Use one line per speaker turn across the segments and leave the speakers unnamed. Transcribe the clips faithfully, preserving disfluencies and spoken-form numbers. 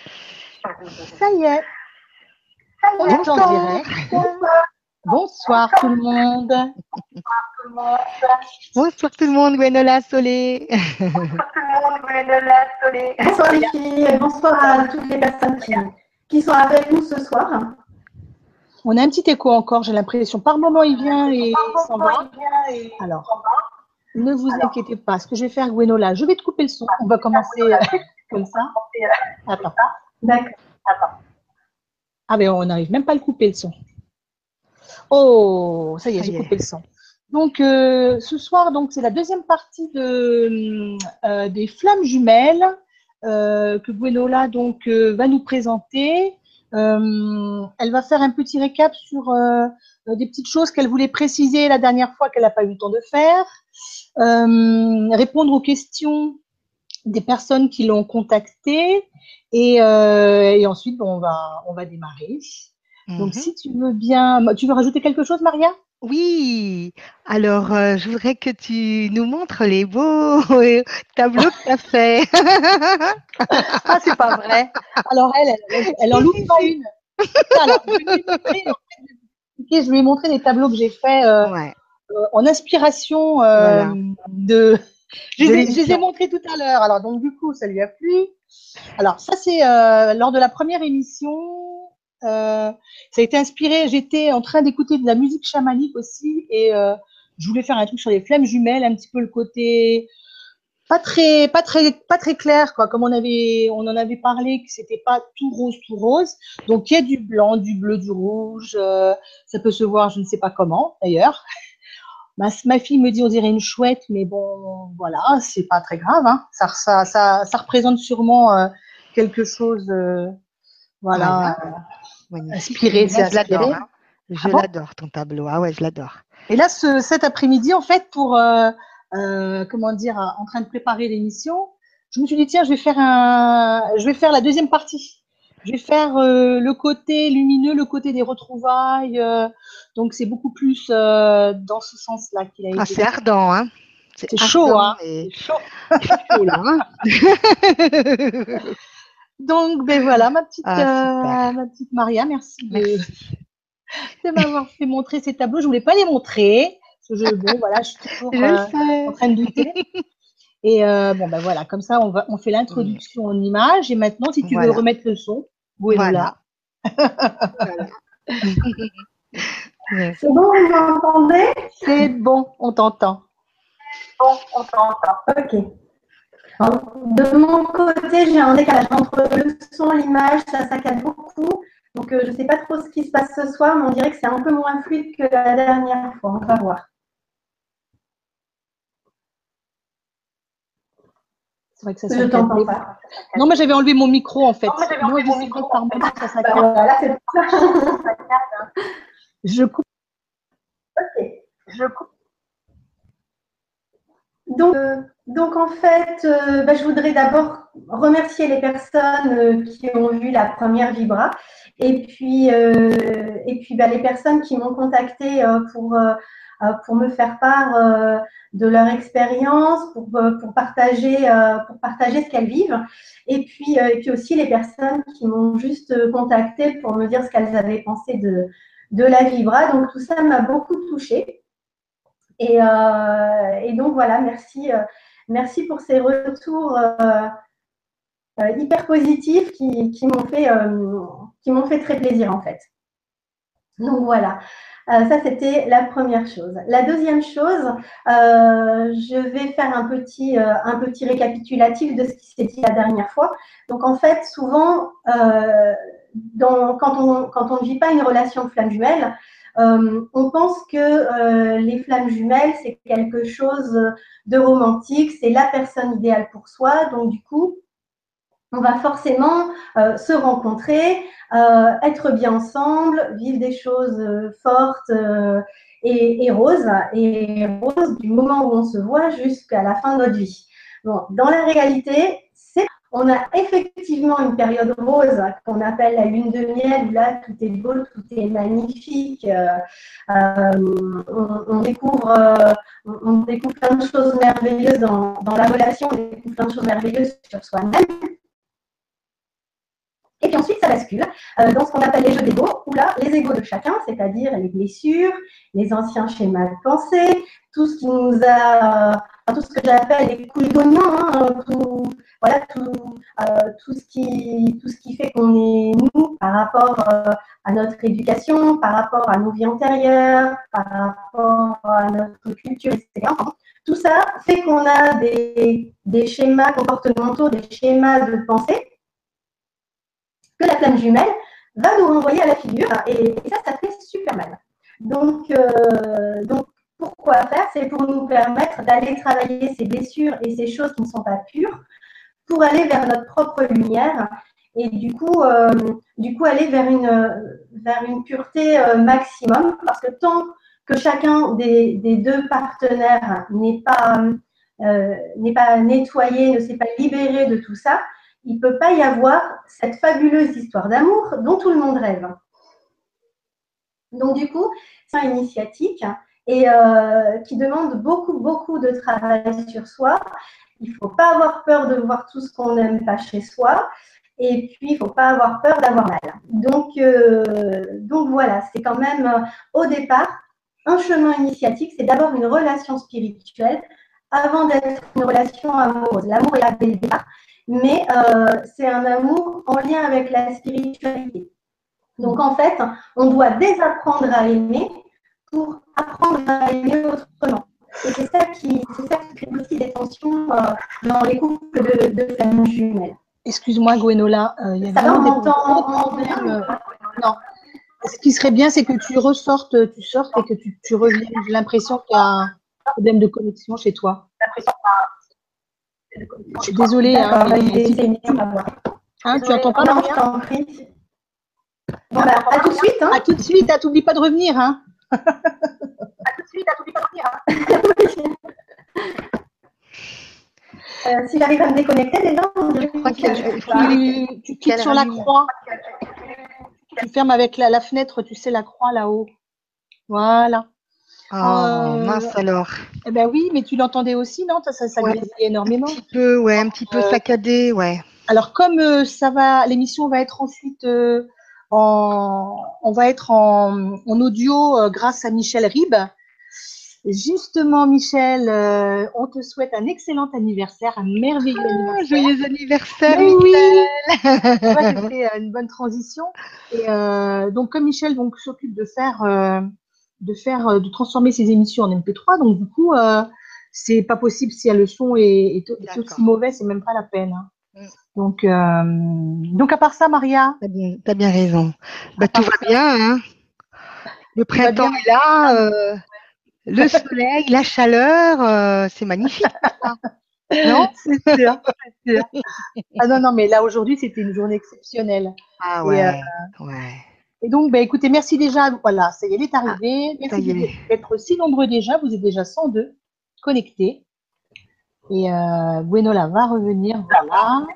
Ça y est, on est en direct. Bonsoir tout le monde.
Bonsoir tout le monde, Gwenola Solé.
Bonsoir les filles, et bonsoir à toutes les personnes qui, qui sont avec nous ce soir.
On a un petit écho encore, j'ai l'impression. Par moment, il vient et il s'en va. Alors, ne vous inquiétez pas. Ce que je vais faire, Gwenola, je vais te couper le son. On va commencer comme ça. Attends.
D'accord.
Ah, mais on n'arrive même pas à le couper, le son. Oh, ça y est, j'ai coupé le son. Donc, euh, ce soir, donc, c'est la deuxième partie de, euh, des flammes jumelles euh, que Gwenola donc, euh, va nous présenter. Euh, elle va faire un petit récap sur euh, des petites choses qu'elle voulait préciser la dernière fois qu'elle n'a pas eu le temps de faire, euh, répondre aux questions des personnes qui l'ont contactée et, euh, et ensuite bon, on va on va démarrer. Mm-hmm. Donc si tu veux bien, tu veux rajouter quelque chose, Maria?
Oui, alors euh, je voudrais que tu nous montres les beaux tableaux que tu as fait.
Ah, c'est pas vrai. Alors elle, elle, elle en loupe pas une. Alors, je vais lui montrer, je vais lui montrer les tableaux que j'ai faits euh, ouais. euh, en inspiration euh, voilà. de. Je, de les ai, je les ai montrés tout à l'heure. Alors donc du coup, ça lui a plu. Alors ça c'est euh, lors de la première émission. Euh, ça a été inspiré. J'étais en train d'écouter de la musique chamanique aussi et euh, je voulais faire un truc sur les flammes jumelles, un petit peu le côté pas très, pas très, pas très clair, quoi. Comme on avait, on en avait parlé, que c'était pas tout rose, tout rose. Donc il y a du blanc, du bleu, du rouge. Euh, ça peut se voir, je ne sais pas comment d'ailleurs. Ma, ma fille me dit on dirait une chouette, mais bon, voilà, c'est pas très grave. Hein. Ça, ça, ça, ça représente sûrement euh, quelque chose, euh, voilà,
voilà.
Euh, inspiré.
C'est inspiré. Hein. Je ah bon l'adore ton tableau. Ah ouais, je l'adore.
Et là, ce, cet après-midi, en fait, pour euh, euh, comment dire, en train de préparer l'émission, je me suis dit tiens, je vais faire un, je vais faire la deuxième partie. Je vais faire euh, le côté lumineux, le côté des retrouvailles. Euh, donc c'est beaucoup plus euh, dans ce sens-là qu'il a été.
Ah, c'est ardent, hein.
C'est chaud, hein.
Et...
C'est chaud. C'est chaud là. Hein. Donc ben voilà, ma petite, ah, euh, ma petite Maria, merci,
merci.
de, de m'avoir fait montrer ces tableaux. Je voulais pas les montrer. Parce que je, bon voilà, je suis toujours
je
euh, en train de douter. Et euh, bon, ben voilà, comme ça, on, va, on fait l'introduction en images. Et maintenant, si tu voilà. veux remettre le son,
voilà. voilà. C'est bon, vous m'entendez?
C'est bon, on t'entend.
Bon, on t'entend. Ok. Alors, de mon côté, j'ai un décalage entre le son et l'image, ça saccade beaucoup. Donc, euh, je ne sais pas trop ce qui se passe ce soir, mais on dirait que c'est un peu moins fluide que la dernière fois. On va voir.
C'est vrai que ça
je t'entends pas.
Non, mais j'avais enlevé mon micro en fait.
Non, mais j'avais enlevé mon micro.
Par moment, ça saccade.
Bah, voilà, c'est ça.
Je coupe.
Ok. Je coupe. Donc, euh, donc en fait, euh, bah, je voudrais d'abord remercier les personnes euh, qui ont vu la première Vibra et puis, euh, et puis bah, les personnes qui m'ont contacté euh, pour, euh, pour me faire part euh, de leur expérience, pour, pour, partager, euh, pour partager ce qu'elles vivent et puis, euh, et puis aussi les personnes qui m'ont juste contacté pour me dire ce qu'elles avaient pensé de, de la Vibra. Donc tout ça m'a beaucoup touchée. Et, euh, et donc voilà, merci, euh, merci pour ces retours euh, euh, hyper positifs qui, qui m'ont fait, euh, qui m'ont fait très plaisir en fait. Donc voilà, euh, ça c'était la première chose. La deuxième chose, euh, je vais faire un petit, euh, un petit récapitulatif de ce qui s'est dit la dernière fois. Donc en fait, souvent, euh, dans, quand on quand on ne vit pas une relation flamme jumelle, Euh, on pense que euh, les flammes jumelles, c'est quelque chose de romantique, c'est la personne idéale pour soi. Donc, du coup, on va forcément euh, se rencontrer, euh, être bien ensemble, vivre des choses euh, fortes euh, et, et roses, et roses du moment où on se voit jusqu'à la fin de notre vie. Bon, dans la réalité, c'est on a effectivement une période rose qu'on appelle la lune de miel, où là, tout est beau, tout est magnifique. Euh, euh, on, on, découvre, euh, on découvre plein de choses merveilleuses dans, dans la relation, on découvre plein de choses merveilleuses sur soi-même. Et puis ensuite, ça bascule euh, dans ce qu'on appelle les jeux d'ego, où là, les égos de chacun, c'est-à-dire les blessures, les anciens schémas de pensée, tout ce qui nous a, euh, tout ce que j'appelle les couches d'oignon, hein, tout, voilà, tout, euh, tout, ce qui, tout ce qui fait qu'on est nous par rapport euh, à notre éducation, par rapport à nos vies antérieures, par rapport à notre culture, et cetera. Tout ça fait qu'on a des, des schémas comportementaux, des schémas de pensée que la flamme jumelle va nous renvoyer à la figure, et, et ça, ça fait super mal. Donc, euh, donc pourquoi faire? C'est pour nous permettre d'aller travailler ces blessures et ces choses qui ne sont pas pures, pour aller vers notre propre lumière, et du coup, euh, du coup aller vers une, vers une pureté euh, maximum, parce que tant que chacun des, des deux partenaires n'est pas, euh, n'est pas nettoyé, ne s'est pas libéré de tout ça, il ne peut pas y avoir cette fabuleuse histoire d'amour dont tout le monde rêve. Donc, du coup, c'est une initiatique et euh, qui demande beaucoup, beaucoup de travail sur soi. Il ne faut pas avoir peur de voir tout ce qu'on n'aime pas chez soi. Et puis, il ne faut pas avoir peur d'avoir mal. Donc, euh, donc voilà, c'est quand même, euh, au départ, un chemin initiatique. C'est d'abord une relation spirituelle avant d'être une relation amoureuse. L'amour est là dès le départ. Mais euh, c'est un amour en lien avec la spiritualité. Donc, en fait, on doit désapprendre à aimer pour apprendre à aimer autrement. Et c'est ça qui, c'est ça qui crée aussi des tensions euh, dans les couples de, de flammes jumelles.
Excuse-moi, Gwenola, euh, il y a
ça
vraiment
va,
des
entend,
problèmes. Euh, non. Ce qui serait bien, c'est que tu ressortes, tu sortes et que tu, tu reviennes. J'ai l'impression qu'il y a un problème de connexion chez toi. Je suis désolée. Hein, mais si tu, hein, tu entends pas,
non, je t'en prie. Bon, bah, à tout de suite. Hein.
À tout de suite. À t'oublie pas de revenir. Hein.
À tout de suite. À t'oublie pas de revenir. Hein. euh, si j'arrive à me déconnecter, déjà,
je crois que tu, tu cliques sur la croix. Tu fermes avec la, la fenêtre, tu sais, la croix là-haut. Voilà.
Oh, euh, mince alors.
Eh ben oui, mais tu l'entendais aussi, non? Ça, ça, ça
ouais,
grésille énormément.
Un petit peu, ouais, un petit peu euh, saccadé, ouais.
Alors, comme euh, ça va, l'émission va être ensuite euh, en, on va être en, en audio euh, grâce à Michel Ribes. Justement, Michel, euh, on te souhaite un excellent anniversaire, un merveilleux ah, anniversaire.
Joyeux anniversaire,
mais
Michel.
Oui, ouais, j'ai fait une bonne transition. Et euh, donc, comme Michel donc s'occupe de faire, euh, de faire, de transformer ses émissions en M P trois, donc du coup, euh, c'est pas possible si le son est, est, est aussi mauvais, c'est même pas la peine. Hein. Mm. Donc, euh, donc à part ça, Maria.
T'as bien, t'as bien raison. Bah, tout va ça. bien, hein. Le printemps est là. Euh... Le soleil, la chaleur, euh, c'est magnifique.
Non, c'est sûr, c'est sûr. Ah non, non, mais là aujourd'hui, c'était une journée exceptionnelle.
Ah ouais, et, euh, ouais.
Et donc, bah, écoutez, merci déjà. Voilà, ça y est, elle est arrivée. Ah, merci d'être si nombreux déjà. Vous êtes déjà cent deux connectés. Et euh, Gwenola va revenir. Voilà.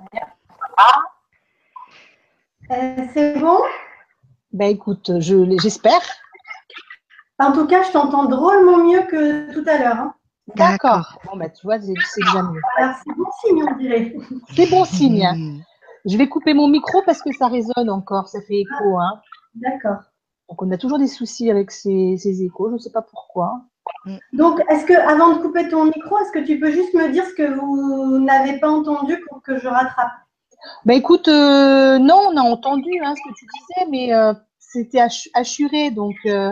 Euh, c'est bon?
Bah écoute, je, j'espère.
En tout cas, je t'entends drôlement mieux que tout à l'heure. Hein.
D'accord. Bon, bah, tu vois, c'est, c'est déjà mieux.
Alors, c'est bon signe, on dirait.
C'est bon signe. Mmh. Je vais couper mon micro parce que ça résonne encore, ça fait écho. Hein.
D'accord.
Donc, on a toujours des soucis avec ces, ces échos, je ne sais pas pourquoi.
Donc, est-ce que, avant de couper ton micro, est-ce que tu peux juste me dire ce que vous n'avez pas entendu pour que je rattrape?
Bah, écoute, euh, non, on a entendu hein, ce que tu disais, mais euh, c'était assuré, donc... Euh,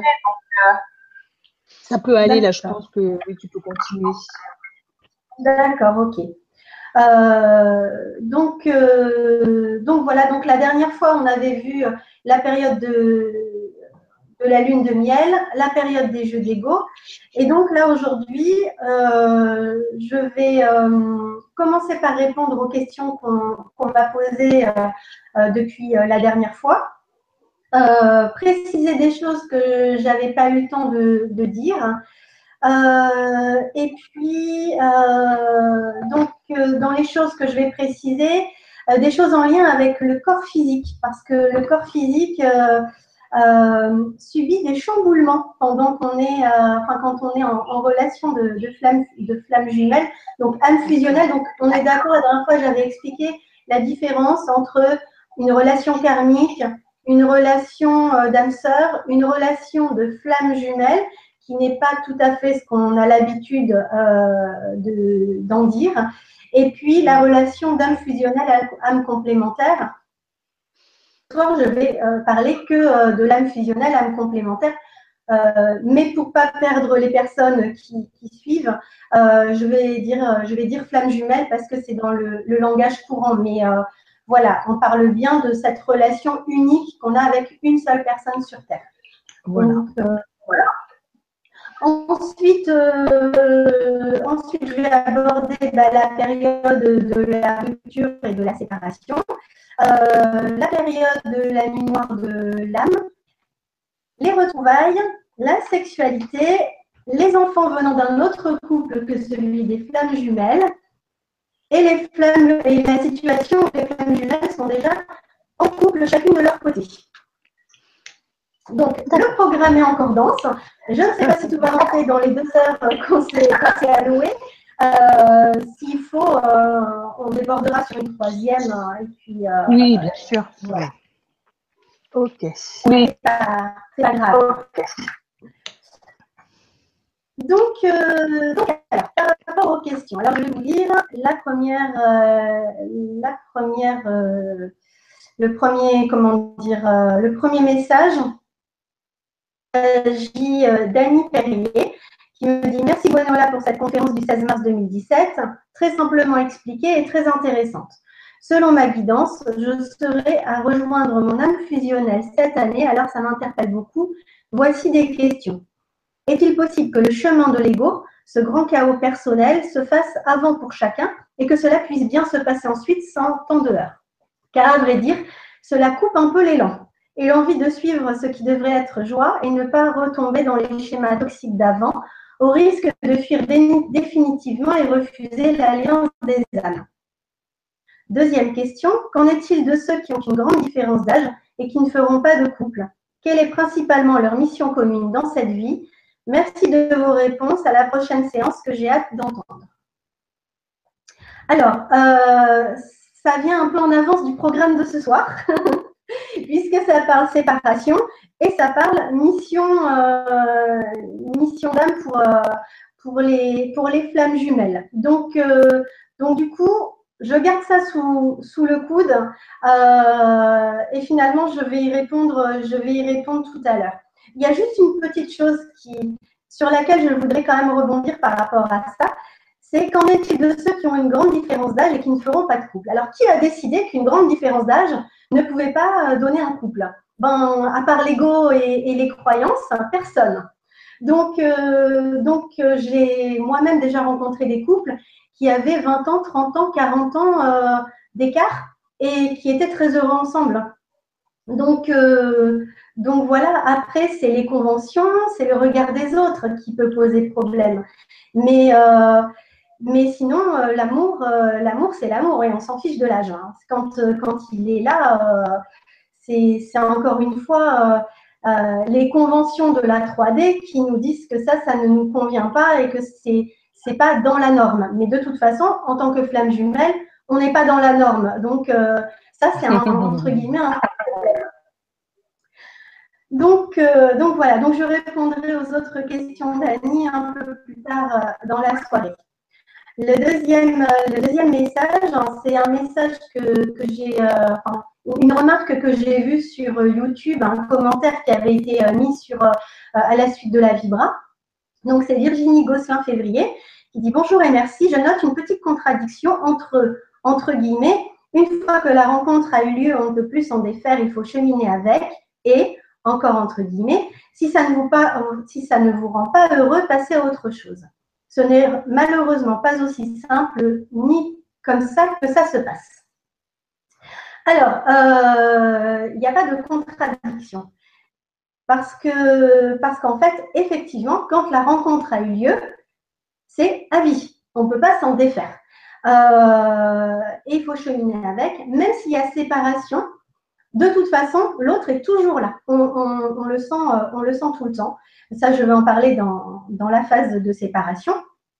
ça peut aller, là, je pense que oui, tu peux continuer.
D'accord, ok. Euh, donc, euh, donc, voilà, donc la dernière fois, on avait vu la période de, de la lune de miel, la période des jeux d'ego. Et donc là, aujourd'hui, euh, je vais euh, commencer par répondre aux questions qu'on, qu'on m'a posées euh, euh, depuis la dernière fois. Euh, préciser des choses que j'avais pas eu le temps de, de dire. Euh, et puis, euh, donc, euh, dans les choses que je vais préciser, euh, des choses en lien avec le corps physique, parce que le corps physique euh, euh, subit des chamboulements pendant qu'on est, euh, enfin, quand on est en, en relation de, de flamme, de flamme jumelle, donc âme fusionnelle. Donc, on est d'accord, la dernière fois, j'avais expliqué la différence entre une relation karmique, une relation euh, d'âme sœur, une relation de flamme jumelle, qui n'est pas tout à fait ce qu'on a l'habitude euh, de, d'en dire, et puis la relation d'âme fusionnelle, âme complémentaire. Ce soir, je vais euh, parler que euh, de l'âme fusionnelle, âme complémentaire, euh, mais pour ne pas perdre les personnes qui, qui suivent, euh, je, vais dire, je vais dire flamme jumelle parce que c'est dans le, le langage courant, mais euh, voilà, on parle bien de cette relation unique qu'on a avec une seule personne sur Terre. Voilà. Donc, euh, voilà. Ensuite, euh, ensuite, je vais aborder bah, la période de la rupture et de la séparation, euh, la période de la nuit noire de l'âme, les retrouvailles, la sexualité, les enfants venant d'un autre couple que celui des flammes jumelles, et les flammes et la situation où les flammes jumelles sont déjà en couple chacune de leur côté. Donc, le programme est en concordance. Je ne sais pas si tout va rentrer dans les deux heures qu'on s'est alloué. Euh, S'il faut, euh, on débordera sur une troisième. Et puis, euh,
oui, bien sûr.
Voilà.
Ok.
Oui, c'est pas, pas grave. Okay. Donc, euh, donc alors, par rapport aux questions, alors je vais vous lire la première, euh, la première, euh, le premier, comment dire, euh, le premier message. J'ai euh, Dany Perrier qui me dit « Merci Gwenola pour cette conférence du seize mars deux mille dix-sept, très simplement expliquée et très intéressante. Selon ma guidance, je serai à rejoindre mon âme fusionnelle cette année, alors ça m'interpelle beaucoup. Voici des questions. Est-il possible que le chemin de l'ego, ce grand chaos personnel, se fasse avant pour chacun et que cela puisse bien se passer ensuite sans tant de heurts? Car à vrai dire, cela coupe un peu l'élan et l'envie de suivre ce qui devrait être joie et ne pas retomber dans les schémas toxiques d'avant, au risque de fuir définitivement et refuser l'alliance des âmes. Deuxième question, qu'en est-il de ceux qui ont une grande différence d'âge et qui ne feront pas de couple? Quelle est principalement leur mission commune dans cette vie? Merci de vos réponses. À la prochaine séance que j'ai hâte d'entendre. Alors, euh, ça vient un peu en avance du programme de ce soir, puisque ça parle séparation et ça parle mission, euh, mission d'âme pour, euh, pour, les, pour les flammes jumelles. Donc, euh, donc du coup, je garde ça sous, sous le coude euh, et finalement, je vais y répondre, je vais y répondre tout à l'heure. Il y a juste une petite chose qui, sur laquelle je voudrais quand même rebondir par rapport à ça, c'est qu'en est-il de ceux qui ont une grande différence d'âge et qui ne feront pas de couple? Alors, qui a décidé qu'une grande différence d'âge ne pouvait pas donner un couple? Ben, à part l'ego et, et les croyances, personne. Donc, euh, donc j'ai moi-même déjà rencontré des couples qui avaient vingt ans, trente ans, quarante ans euh, d'écart et qui étaient très heureux ensemble. Donc, euh, donc voilà, après, c'est les conventions, c'est le regard des autres qui peut poser problème. Mais, euh, mais sinon, euh, l'amour, euh, l'amour, c'est l'amour et on s'en fiche de l'âge. Hein. Quand, euh, quand il est là, euh, c'est, c'est encore une fois euh, euh, les conventions de la trois D qui nous disent que ça, ça ne nous convient pas et que c'est c'est pas dans la norme. Mais de toute façon, en tant que flamme jumelle, on n'est pas dans la norme. Donc, euh, ça, c'est un, entre guillemets un problème. Donc, euh, donc voilà, donc je répondrai aux autres questions d'Annie un peu plus tard euh, dans la soirée. Le deuxième, euh, le deuxième message, hein, c'est un message que, que j'ai, euh, enfin, une remarque que j'ai vue sur YouTube, un commentaire qui avait été euh, mis sur, euh, à la suite de la Vibra. Donc, c'est Virginie Gosselin-Février qui dit « Bonjour et merci, je note une petite contradiction entre, entre guillemets, une fois que la rencontre a eu lieu, on ne peut plus s'en défaire, il faut cheminer avec, et, encore entre guillemets, si ça ne vous, pas, si ça ne vous rend pas heureux, passez à autre chose. Ce n'est malheureusement pas aussi simple ni comme ça que ça se passe. » Alors, euh, il n'y a pas de contradiction. Parce que, parce qu'en fait, effectivement, quand la rencontre a eu lieu, c'est à vie. On ne peut pas s'en défaire. Euh, et il faut cheminer avec. Même s'il y a séparation, de toute façon, l'autre est toujours là. On, on, on, le sent, on le sent tout le temps. Ça, je vais en parler dans, dans la phase de séparation.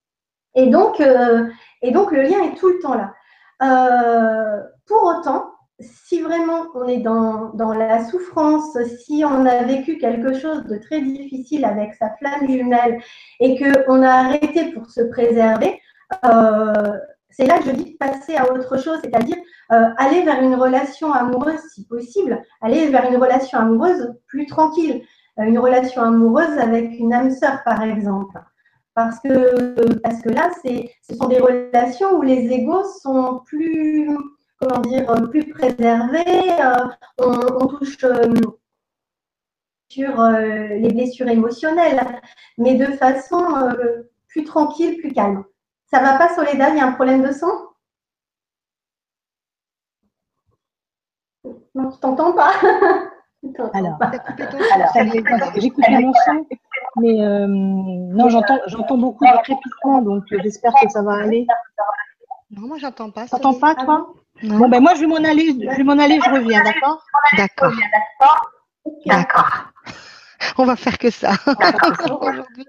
Et donc, euh, et donc, le lien est tout le temps là. Euh, pour autant, si vraiment on est dans, dans la souffrance, si on a vécu quelque chose de très difficile avec sa flamme jumelle et qu'on a arrêté pour se préserver, euh, c'est là que je dis passer à autre chose, c'est-à-dire euh, aller vers une relation amoureuse si possible, aller vers une relation amoureuse plus tranquille, euh, une relation amoureuse avec une âme sœur par exemple. Parce que, parce que là, ce sont des relations où les égos sont plus, comment dire, plus préservés, euh, on, on, touche euh, sur euh, les blessures émotionnelles, mais de façon euh, plus tranquille, plus calme. Ça va pas, Soledad? Il y a un problème de son? Non, tu t'entends pas?
Alors, j'ai coupé mon son, mais euh, non, j'entends, j'entends beaucoup de crépitements, donc euh, j'espère que ça va aller.
Non, moi j'entends pas.
T'entends pas, toi? Non. Bon, ben moi je vais m'en aller, je vais m'en aller, je reviens, d'accord?
D'accord. D'accord. On va faire que ça. Aujourd'hui.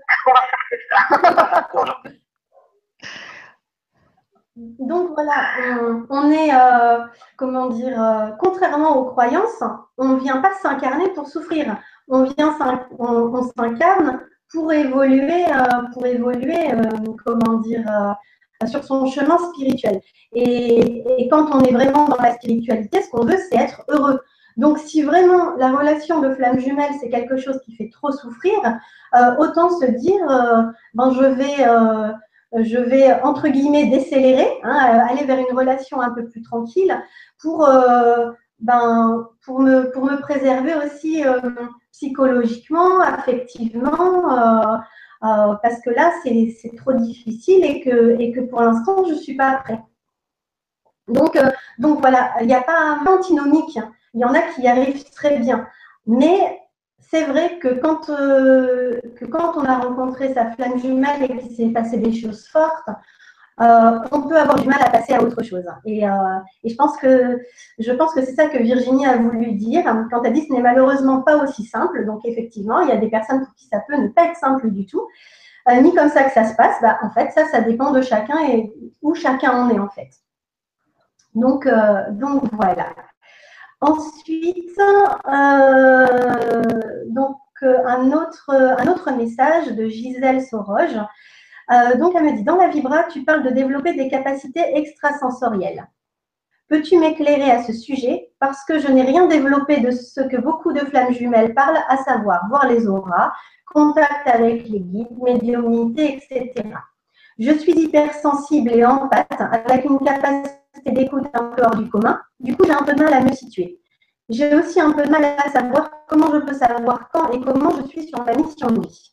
Donc voilà, on, on est, euh, comment dire, euh, contrairement aux croyances, on ne vient pas s'incarner pour souffrir. On vient, on, on s'incarne pour évoluer, euh, pour évoluer, euh, comment dire, euh, sur son chemin spirituel. Et, et quand on est vraiment dans la spiritualité, ce qu'on veut, c'est être heureux. Donc, si vraiment la relation de flamme jumelle, c'est quelque chose qui fait trop souffrir, euh, autant se dire, euh, ben, je vais... Euh, je vais, entre guillemets, décélérer, hein, aller vers une relation un peu plus tranquille pour, euh, ben, pour, me, pour me préserver aussi euh, psychologiquement, affectivement, euh, euh, parce que là, c'est trop difficile et que, et que pour l'instant, je ne suis pas prête. Donc, euh, donc voilà, il n'y a pas un antinomique, il y en a qui y arrivent très bien, mais c'est vrai que quand, euh, que quand on a rencontré sa flamme jumelle et qu'il s'est passé des choses fortes, euh, on peut avoir du mal à passer à autre chose. Et, euh, et je pense que, je pense que c'est ça que Virginie a voulu dire quand elle dit que ce n'est malheureusement pas aussi simple. Donc effectivement, il y a des personnes pour qui ça peut ne pas être simple du tout, euh, ni comme ça que ça se passe. Bah, en fait, ça, ça dépend de chacun et où chacun en est en fait. Donc, euh, donc voilà. Ensuite, euh, donc, un, autre, un autre message de Gisèle Soroge. Euh, donc, elle me dit, dans la Vibra, tu parles de développer des capacités extrasensorielles. Peux-tu m'éclairer à ce sujet? Parce que je n'ai rien développé de ce que beaucoup de flammes jumelles parlent, à savoir voir les auras, contact avec les guides, médiumnité, et cetera. Je suis hypersensible et empathe, avec une capacité d'écoute un peu hors du commun. Du coup, j'ai un peu de mal à me situer. J'ai aussi un peu de mal à savoir comment je peux savoir quand et comment je suis sur ma mission de vie.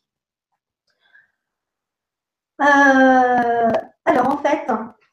Euh, alors, en fait,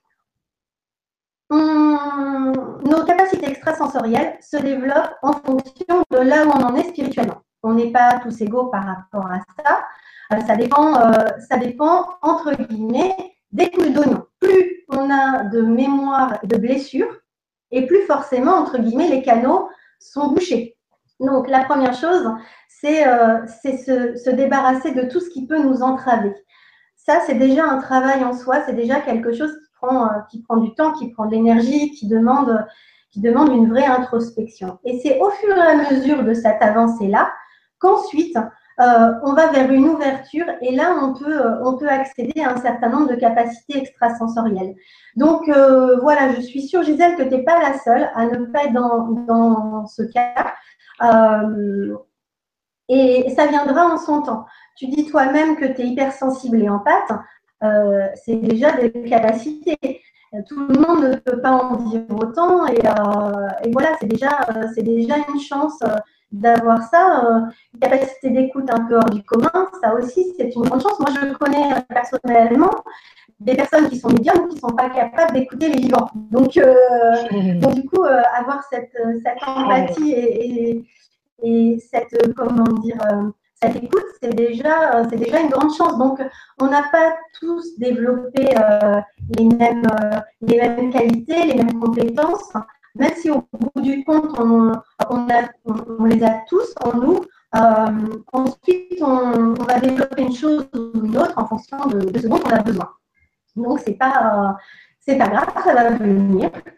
on, nos capacités extrasensorielles se développent en fonction de là où on en est spirituellement. On n'est pas tous égaux par rapport à ça. Euh, ça dépend, euh, ça dépend, entre guillemets, des couches d'oignon. Plus on a de mémoire et de blessures, et plus forcément, entre guillemets, les canaux sont bouchés. Donc, la première chose, c'est euh, se, se débarrasser de tout ce qui peut nous entraver. Ça, c'est déjà un travail en soi, c'est déjà quelque chose qui prend, euh, qui prend du temps, qui prend de l'énergie, qui demande, qui demande une vraie introspection. Et c'est au fur et à mesure de cette avancée-là qu'ensuite, euh, on va vers une ouverture et là, on peut, euh, on peut accéder à un certain nombre de capacités extrasensorielles. Donc, euh, voilà, je suis sûre, Gisèle, que tu n'es pas la seule à ne pas être dans, dans ce cas. Euh, et ça viendra en son temps. Tu dis toi-même que tu es hypersensible et empathe, euh, c'est déjà des capacités. Tout le monde ne peut pas en dire autant et, euh, et voilà, c'est déjà, euh, c'est déjà une chance euh, d'avoir ça. Euh, une capacité d'écoute un peu hors du commun, ça aussi, c'est une grande chance. Moi, je connais euh, personnellement des personnes qui sont médiums qui ne sont pas capables d'écouter les vivants. Donc, euh, donc du coup, euh, avoir cette, cette empathie et, et et cette, comment dire, cette écoute, c'est déjà, c'est déjà une grande chance. Donc, on n'a pas tous développé euh, les, mêmes, euh, les mêmes qualités, les mêmes compétences, même si au bout du compte, on, on, a, on, on les a tous en nous. Euh, ensuite, on, on va développer une chose ou une autre en fonction de, de ce dont on a besoin. Donc, c'est pas, euh, c'est pas grave, ça va venir.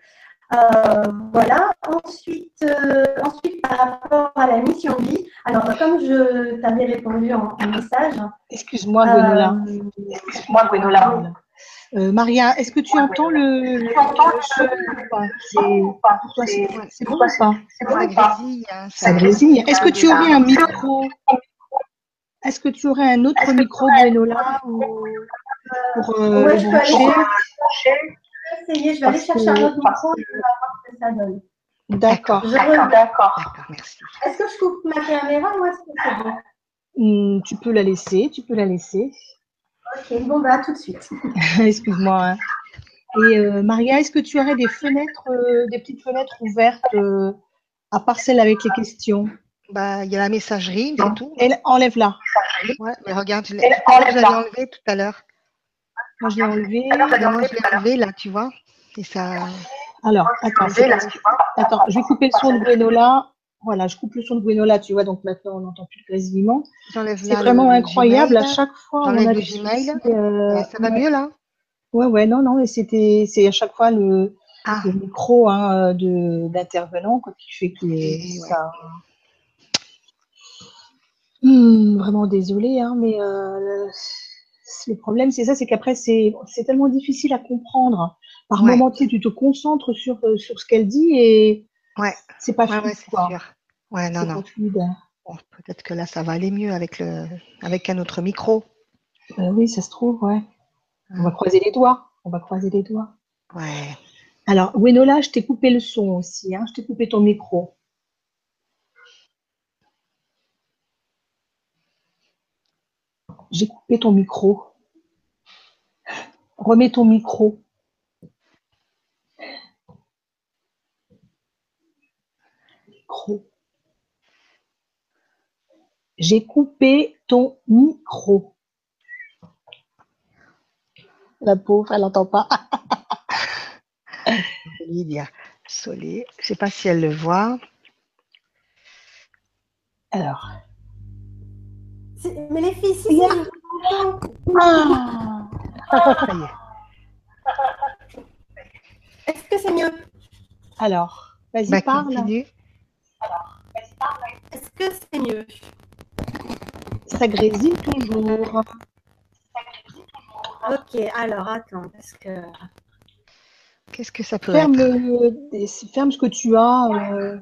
Euh, voilà. Ensuite, euh, ensuite, par rapport à la mission vie, alors comme je t'avais répondu en, en message.
Excuse-moi, Gwenola. Euh, Excuse-moi, Gwenola. Euh, Maria, est-ce que tu entends le, le, le son ou pas? C'est bon ou pas?
Ça grésille. Hein,
ça grésille. Est-ce que tu aurais un micro? Est-ce que tu aurais un autre micro, Gwenola, ou pour euh,
ouais,
le
je peux aller
brancher?
essayer, je vais aller chercher un autre micro et je vais voir ce que ça donne.
D'accord.
D'accord, d'accord, merci.
Est-ce que je coupe ma caméra ou est-ce que c'est bon?
Hum, tu peux la laisser, tu peux la laisser.
Ok, bon, bah, tout de suite.
Excuse-moi. Hein. Et euh, Maria, est-ce que tu aurais des fenêtres, euh, des petites fenêtres ouvertes, euh, à part celles avec les questions?
Bah, il y a la messagerie, c'est tout.
Elle, enlève-la.
Ouais, mais regarde, je l'ai enlevée tout à l'heure.
Moi, je l'ai enlevée.
Ben, moi, je l'ai enlevée, là, tu vois. Et ça...
Alors, attends, attends, je vais couper le son de Gwenola. Voilà, je coupe le son de Gwenola, tu vois, donc maintenant, on n'entend plus le grésillement. C'est vraiment le, incroyable, le à chaque fois, on a
le Gmail.
Euh,
ça va ouais. mieux, là?
Ouais, ouais, non, non, et c'était, c'est à chaque fois le, ah. le micro hein, de, d'intervenant qui fait que et ça... Ouais. Hum, vraiment désolée, hein, mais euh, le, le problème, c'est ça, c'est qu'après, c'est, c'est tellement difficile à comprendre. Par ouais. moment, tu sais, tu te concentres sur, sur ce qu'elle dit et
ouais.
c'est pas
ouais,
fluide,
ouais, c'est
quoi.
Sûr. Ouais, non,
c'est
non.
Pas fluide.
Bon, peut-être que là, ça va aller mieux avec, le, avec un autre micro.
Euh, oui, ça se trouve, ouais. On va croiser les doigts. On va croiser les doigts.
Ouais.
Alors, Gwenola, je t'ai coupé le son aussi. Hein. Je t'ai coupé ton micro. J'ai coupé ton micro. Remets ton micro. Micro. J'ai coupé ton micro. La pauvre, elle n'entend pas.
Lydia Solé. Je ne sais pas si elle le voit.
Alors.
Mais les filles, si, si, je vous entends.
Ah.
Ça y est.
Est-ce que c'est mieux?
Alors, vas-y,
bah,
parle.
Continue.
Alors, vas-y, parle. Est-ce que c'est mieux?
Ça grésille toujours.
Ok, alors attends, parce que...
Qu'est-ce que ça peut
ferme
être
le, Ferme ce que tu as euh,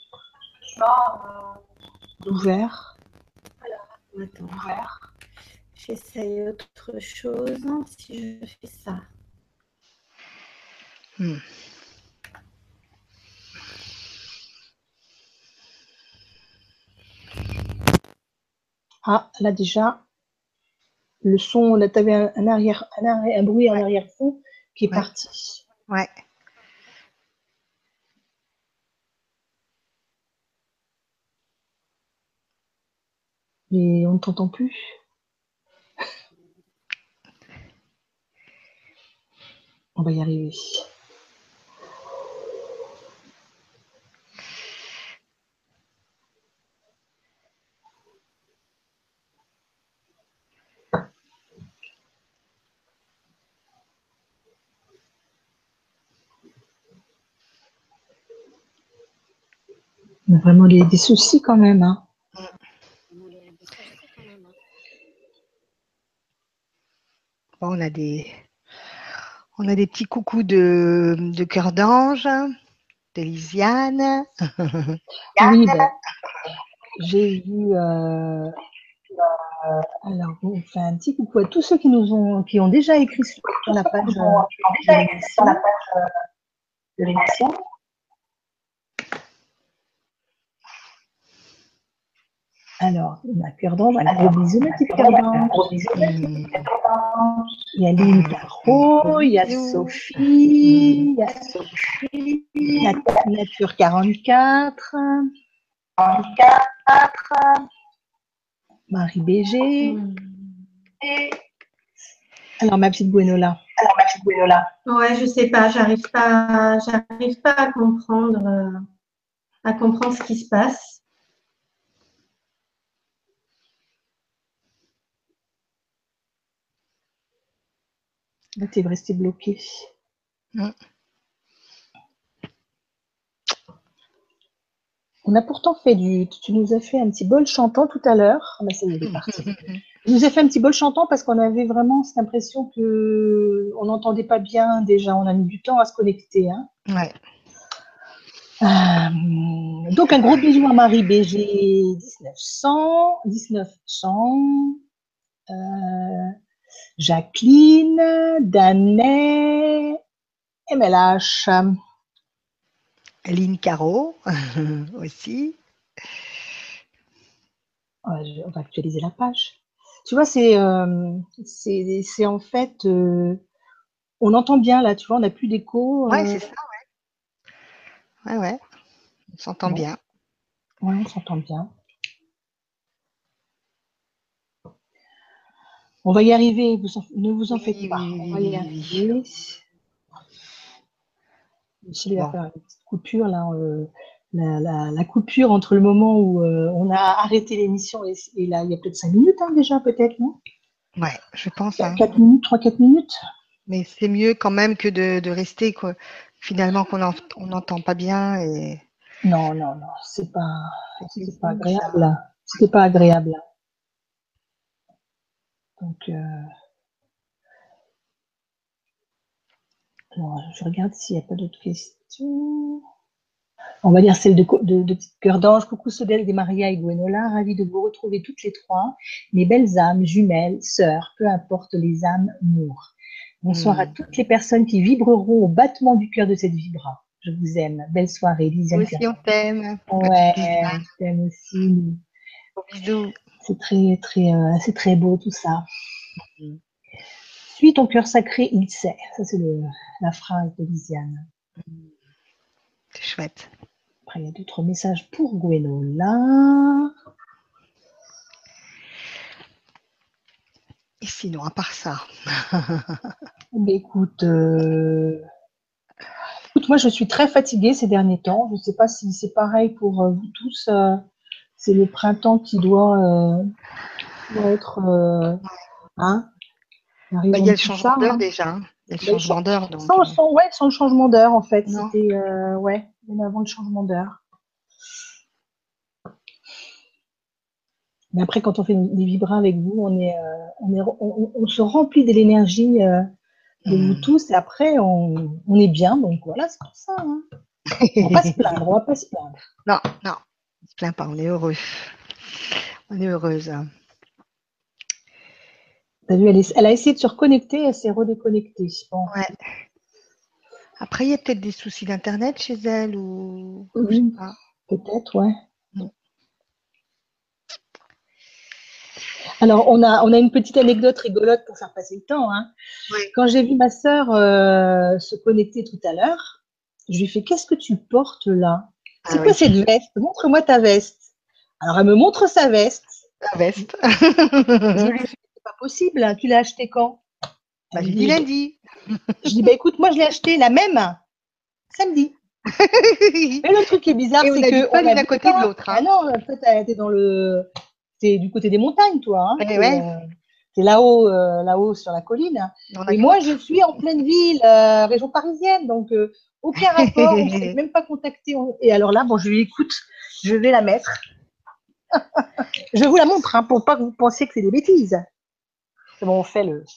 ouvert.
Alors, attends, ouvert. J'essaye autre chose si je fais ça.
Hmm.
Ah, là déjà, le son, là, tu avais un, un, arrière, un, arrière, un bruit en ouais. arrière-fond qui est
ouais.
parti.
Ouais.
Et on ne t'entend plus. On va y arriver. On a vraiment des, des soucis quand même. Hein.
Bon, on a des, on a des petits coucous de, de cœur d'ange, de Lisiane.
Oui, ben, j'ai vu. Euh, euh, alors, on fait un petit coucou à tous ceux qui nous ont, qui ont déjà écrit sur la page de l'émission. Alors, ma cœur d'ange, un gros bisou, ma petite cœur d'ange. Il y a Lynn Caro, il y a Sophie, il y a Sophie, il y a Nature quarante-quatre, Marie B G. Alors, ma petite Gwenola. Alors, ma petite Gwenola.
Ouais, je sais pas, j'arrive pas, j'arrive pas à comprendre, euh, à comprendre ce qui se passe.
Là, tu es resté bloqué.
Mmh.
On a pourtant fait du. Tu nous as fait un petit bol chantant tout à l'heure. Ah, bah, ça y est, il est parti. Tu nous as fait un petit bol chantant parce qu'on avait vraiment cette impression que on n'entendait pas bien déjà. On a mis du temps à se connecter. Hein.
Ouais.
Euh, donc un gros bisou à Marie B G dix-neuf cents, dix-neuf cents, euh, Jacqueline, Danet, M L H.
Aline Caro aussi.
Ouais, on va actualiser la page. Tu vois, c'est euh, c'est c'est en fait, euh, on entend bien là, tu vois, on n'a plus d'écho.
Ouais,
Euh,
c'est ça, ouais. Ouais, ouais. On s'entend
bon,
bien.
ouais, on s'entend bien. On va y arriver, vous en- ne vous en
Oui,
faites
oui,
pas.
oui,
On
oui,
va y
oui, oui.
arriver. Michel va
Bon.
faire une petite coupure là, euh, la, la- la coupure entre le moment où euh, on a arrêté l'émission et, et là, il y a peut-être cinq minutes hein, déjà, peut-être, non?
Ouais, je pense, hein.
Quatre minutes, trois, quatre minutes.
Mais c'est mieux quand même que de, de rester, quoi. Finalement, qu'on on n'entend pas bien et
Non, non, non, c'est pas,
c'est
c'était pas
possible, ça.
agréable. Là. C'était pas agréable. Là. Donc, euh, alors, je regarde s'il n'y a pas d'autres questions. On va dire celle de, de, de Petite Cœur d'Ange. Coucou Sodèle, des Maria et Gwenola. Ravie de vous retrouver toutes les trois. Mes belles âmes, jumelles, sœurs, peu importe les âmes, mourent. Bonsoir à
Hmm.
toutes les personnes qui vibreront au battement du cœur de cette vibra. Je vous aime. Belle soirée,
Nous
Lisiane
aussi, on
Fernand.
t'aime. Ma
Ouais,
petite Lisa.
je t'aime aussi.
Gros bisous.
C'est très, très, euh, c'est très beau tout ça.
Hmm.
Suis ton cœur sacré, il sait. Ça, c'est le- la phrase de Lisiane.
C'est chouette.
Après, il y a d'autres messages pour Gwenola.
Et sinon, à part ça.
Ben, écoute, euh, écoute, moi, je suis très fatiguée ces derniers temps. Je ne sais pas si c'est pareil pour euh, vous tous. euh, c'est le printemps qui doit, euh, doit être. euh, hein, on arrive
Bah, il
au
y a le
mois de ça.
changement d'heure
Hein.
déjà, hein. Il y a le
Ben,
changement
sans,
d'heure, donc.
sans,
euh,
sans- ouais, sans le changement d'heure, en fait.
Non.
C'était, euh, ouais, bien avant le changement d'heure. Mais après, quand on fait des vibras avec vous, on, est, euh, on, est, on, on se remplit de l'énergie euh, de vous
Hmm.
tous. Et après, on, on est bien. Donc voilà, c'est pour ça. Hein. On va pas se plaindre. On va pas se plaindre.
Non, non. On se plaint pas, on est heureux. On est heureuse.
T'as vu, elle, est- elle a essayé de se reconnecter, elle s'est redéconnectée. Bon.
Ouais. Après, il y a peut-être des soucis d'internet chez elle ou je sais
Oui,
pas.
peut-être, ouais.
Hmm.
Alors, on a, on a une petite anecdote rigolote pour faire passer le temps. Hein.
Ouais.
Quand j'ai vu ma sœur euh, se connecter tout à l'heure, je lui ai fait, qu'est-ce que tu portes là?
Ah
C'est quoi
oui,
cette veste? Montre-moi ta veste. Alors, elle me montre sa veste.
la veste.
Je lui ai fait, c'est pas possible, hein. Tu l'as acheté quand?
Bah,
Elle me
j'ai dit
dit, ben,
lundi.
je dis, bah, écoute, moi, je l'ai acheté la même samedi.
Et
Et le truc qui est bizarre,
on
c'est
n'habite
qu'on
pas l'une à
n'habite
côté de
pas.
l'autre,
Ah
hein.
non, toi, t'es t'es dans le, t'es du côté des montagnes, toi. Hein.
Eh
T'es,
ouais,
euh, t'es là-haut, euh, là-haut sur la colline.
on a
Et
une
moi, je
route.
suis en pleine ville, euh, région parisienne, donc euh, aucun rapport. On s'est même pas contacté. On- Et alors là, bon, je lui écoute, je vais la mettre. Je vous la montre, hein, pour pas que vous pensiez que c'est des bêtises. C'est bon, on fait le.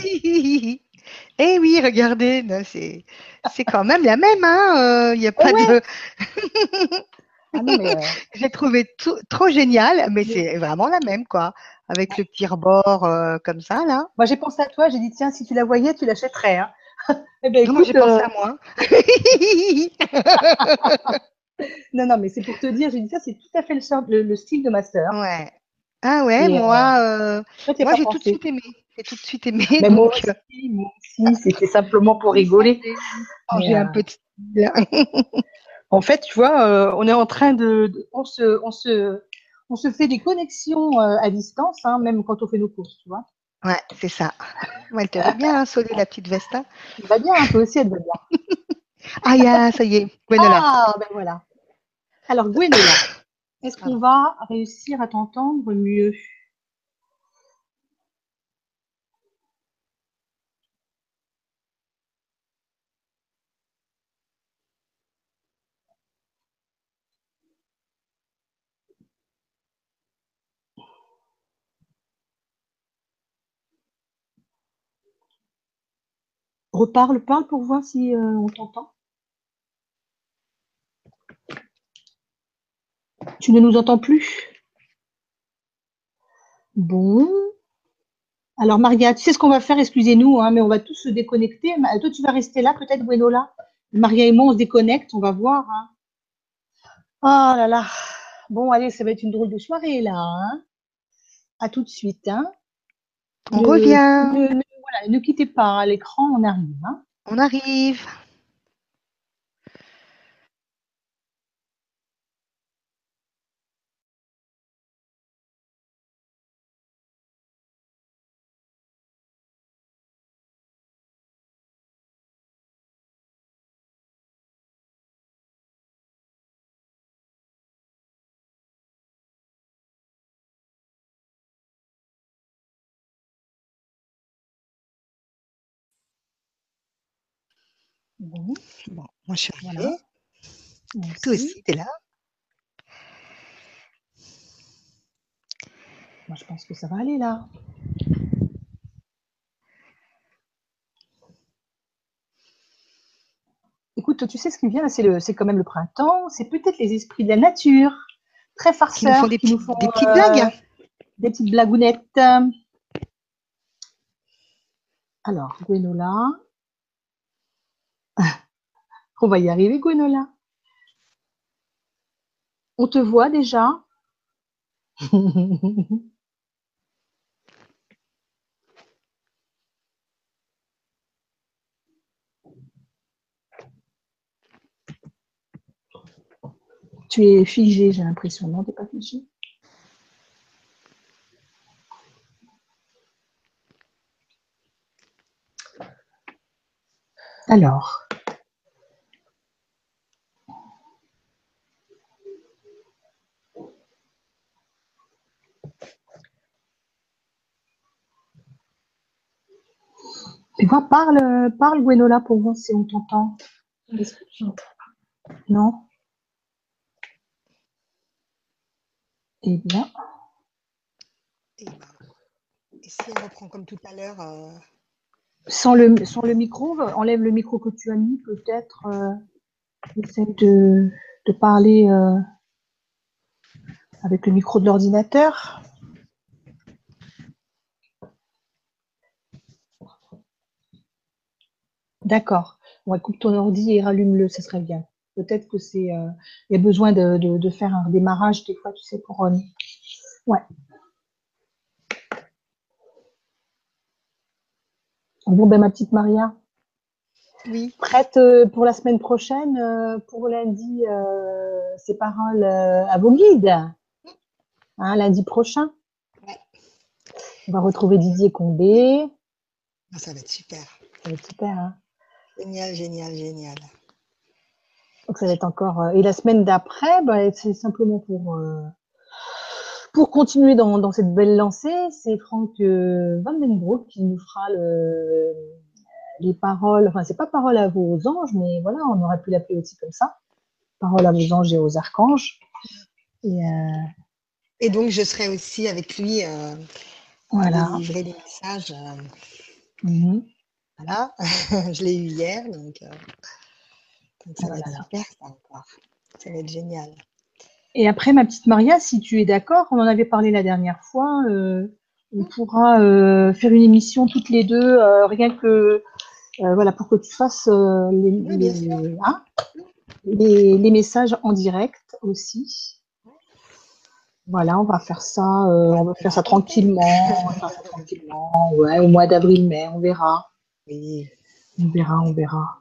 Eh oui, regardez, non, c'est c'est quand même la même, hein. Il n'y a
Eh
pas
ouais.
de.
Ah non, mais. Euh,
J'ai trouvé tout- trop génial, mais
mais-
c'est vraiment la même, quoi. Avec le petit rebord euh, comme ça, là.
moi, j'ai pensé à toi. J'ai dit, tiens, si tu la voyais, tu l'achèterais. Hein. Eh ben,
Non, moi, j'ai
écoute.
pensé
euh,
à moi.
Non, non, mais c'est pour te dire, j'ai dit ça, c'est tout à fait le, sort- le, le style de ma sœur.
Ouais. Ah ouais,
Et euh,
moi, euh,
toi, tu n'as
moi
pas
j'ai tout de
pensé.
suite aimé. J'ai tout de suite aimé,
Mais moi
donc
aussi, moi aussi, c'était simplement pour
euh,
rigoler. Mais
changer
euh,
un peu de style.
en fait, tu vois, euh, on est en train de, de- on se, on se, on se fait des connexions euh, à distance, hein, même quand on fait nos courses, tu vois.
Ouais, c'est ça. Ouais, elle te va bien, hein, Solé, la petite Vesta.
Elle va bien, hein, toi aussi, elle va bien.
Ah, ya, ça y est, Gwenola.
Ah, ben voilà. Alors, Gwenola, est-ce qu'on
Pardon.
va réussir à t'entendre mieux? Reparle, parle pour voir si euh, on t'entend. Tu ne nous entends plus? Bon. Alors, Maria, tu sais ce qu'on va faire, excusez-nous, hein, mais on va tous se déconnecter. Toi, tu vas rester là, peut-être, Gwenola. Maria et moi, on se déconnecte, on va voir. Hein. Oh là là. Bon, allez, ça va être une drôle de soirée, là. Hein. À tout de suite. Hein.
On
ne,
revient.
Ne, ne, voilà, ne quittez pas à l'écran, on arrive. Hein.
On arrive.
Bon,
bon, moi je suis arrivée.
Voilà. Moi
Toi aussi, tu es là?
Moi, je pense que ça va aller là. Écoute, tu sais ce qui vient, c'est le, c'est quand même le printemps, c'est peut-être les esprits de la nature, très farceurs,
qui nous font des,
qui
petits,
nous font,
des petites
euh,
blagues.
Des petites blagounettes. Alors, Gwenola. On va y arriver, Gwenola. On te voit déjà. Tu es figée, j'ai l'impression. Non, tu n'es pas figée. Alors. Tu vois, parle, parle, Gwenola, pour voir si on t'entend. Non. Eh bien.
Et, ben, et si on reprend comme tout à l'heure euh...
sans, le, sans le micro, enlève le micro que tu as mis, peut-être. Euh, essaie de, de parler euh, avec le micro de l'ordinateur. D'accord. Bon, coupe ton ordi et rallume-le, ça serait bien. Peut-être que c'est, euh, il y a besoin de, de, de faire un démarrage des fois, tu sais, pour. Euh... Ouais. Bon, ben ma petite Maria.
Oui.
Prête euh, pour la semaine prochaine, euh, pour lundi, euh, ces paroles euh, à vos guides. Hein, lundi prochain.
Ouais.
On va retrouver Didier Condé.
Ah, ça va être super.
Ça va être super, hein.
Génial, génial, génial.
Donc ça va être encore. Euh, et la semaine d'après, bah, c'est simplement pour euh, pour continuer dans, dans cette belle lancée. C'est Franck euh, Van den Broek qui nous fera le, les paroles. Enfin, c'est pas paroles à vos anges, mais voilà, on aurait pu l'appeler aussi comme ça. Paroles à vos anges et aux archanges. Et, euh,
et donc je serai aussi avec lui. Euh,
voilà.
Délivrer des messages. Euh,
mm-hmm.
Voilà, je l'ai eu hier, donc, euh, donc ça oh va être là. Super ça encore. Ça va être génial.
Et après, ma petite Maria, si tu es d'accord, on en avait parlé la dernière fois, euh, on pourra euh, faire une émission toutes les deux, euh, rien que euh, voilà, pour que tu fasses euh, les, oui, les, hein, les, les messages en direct aussi. Voilà, on va faire ça, euh, on va faire ça tranquillement, on va faire ça tranquillement, ouais, au mois d'avril-mai, on verra.
Oui.
On verra, on verra.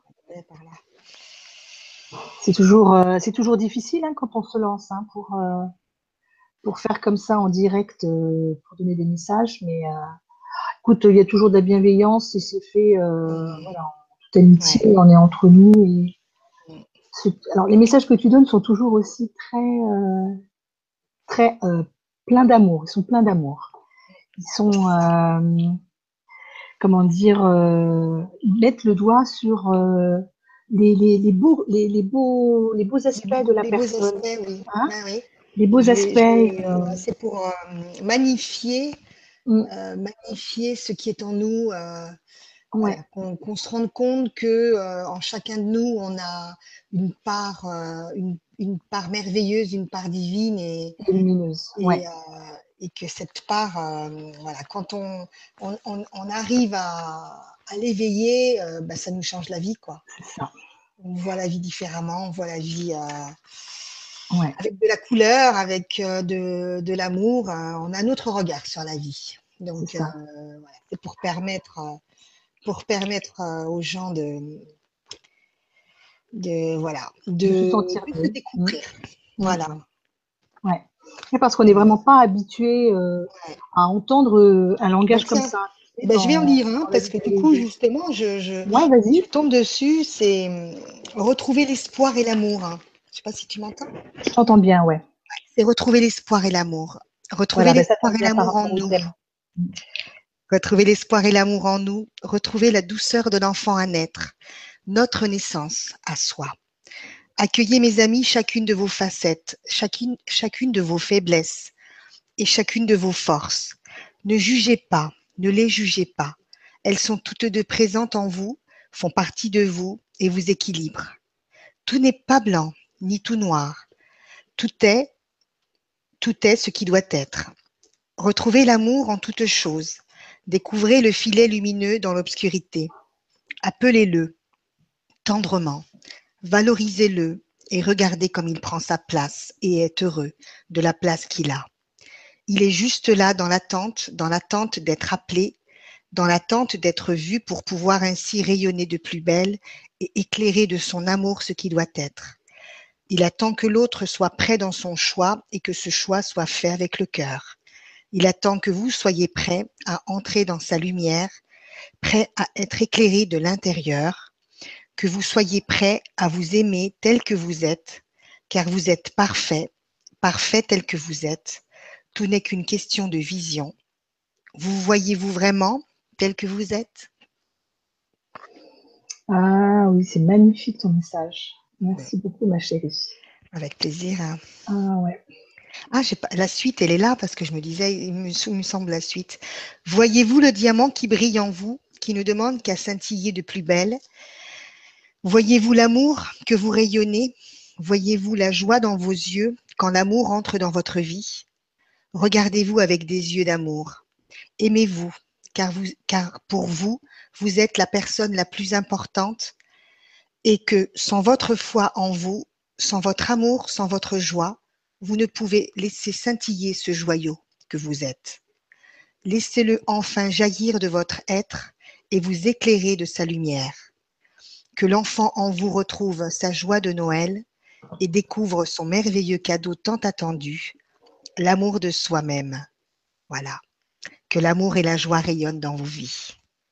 C'est toujours, euh, c'est toujours difficile hein, quand on se lance hein, pour, euh, pour faire comme ça en direct, euh, pour donner des messages. Mais euh, écoute, il y a toujours de la bienveillance et c'est fait euh, mmh. voilà, en toute amitié, ouais. On est entre nous. Et mmh. Alors, les messages que tu donnes sont toujours aussi très, euh, très euh, pleins d'amour. Ils sont pleins d'amour. Ils sont, euh, comment dire, euh, ils mettent le doigt sur euh, les, les, les, beaux, les, les, beaux, les beaux aspects les beaux, de la
les
personne.
Beaux aspects, oui.
Hein
ah, oui.
Les beaux
je
aspects.
Vais, je, euh, c'est pour euh, magnifier, mm. euh, magnifier ce qui est en nous, euh, Ouais. Voilà, qu'on, qu'on se rende compte que euh, en chacun de nous, on a une part, euh, une, une part merveilleuse, une part divine et,
et lumineuse.
Et,
ouais.
euh, et que cette part, euh, voilà, quand on, on, on, on arrive à, à l'éveiller, euh, bah, ça nous change la vie, quoi.
C'est ça.
On voit la vie différemment, on voit la vie euh,
ouais.
avec de la couleur, avec euh, de, de l'amour. Euh, on a un autre regard sur la vie. Donc, c'est, euh, voilà, c'est pour permettre, euh, pour permettre euh, aux gens de, de, voilà, de,
de se sentir
de se découvrir. Mmh. Voilà.
Ouais. Et parce qu'on n'est vraiment pas habitué euh, ouais. à entendre euh, un langage bah, comme ça.
Bah, je vais en lire, hein, parce que du coup, justement, je, je,
ouais, vas-y.
je tombe dessus, c'est euh, retrouver l'espoir et l'amour. Hein. Je ne sais pas si tu m'entends.
Je t'entends bien, ouais.
C'est retrouver l'espoir et l'amour. Retrouver voilà, l'espoir bah, et l'amour en nous. Retrouver l'espoir et l'amour en nous. Retrouver la douceur de l'enfant à naître. Notre naissance à soi. Accueillez, mes amis, chacune de vos facettes, chacune, chacune de vos faiblesses et chacune de vos forces. Ne jugez pas, ne les jugez pas. Elles sont toutes deux présentes en vous, font partie de vous et vous équilibrent. Tout n'est pas blanc, ni tout noir. Tout est, tout est ce qui doit être. Retrouvez l'amour en toutes choses. Découvrez le filet lumineux dans l'obscurité. Appelez-le tendrement. Valorisez-le et regardez comme il prend sa place et est heureux de la place qu'il a. Il est juste là dans l'attente, dans l'attente d'être appelé, dans l'attente d'être vu pour pouvoir ainsi rayonner de plus belle et éclairer de son amour ce qui doit être. Il attend que l'autre soit prêt dans son choix et que ce choix soit fait avec le cœur. Il attend que vous soyez prêts à entrer dans sa lumière, prêts à être éclairés de l'intérieur, que vous soyez prêts à vous aimer tel que vous êtes, car vous êtes parfait, parfait tel que vous êtes. Tout n'est qu'une question de vision. Vous voyez-vous vraiment tel que vous êtes?
Ah oui, c'est magnifique ton message. Merci ouais. beaucoup, ma chérie.
Avec plaisir.
Ah ouais.
Ah, j'ai pas... la suite, elle est là parce que je me disais, il me, il me semble la suite. Voyez-vous le diamant qui brille en vous, qui ne demande qu'à scintiller de plus belle? Voyez-vous l'amour que vous rayonnez? Voyez-vous la joie dans vos yeux quand l'amour entre dans votre vie? Regardez-vous avec des yeux d'amour. Aimez-vous, car, vous, car pour vous, vous êtes la personne la plus importante et que sans votre foi en vous, sans votre amour, sans votre joie, vous ne pouvez laisser scintiller ce joyau que vous êtes. Laissez-le enfin jaillir de votre être et vous éclairer de sa lumière. Que l'enfant en vous retrouve sa joie de Noël et découvre son merveilleux cadeau tant attendu, l'amour de soi-même. Voilà. Que l'amour et la joie rayonnent dans vos vies.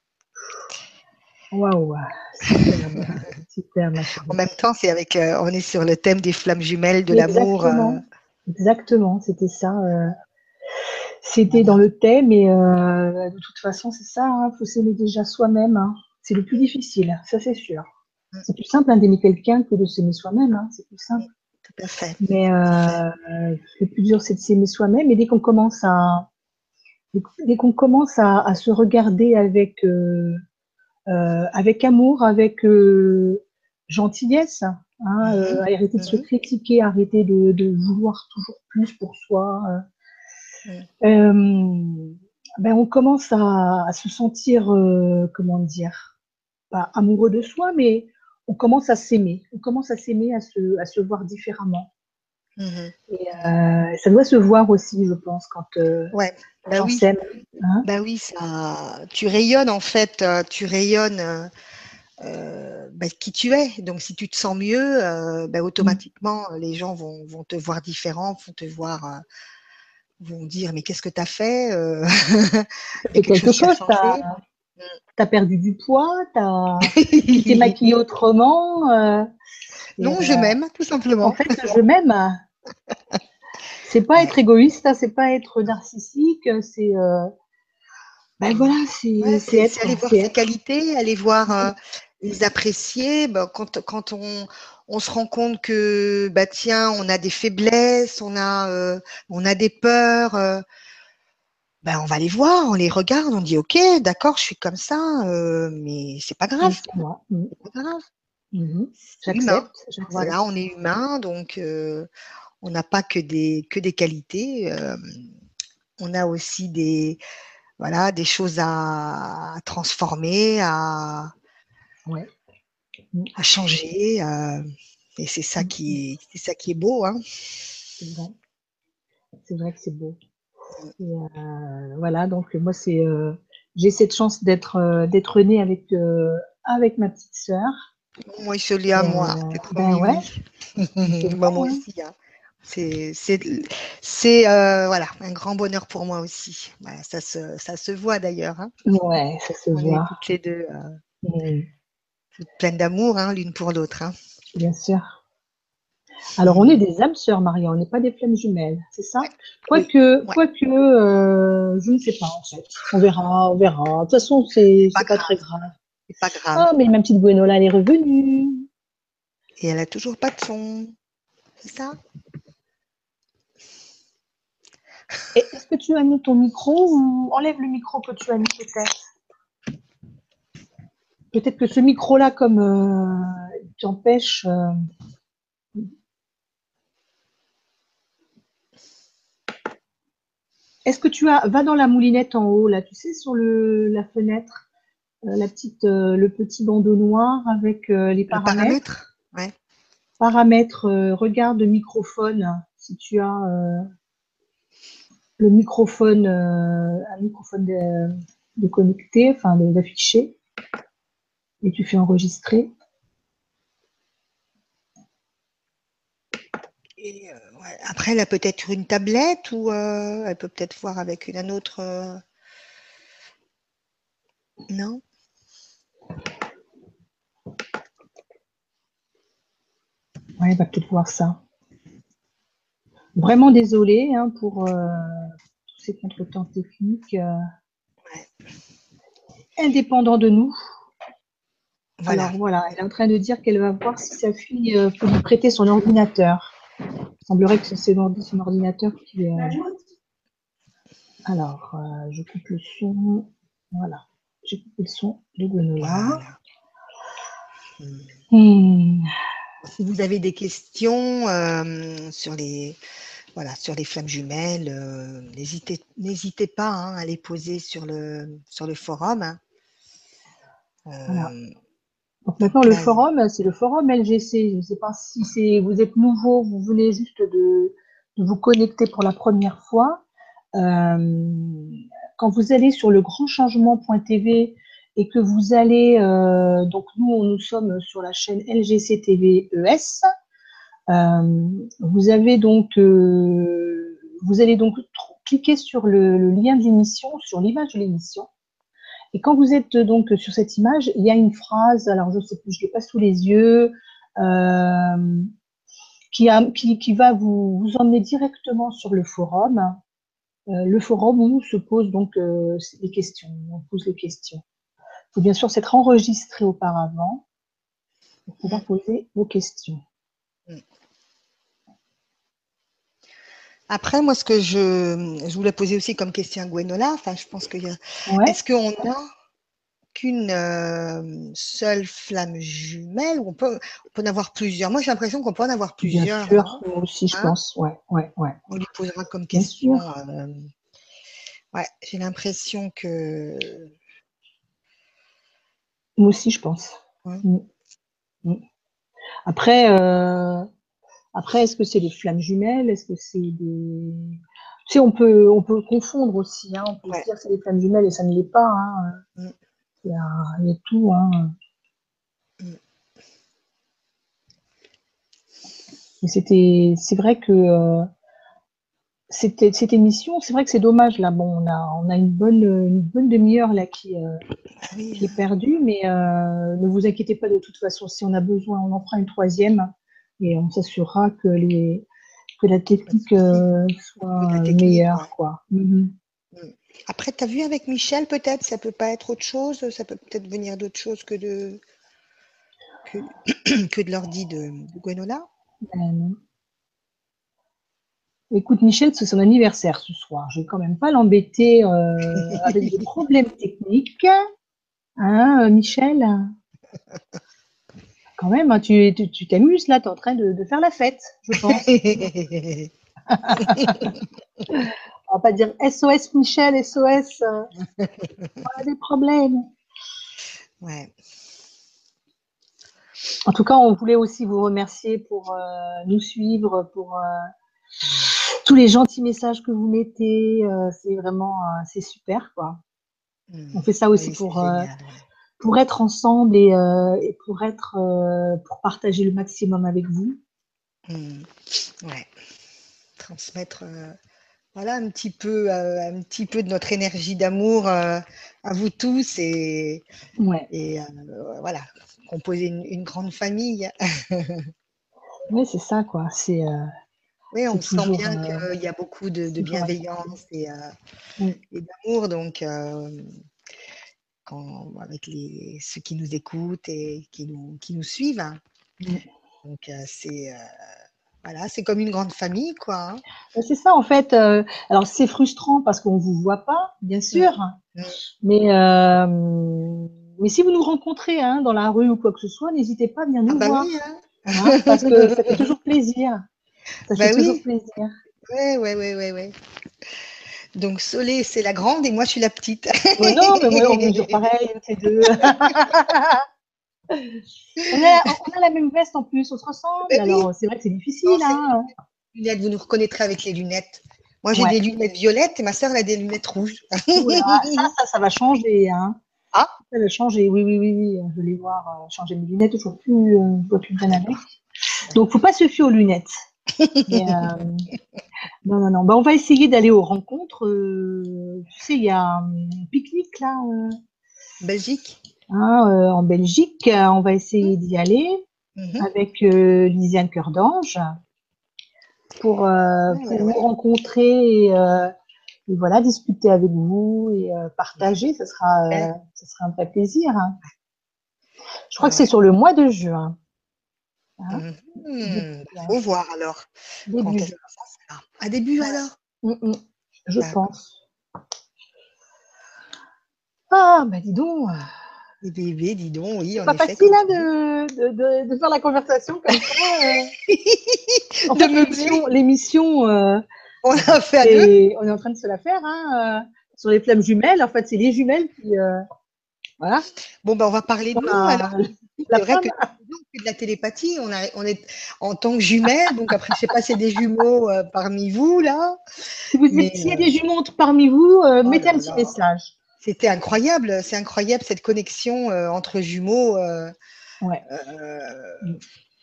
Waouh, super, super, ma chérie.
En même temps, c'est avec, euh, on est sur le thème des flammes jumelles de l'amour.
Exactement, euh... exactement, c'était ça. Euh... C'était voilà. Dans le thème et euh, de toute façon, c'est ça. Il hein, faut s'aimer déjà soi-même. Hein. C'est le plus difficile, ça c'est sûr. Mm. C'est plus simple hein, d'aimer quelqu'un que de s'aimer soi-même. Hein. C'est plus simple.
Tout à fait.
Mais euh, le plus dur, c'est de s'aimer soi-même. Et dès qu'on commence à Dès qu'on commence à, à se regarder avec, euh, euh, avec amour, avec euh, gentillesse, hein, mmh, euh, arrêter de mmh. se critiquer, arrêter de, de vouloir toujours plus pour soi, mmh. euh, ben on commence à, à se sentir, euh, comment dire, pas amoureux de soi, mais on commence à s'aimer, on commence à s'aimer, à se, à se voir différemment. Mmh. Et euh, ça doit se voir aussi, je pense, quand euh,
ouais.
Bah
oui.
Hein
bah oui, ça, tu rayonnes en fait, tu rayonnes euh, bah, qui tu es. Donc si tu te sens mieux, euh, bah, automatiquement mmh. les gens vont, vont te voir différent, vont te voir, euh, vont dire mais qu'est-ce que tu as fait euh,
Il y a quelque, quelque chose, chose tu as perdu du poids, tu t'es maquillée autrement. Euh,
non, je euh, m'aime, tout simplement.
En fait, je m'aime. C'est pas ouais. être égoïste, c'est pas être narcissique, c'est euh... ben voilà, c'est
ouais,
être,
aller voir ses être. qualités, aller voir euh, les apprécier. Ben, quand quand on on se rend compte que bah tiens, on a des faiblesses, on a euh, on a des peurs. Euh, ben, on va les voir, on les regarde, on dit ok, d'accord, je suis comme ça, euh, mais c'est pas grave.
C'est moi. Mmh.
C'est pas grave.
Mmh.
C'est humain.
J'accepte.
Voilà, on est humain, donc euh, on n'a pas que des, que des qualités. Euh, on a aussi des, voilà, des choses à, à transformer, à,
Ouais.
à changer. Euh, et c'est ça qui, c'est ça qui est beau, hein.
C'est vrai. C'est vrai que c'est beau. Et, euh, voilà, donc moi c'est, euh, j'ai cette chance d'être, euh, d'être née avec, euh, avec ma petite sœur.
Moi, je l'ai à moi.
Euh,
C'est
ben
promis,
ouais.
oui.
Vrai,
Bah, moi
hein.
aussi, hein. C'est, c'est, c'est euh, voilà, un grand bonheur pour moi aussi. Voilà, ça se, ça se voit d'ailleurs, hein.
Ouais, ça se
On est
voit.
toutes les deux euh,
Mmh.
toutes pleines d'amour, hein, l'une pour l'autre, hein.
Bien sûr. Alors, on est des âmes sœurs, Maria, on n'est pas des flammes jumelles, c'est ça?
Ouais. Oui.
Quoique,
Ouais.
quoique, euh, je ne sais pas en fait. On verra, on verra. De toute façon, c'est
C'est pas
c'est pas
grave.
très grave.
C'est pas grave.
Ah, mais ma petite Gwenola, elle est revenue.
Et elle a toujours pas de son. C'est ça?
Et est-ce que tu as mis ton micro ou enlève le micro que tu as mis peut-être? Peut-être que ce micro-là, comme euh, il t'empêche. euh, Est-ce que tu as, va dans la moulinette en haut, là, tu sais, sur le, la fenêtre, euh, la petite, euh, le petit bandeau noir avec euh, les
Le
paramètres.
paramètre? Ouais.
Paramètres, euh, regarde microphone, si tu as euh, le microphone, euh, un microphone de, de connecté, enfin de- d'affiché, et tu fais enregistrer.
Et, euh, ouais. Après, elle a peut-être une tablette ou euh, elle peut peut-être voir avec une, un autre. Euh... Non?
Ouais, elle va peut-être voir ça. Vraiment désolée hein, pour euh, tous ces contretemps techniques euh,
Ouais.
indépendants de nous.
Voilà.
Alors voilà, elle est en train de dire qu'elle va voir si sa fille euh, peut lui prêter son ordinateur. Il semblerait que c'est son ordinateur qui. Euh... Alors, euh, je coupe le son. Voilà, j'ai coupé le son de Gwenola.
Voilà. Hmm.
Hmm.
Si vous avez des questions euh, sur les voilà sur les flammes jumelles, euh, n'hésitez n'hésitez pas hein, à les poser sur le sur le forum. Hein.
Voilà.
Euh,
Donc maintenant,
donc
le
là,
forum, c'est le forum L G C. Je ne sais pas si c'est vous êtes nouveau, vous venez juste de, de vous connecter pour la première fois. Euh, quand vous allez sur le grandchangement point t v et que vous allez, euh, donc nous, nous sommes sur la chaîne L G C T V E S. Euh, vous avez donc, euh, vous allez donc cliquer sur le, le lien d'émission, sur l'image de l'émission. Et quand vous êtes donc sur cette image, il y a une phrase, alors je ne sais plus, je l'ai pas sous les yeux, euh, qui, a, qui, qui va vous, vous emmener directement sur le forum, euh, le forum où se posent donc euh, les questions, on pose les questions. Il faut bien sûr s'être enregistré auparavant pour pouvoir
mm,
poser vos questions.
mm. Après, moi, ce que je, je voulais poser aussi comme question à Gwenola, enfin, je pense qu'il y a.
Ouais.
Est-ce qu'on a qu'une euh, seule flamme jumelle ou on peut, on peut en avoir plusieurs? Moi, j'ai l'impression qu'on peut en avoir plusieurs.
Bien sûr,
Non
moi aussi, je
hein
pense. Ouais, ouais, ouais.
on lui posera comme
Bien
question.
sûr.
Euh, ouais, j'ai l'impression que.
Moi aussi, je pense.
Ouais.
Mm. Mm. Après, euh, après, est-ce que c'est des flammes jumelles? Est-ce que c'est des... Tu sais, on peut, on peut confondre aussi. Hein. On peut se
Ouais.
dire que c'est des flammes jumelles et ça ne l'est pas. Hein.
Mm.
Il y a, il y a tout. Hein.
Mm.
Mais c'était, c'est vrai que euh, c'était, cette émission, c'est vrai que c'est dommage là. Bon, on a, on a une bonne, une bonne demi-heure là qui, euh,
Ah oui.
qui est perdue, mais euh, ne vous inquiétez pas de toute façon. Si on a besoin, on en fera une troisième et on s'assurera que les, que la technique euh,
Que de la
soit
technique,
meilleure,
ouais.
quoi. Mm-hmm.
Mm. Après, tu as vu avec Michel, peut-être, ça peut pas être autre chose, ça peut peut-être venir d'autre chose que de que, que de l'ordi de, de Gwenola.
Ben, Écoute, Michel, c'est son anniversaire ce soir. Je vais quand même pas l'embêter euh, avec des problèmes techniques. Hein, Michel? Quand même, hein, tu tu t'amuses là, tu es en train de, de faire la fête, je pense. On va pas dire S O S Michel, S O S. Euh, on a des problèmes.
Ouais.
En tout cas, on voulait aussi vous remercier pour euh, nous suivre, pour euh, tous les gentils messages que vous mettez. Euh, c'est vraiment, euh, c'est super, quoi. Mmh. On fait ça aussi
oui,
pour,
génial,
euh,
ouais.
pour être ensemble et, euh, et pour être, euh, pour partager le maximum avec vous.
Mmh. Ouais. Transmettre, euh, voilà, un petit peu, euh, un petit peu de notre énergie d'amour euh, à vous tous et,
ouais.
et euh, voilà, composer une, une grande famille.
Oui, c'est ça, quoi. C'est. Euh,
oui, on
toujours,
sent bien
euh,
qu'il y a beaucoup de, de bienveillance et, euh,
oui.
et d'amour, donc. Euh, Quand, avec les, ceux qui nous écoutent et qui nous, qui nous suivent. Hein. Mmh. Donc, euh, c'est euh, voilà, c'est comme une grande famille, quoi. Hein.
C'est ça, en fait. Euh, alors, c'est frustrant parce qu'on ne vous voit pas, bien sûr. Mmh. Mais, euh, mais si vous nous rencontrez hein, dans la rue ou quoi que ce soit, n'hésitez pas à venir nous
ah bah
voir.
Oui, hein.
Hein, parce que ça fait toujours plaisir. Ça
bah
fait
oui.
toujours plaisir.
Ouais, ouais, ouais, ouais, ouais. Donc, Solé, c'est la grande et moi, je suis la petite.
Ouais, non, mais moi, on mesure pareil, ces deux. on, a, on a la même veste en plus, on se ressemble. Ben alors, oui. C'est vrai que c'est difficile. Non, hein.
Lunettes, vous nous reconnaîtrez avec les lunettes. Moi, j'ai ouais. des lunettes violettes et ma soeur, elle a des lunettes rouges.
Oula, ça, ça, ça va changer. Hein.
Ah,
ça va changer, oui, oui, oui, oui. Je vais voir euh, changer mes lunettes, je ne plus, euh, vois plus bien avec. Donc, il ne faut pas se fier aux lunettes. Mais, euh, non, non, non. Ben, on va essayer d'aller aux rencontres. Euh, tu sais, il y a un pique-nique là. Euh,
Belgique.
Hein, euh, en Belgique, euh, on va essayer d'y aller mmh. avec euh, Lisiane Cœur d'Ange pour, euh, ouais, pour ouais, vous ouais. rencontrer et, euh, et voilà, discuter avec vous et euh, partager. Ça sera, euh, ouais. ça sera un vrai plaisir. Hein. Je crois ouais, que c'est ouais. sur le mois de juin.
Hein mmh, il faut voir alors.
Début
Quand
juin.
Ça sera. À début ouais. alors
mmh, Je pense. Ah, bah dis donc.
Les bébés, dis donc, oui,
c'est
en
pas
effet.
facile hein, de, de, de, de faire la conversation comme ça. Euh. En fait, l'émission, euh,
on l'a fait à deux.
On est en train de se la faire hein, euh, sur les flammes jumelles. En fait, c'est les jumelles qui, euh, voilà.
Bon ben, on va parler de nous
la,
alors. C'est vrai que on fait de la télépathie, on, a, on est en tant que jumelles, donc après je sais pas si c'est des jumeaux euh, parmi vous là.
Si vous êtes, s'il y a des jumeaux parmi vous, euh, oh mettez un petit là. message.
C'était incroyable, c'est incroyable cette connexion euh, entre jumeaux. Euh,
ouais.
Euh, mmh.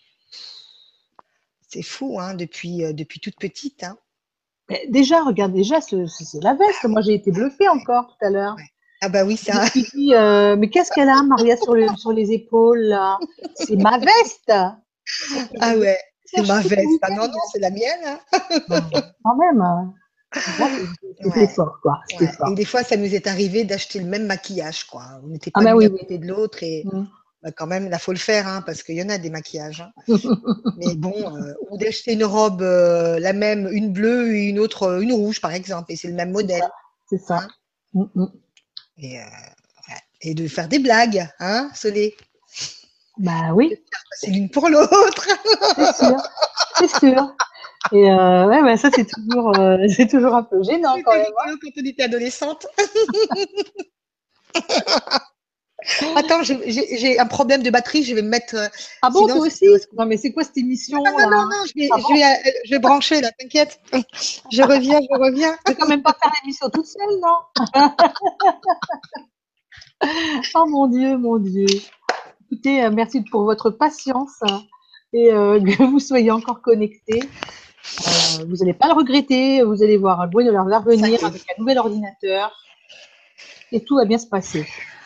C'est fou, hein, depuis, euh, depuis toute petite. Hein.
Mais déjà, regarde, déjà, c'est la veste. Moi, j'ai été bluffée encore tout à l'heure.
Ouais. Ah bah oui, ça.
Je me suis dit, euh, mais qu'est-ce qu'elle a, Maria, sur, le, sur les épaules là? C'est ma veste.
Ah ouais, c'est ma veste. Ah non, non, c'est la mienne. Hein.
Bon, quand même. C'était ouais. fort, quoi.
Ouais.
Fort.
Et des fois, ça nous est arrivé d'acheter le même maquillage, quoi. On n'était pas
ah bah
mis
oui,
à côté oui. de l'autre et mmh. bah, quand même, il faut le faire, hein, parce qu'il y en a des maquillages. Hein. Mais bon, euh, ou d'acheter une robe, euh, la même, une bleue et une autre, une rouge, par exemple, et c'est le même modèle.
C'est ça.
Hein.
Mmh.
Et, euh, ouais. et de faire des blagues, hein, Solé.
Bah oui.
C'est l'une pour l'autre.
C'est sûr, c'est sûr. Et euh, ouais, bah ça c'est toujours, euh, c'est toujours un peu gênant quand même.
Hein. Quand on était adolescente. Attends, j'ai un problème de batterie, je vais me mettre. Euh,
ah bon, sinon, toi aussi? Non, mais c'est quoi cette émission?
Non, non, non, non, non je, vais, ah bon je, vais, euh, je vais brancher là, t'inquiète. Je reviens, je reviens.
Je vais quand même pas faire l'émission toute seule, non? Oh mon Dieu, mon Dieu. Écoutez, euh, merci pour votre patience hein, et euh, que vous soyez encore connectés. Euh, vous n'allez pas le regretter, vous allez voir le bruit de leur revenir avec un nouvel ordinateur et tout va bien se passer.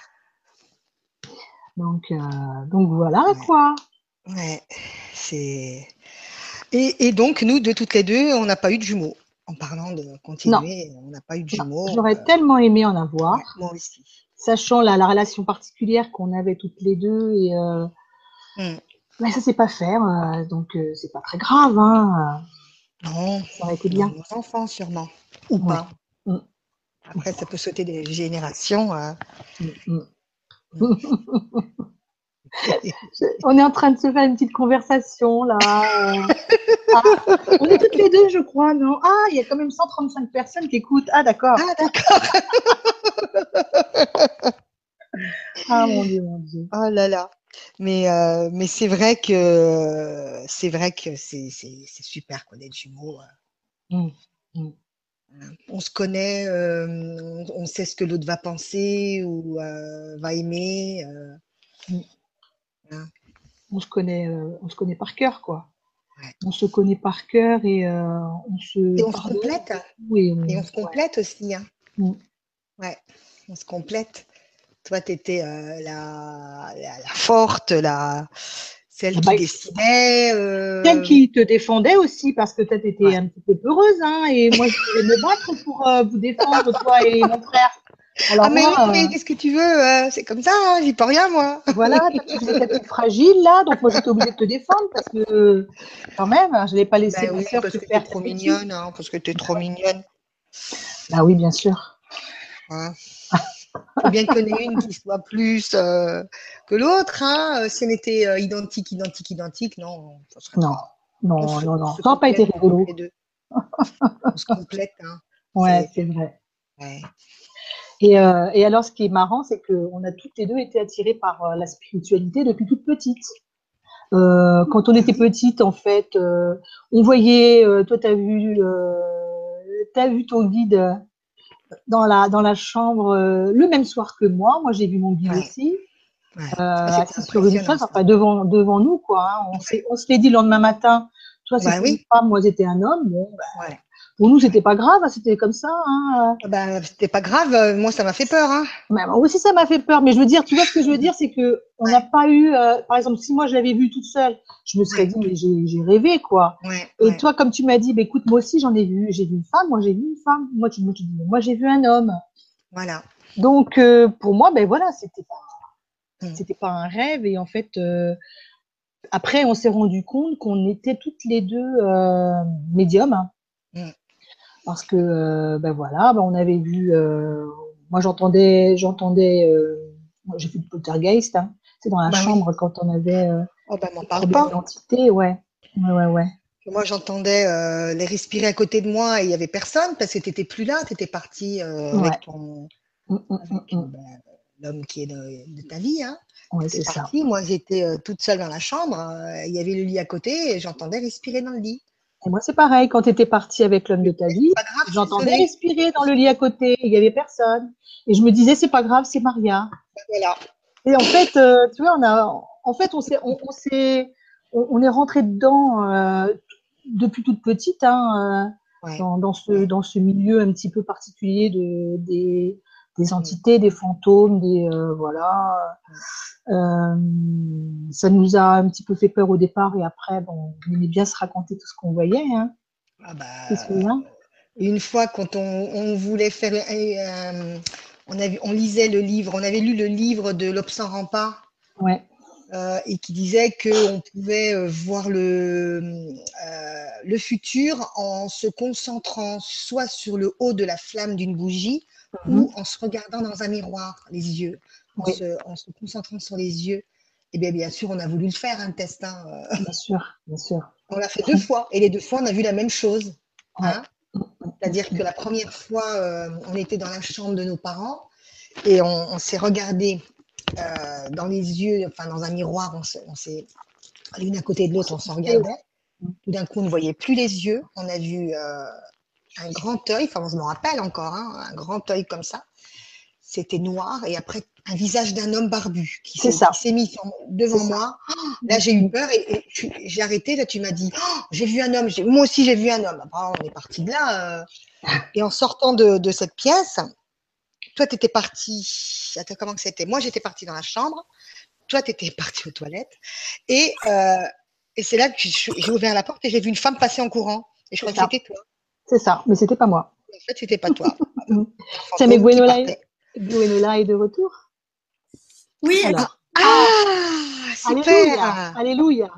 Donc, euh, donc voilà
ouais.
quoi.
Ouais, c'est. Et, et donc, nous, de toutes les deux, on n'a pas eu de jumeaux. En parlant de continuer, non. on n'a pas eu de jumeaux.
J'aurais
euh...
tellement aimé en avoir.
Ouais, moi aussi.
Sachant la, la relation particulière qu'on avait toutes les deux. Et, euh... mm. Mais ça, c'est pas faire. Euh, donc, euh, c'est pas très grave. Hein.
Non,
ça aurait été bien.
Nos enfants, sûrement. Ou
ouais.
pas.
Mm.
Après, ça peut sauter des générations. Euh...
Mm. Mm. On est en train de se faire une petite conversation, là. Ah, on est toutes les deux, je crois, non? Ah, il y a quand même cent trente-cinq personnes qui écoutent. Ah, d'accord.
Ah, d'accord.
Ah, mon Dieu, mon Dieu.
Oh là là. Mais, euh, mais c'est vrai que c'est vrai que c'est, c'est, c'est super qu'on ait des jumeaux.
Mm. Mm.
On se connaît, euh, on, on sait ce que l'autre va penser ou euh, va aimer. Euh,
Mm.
hein.
On se connaît, euh, on se connaît par cœur, quoi.
Ouais.
On se connaît par cœur et euh, on se
Et on se
pardonne
complète.
et on,
Et on se complète
ouais.
aussi. Hein.
Mm.
Ouais, on se complète. Toi, tu étais euh, la, la, la forte, la, celle
Ah
qui
bah,
décidait.
celle
Euh...
qui te défendait aussi, parce que toi, tu étais
Ouais.
un petit peu peureuse, hein, et moi, je voulais me battre pour euh, vous défendre, toi et mon frère. Alors
Ah, mais
moi,
oui, mais
euh,
qu'est-ce que tu veux euh, c'est comme ça, hein, j'y peux rien, moi.
voilà, toi, tu faisais ta petite fragile, là, donc moi, j'étais obligée de te défendre, parce que, quand même, je n'allais pas laisser
Ben
ma
oui,
sœur
parce
te
que tu es
faire ta
trop
bêtise.
mignonne, hein, parce que tu es trop mignonne.
Bah oui, bien sûr.
Hein. Faut bien qu'il y en ait une qui soit plus euh, que l'autre. Hein. Si on était euh, identique, identique, identique, non, ça serait
Non,
pas. On
non,
se,
non,
on
non,
se
ça n'a pas été
complète toutes
rigolo.
les deux. On se complète. Hein.
Ouais,
C'est,
c'est vrai.
ouais.
Et, euh, et alors, ce qui est marrant, c'est qu'on a toutes les deux été attirées par euh, la spiritualité depuis toute petite. Euh, quand on
Ah
était
oui.
petite, en fait, euh, on voyait, euh, toi, tu as vu, euh, t'as vu ton guide dans la, dans la chambre euh, le même soir que moi. Moi, j'ai vu mon guide
Ouais.
aussi,
Ouais.
euh,
Ah, c'était
assis sur une
impressionnant,
chaise,
ça.
enfin, devant, devant nous, quoi. Hein. On, s'est, on se l'est dit le lendemain matin. Toi,
Bah
c'était une
oui.
femme, moi, j'étais un homme. Bon, bah,
Ouais.
pour nous,
Ouais.
c'était pas grave, hein, c'était comme ça. Hein.
Ah bah, c'était pas grave. euh, Moi, ça m'a fait peur. Hein.
Mais moi aussi, ça m'a fait peur. Mais je veux dire, tu vois, ce que je veux dire, c'est que on n'a
Ouais.
pas eu, euh, par exemple, si moi je l'avais vue toute seule, je me serais
Ouais.
dit, mais j'ai, j'ai rêvé, quoi.
Ouais.
Et
Ouais.
toi, comme tu m'as dit, bah, écoute, moi aussi, j'en ai vu, j'ai vu une femme, moi j'ai vu une femme. Moi, tu, moi, tu dis, mais moi, j'ai vu un homme.
Voilà.
Donc, euh, pour moi, ben voilà, c'était pas,
Mm.
c'était pas un rêve. Et en fait, euh, après, on s'est rendu compte qu'on était toutes les deux euh, médiums. Hein,
Mm.
parce que, euh, ben voilà, ben on avait vu, euh, moi j'entendais, j'entendais, euh, moi, j'ai fait le poltergeist, hein, c'est dans la
Bah oui.
chambre quand on avait euh,
Oh bah, m'en
des
parle
problèmes
pas.
d'identité, ouais, ouais, ouais, ouais.
Moi, j'entendais euh, les respirer à côté de moi et il y avait personne parce que t'étais plus là. T'étais partie euh,
Ouais.
avec ton,
Mm, mm, mm,
avec euh,
mm.
ben, l'homme qui est de, de ta vie. Hein.
Ouais,
T'étais
c'est ça.
partie. Moi, j'étais euh, toute seule dans la chambre. euh, Il y avait le lit à côté et j'entendais respirer dans le lit.
Et moi, c'est pareil, quand tu étais partie avec l'homme
Je
de
me
ta
disais,
vie,
c'est pas grave, je suis
j'entendais
désolée.
respirer dans le lit à côté, il y avait personne. Et je me disais, c'est pas grave, c'est Maria.
Voilà.
Et en fait, euh, tu vois, on a, en fait, on s'est, on, on s'est, on, on est rentré dedans euh, depuis toute petite, hein, euh,
Ouais.
dans, dans ce,
Ouais.
dans ce milieu un petit peu particulier de, des, des
Mm.
entités, des fantômes, des, euh, voilà. Euh, ça nous a un petit peu fait peur au départ et après, bon, on aimait bien se raconter tout ce qu'on voyait, hein.
Ah
Tu te
bah,
souviens?
une fois, quand on, on voulait faire, euh, on, avait, on lisait le livre, on avait lu le livre de L'Aube sans rempart.
Ouais.
Euh, et qui disait qu'on pouvait euh, voir le, euh, le futur en se concentrant soit sur le haut de la flamme d'une bougie
Mm-hmm.
ou en se regardant dans un miroir, les yeux, en,
Oui.
se, en se concentrant sur les yeux. Et bien, bien sûr, on a voulu le faire, un test. Hein.
Bien sûr, bien sûr.
On l'a fait deux fois et les deux fois, on a vu la même chose.
Ouais.
Hein. C'est-à-dire que la première fois, euh, on était dans la chambre de nos parents et on, on s'est regardé euh, dans les yeux, enfin dans un miroir, on s'est, on s'est l'une à côté de l'autre, on s'en regardait. Tout d'un coup, on ne voyait plus les yeux. On a vu euh, un grand œil, enfin, je me rappelle encore, hein, un grand œil comme ça. C'était noir. Et après, un visage d'un homme barbu qui
C'est
s'est,
ça.
qui s'est mis sur, devant
C'est ça.
moi. Oh, là, j'ai eu peur et, et tu, j'ai arrêté. Là, tu m'as dit, oh, j'ai vu un homme. J'ai, moi aussi, j'ai vu un homme. Après, on est parti de là. Euh, et en sortant de, de cette pièce, toi, tu étais parti. Attends, comment que c'était? Moi, j'étais partie dans la chambre. Toi, tu étais partie aux toilettes. Et, euh, et c'est là que j'ai ouvert la porte et j'ai vu une femme passer en courant. Et je crois que c'était toi.
C'est ça, mais c'était pas moi.
En fait, c'était pas toi. Voilà.
Tiens, mais Gwenola est... Gwenola est de retour?
Oui.
Alors.
Ah,
ah
super.
Alléluia, alléluia.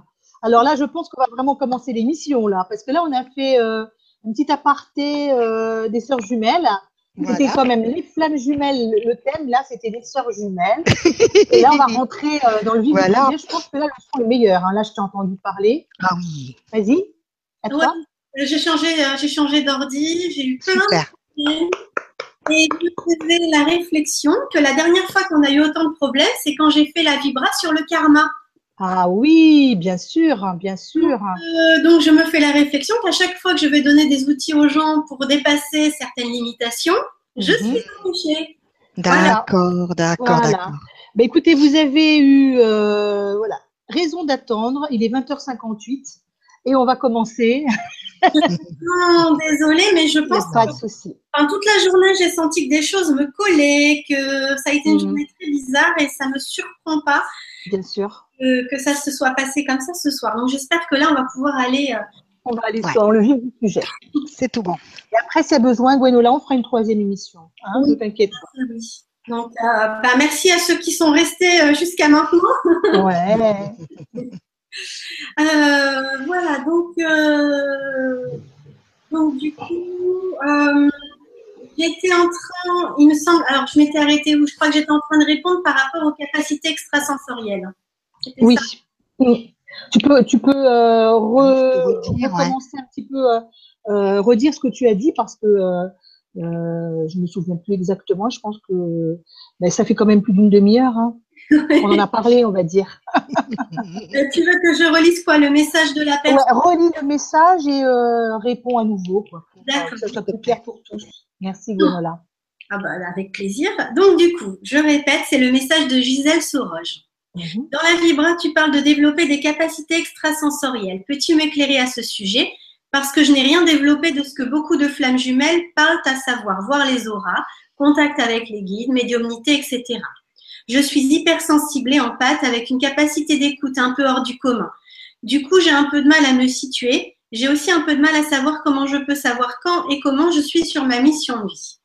Alors là, je pense qu'on va vraiment commencer l'émission, là, parce que là, on a fait euh, un petit aparté euh, des sœurs jumelles. Voilà. C'était quand même les flammes jumelles, le thème, là, c'était les sœurs jumelles. Et là, on va rentrer euh, dans le vif voilà. du sujet. Je pense que là, le son est meilleur. Hein. Là, je t'ai entendu parler.
Ah oui.
Vas-y. À toi.
Ouais, j'ai changé, euh, j'ai changé d'ordi. J'ai eu plein
Super.
de Et je faisais la réflexion que la dernière fois qu'on a eu autant de problèmes, c'est quand j'ai fait la vibra sur le karma.
Ah oui, bien sûr, bien sûr.
Donc, euh, donc, je me fais la réflexion qu'à chaque fois que je vais donner des outils aux gens pour dépasser certaines limitations, je
Mhm.
suis empêchée.
D'accord,
Voilà.
d'accord,
Voilà.
d'accord.
Bah, écoutez, vous avez eu euh, voilà, raison d'attendre. Il est vingt heures cinquante-huit et on va commencer.
Non, désolée, mais je pense
pas
que
de souci.
Enfin, toute la journée, j'ai senti que des choses me collaient, que ça a été une
Mhm.
journée très bizarre et ça ne me surprend pas
Bien sûr.
que, que ça se soit passé comme ça ce soir. Donc, j'espère que là, on va pouvoir aller… Euh,
On va aller
Ouais.
dans le vif du sujet.
C'est tout bon.
Et après, s'il y a besoin, Gwenola, on fera une troisième émission. Hein,
Oui.
ne t'inquiète pas.
oui. Donc, euh, bah, merci à ceux qui sont restés euh, jusqu'à maintenant.
Ouais.
Euh, voilà, donc, euh, donc du coup, euh, j'étais en train, il me semble, alors je m'étais arrêtée où je crois que j'étais en train de répondre par rapport aux capacités extrasensorielles. C'était
Oui.
ça.
Oui. Tu peux, tu peux euh, re-
redire,
recommencer ouais. un petit peu, euh, euh, redire ce que tu as dit parce que euh, euh, je me souviens plus exactement. Je pense que ben, ça fait quand même plus d'une demi-heure. Hein. On en a parlé, on va dire.
Tu veux que je relise quoi, le message de la personne?
Ouais, relis le message et euh, réponds à nouveau, quoi, pour
D'accord.
que ça soit plus clair pour tous. Merci, Gwenola.
Ah bah, avec plaisir. Donc, du coup, je répète, c'est le message de Gisèle Sauroge.
Mm-hmm.
Dans la vibra, tu parles de développer des capacités extrasensorielles. Peux-tu m'éclairer à ce sujet? Parce que je n'ai rien développé de ce que beaucoup de flammes jumelles parlent, à savoir voir les auras, contact avec les guides, médiumnité, et cetera. Je suis hypersensible et empathe avec une capacité d'écoute un peu hors du commun. Du coup, j'ai un peu de mal à me situer. J'ai aussi un peu de mal à savoir comment je peux savoir quand et comment je suis sur ma mission de vie.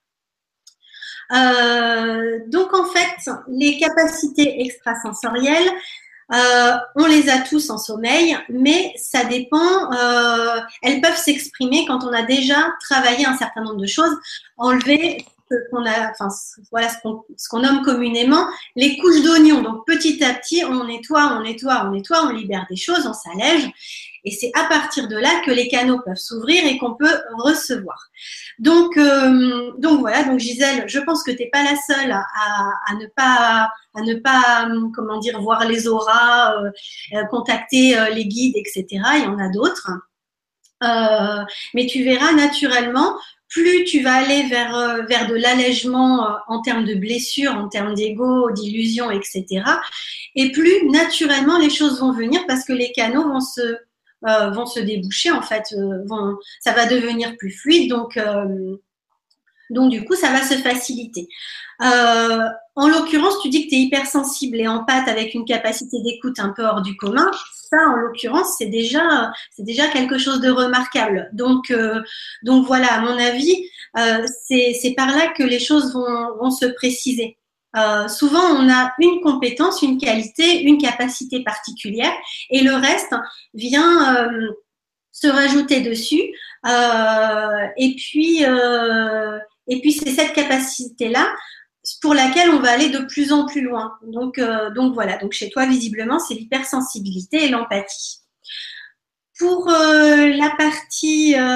Euh, donc, en fait, les capacités extrasensorielles, euh, on les a tous en sommeil, mais ça dépend. Euh, elles peuvent s'exprimer quand on a déjà travaillé un certain nombre de choses, enlever ce qu'on a, enfin voilà ce qu'on ce qu'on nomme communément les couches d'oignon. Donc petit à petit, on nettoie, on nettoie, on nettoie, on libère des choses, on s'allège, et c'est à partir de là que les canaux peuvent s'ouvrir et qu'on peut recevoir. Donc euh, donc voilà. Donc Gisèle, je pense que t'es pas la seule à, à ne pas à ne pas comment dire voir les auras, euh, contacter euh, les guides, et cetera. Il y en a d'autres, euh, mais tu verras naturellement. Plus tu vas aller vers, euh, vers de l'allègement euh, en termes de blessures, en termes d'ego, d'illusions, et cetera. Et plus naturellement les choses vont venir parce que les canaux vont se, euh, vont se déboucher, en fait. Euh, vont, ça va devenir plus fluide, donc, euh, donc du coup, ça va se faciliter. Euh, en l'occurrence, tu dis que tu es hypersensible et empathe avec une capacité d'écoute un peu hors du commun. Ça, en l'occurrence, c'est déjà, c'est déjà quelque chose de remarquable. Donc, euh, donc voilà, à mon avis, euh, c'est, c'est par là que les choses vont, vont se préciser. Euh, souvent, on a une compétence, une qualité, une capacité particulière, et le reste vient euh, se rajouter dessus. Euh, et puis, euh, et puis c'est cette capacité-là pour laquelle on va aller de plus en plus loin. Donc, euh, donc voilà. Donc chez toi, visiblement, c'est l'hypersensibilité et l'empathie. Pour euh, la partie, euh,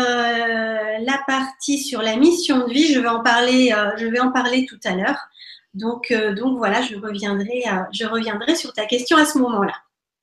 la partie sur la mission de vie, je vais en parler, euh, je vais en parler tout à l'heure. Donc, euh, donc voilà, je reviendrai, euh, je reviendrai sur ta question à ce moment-là.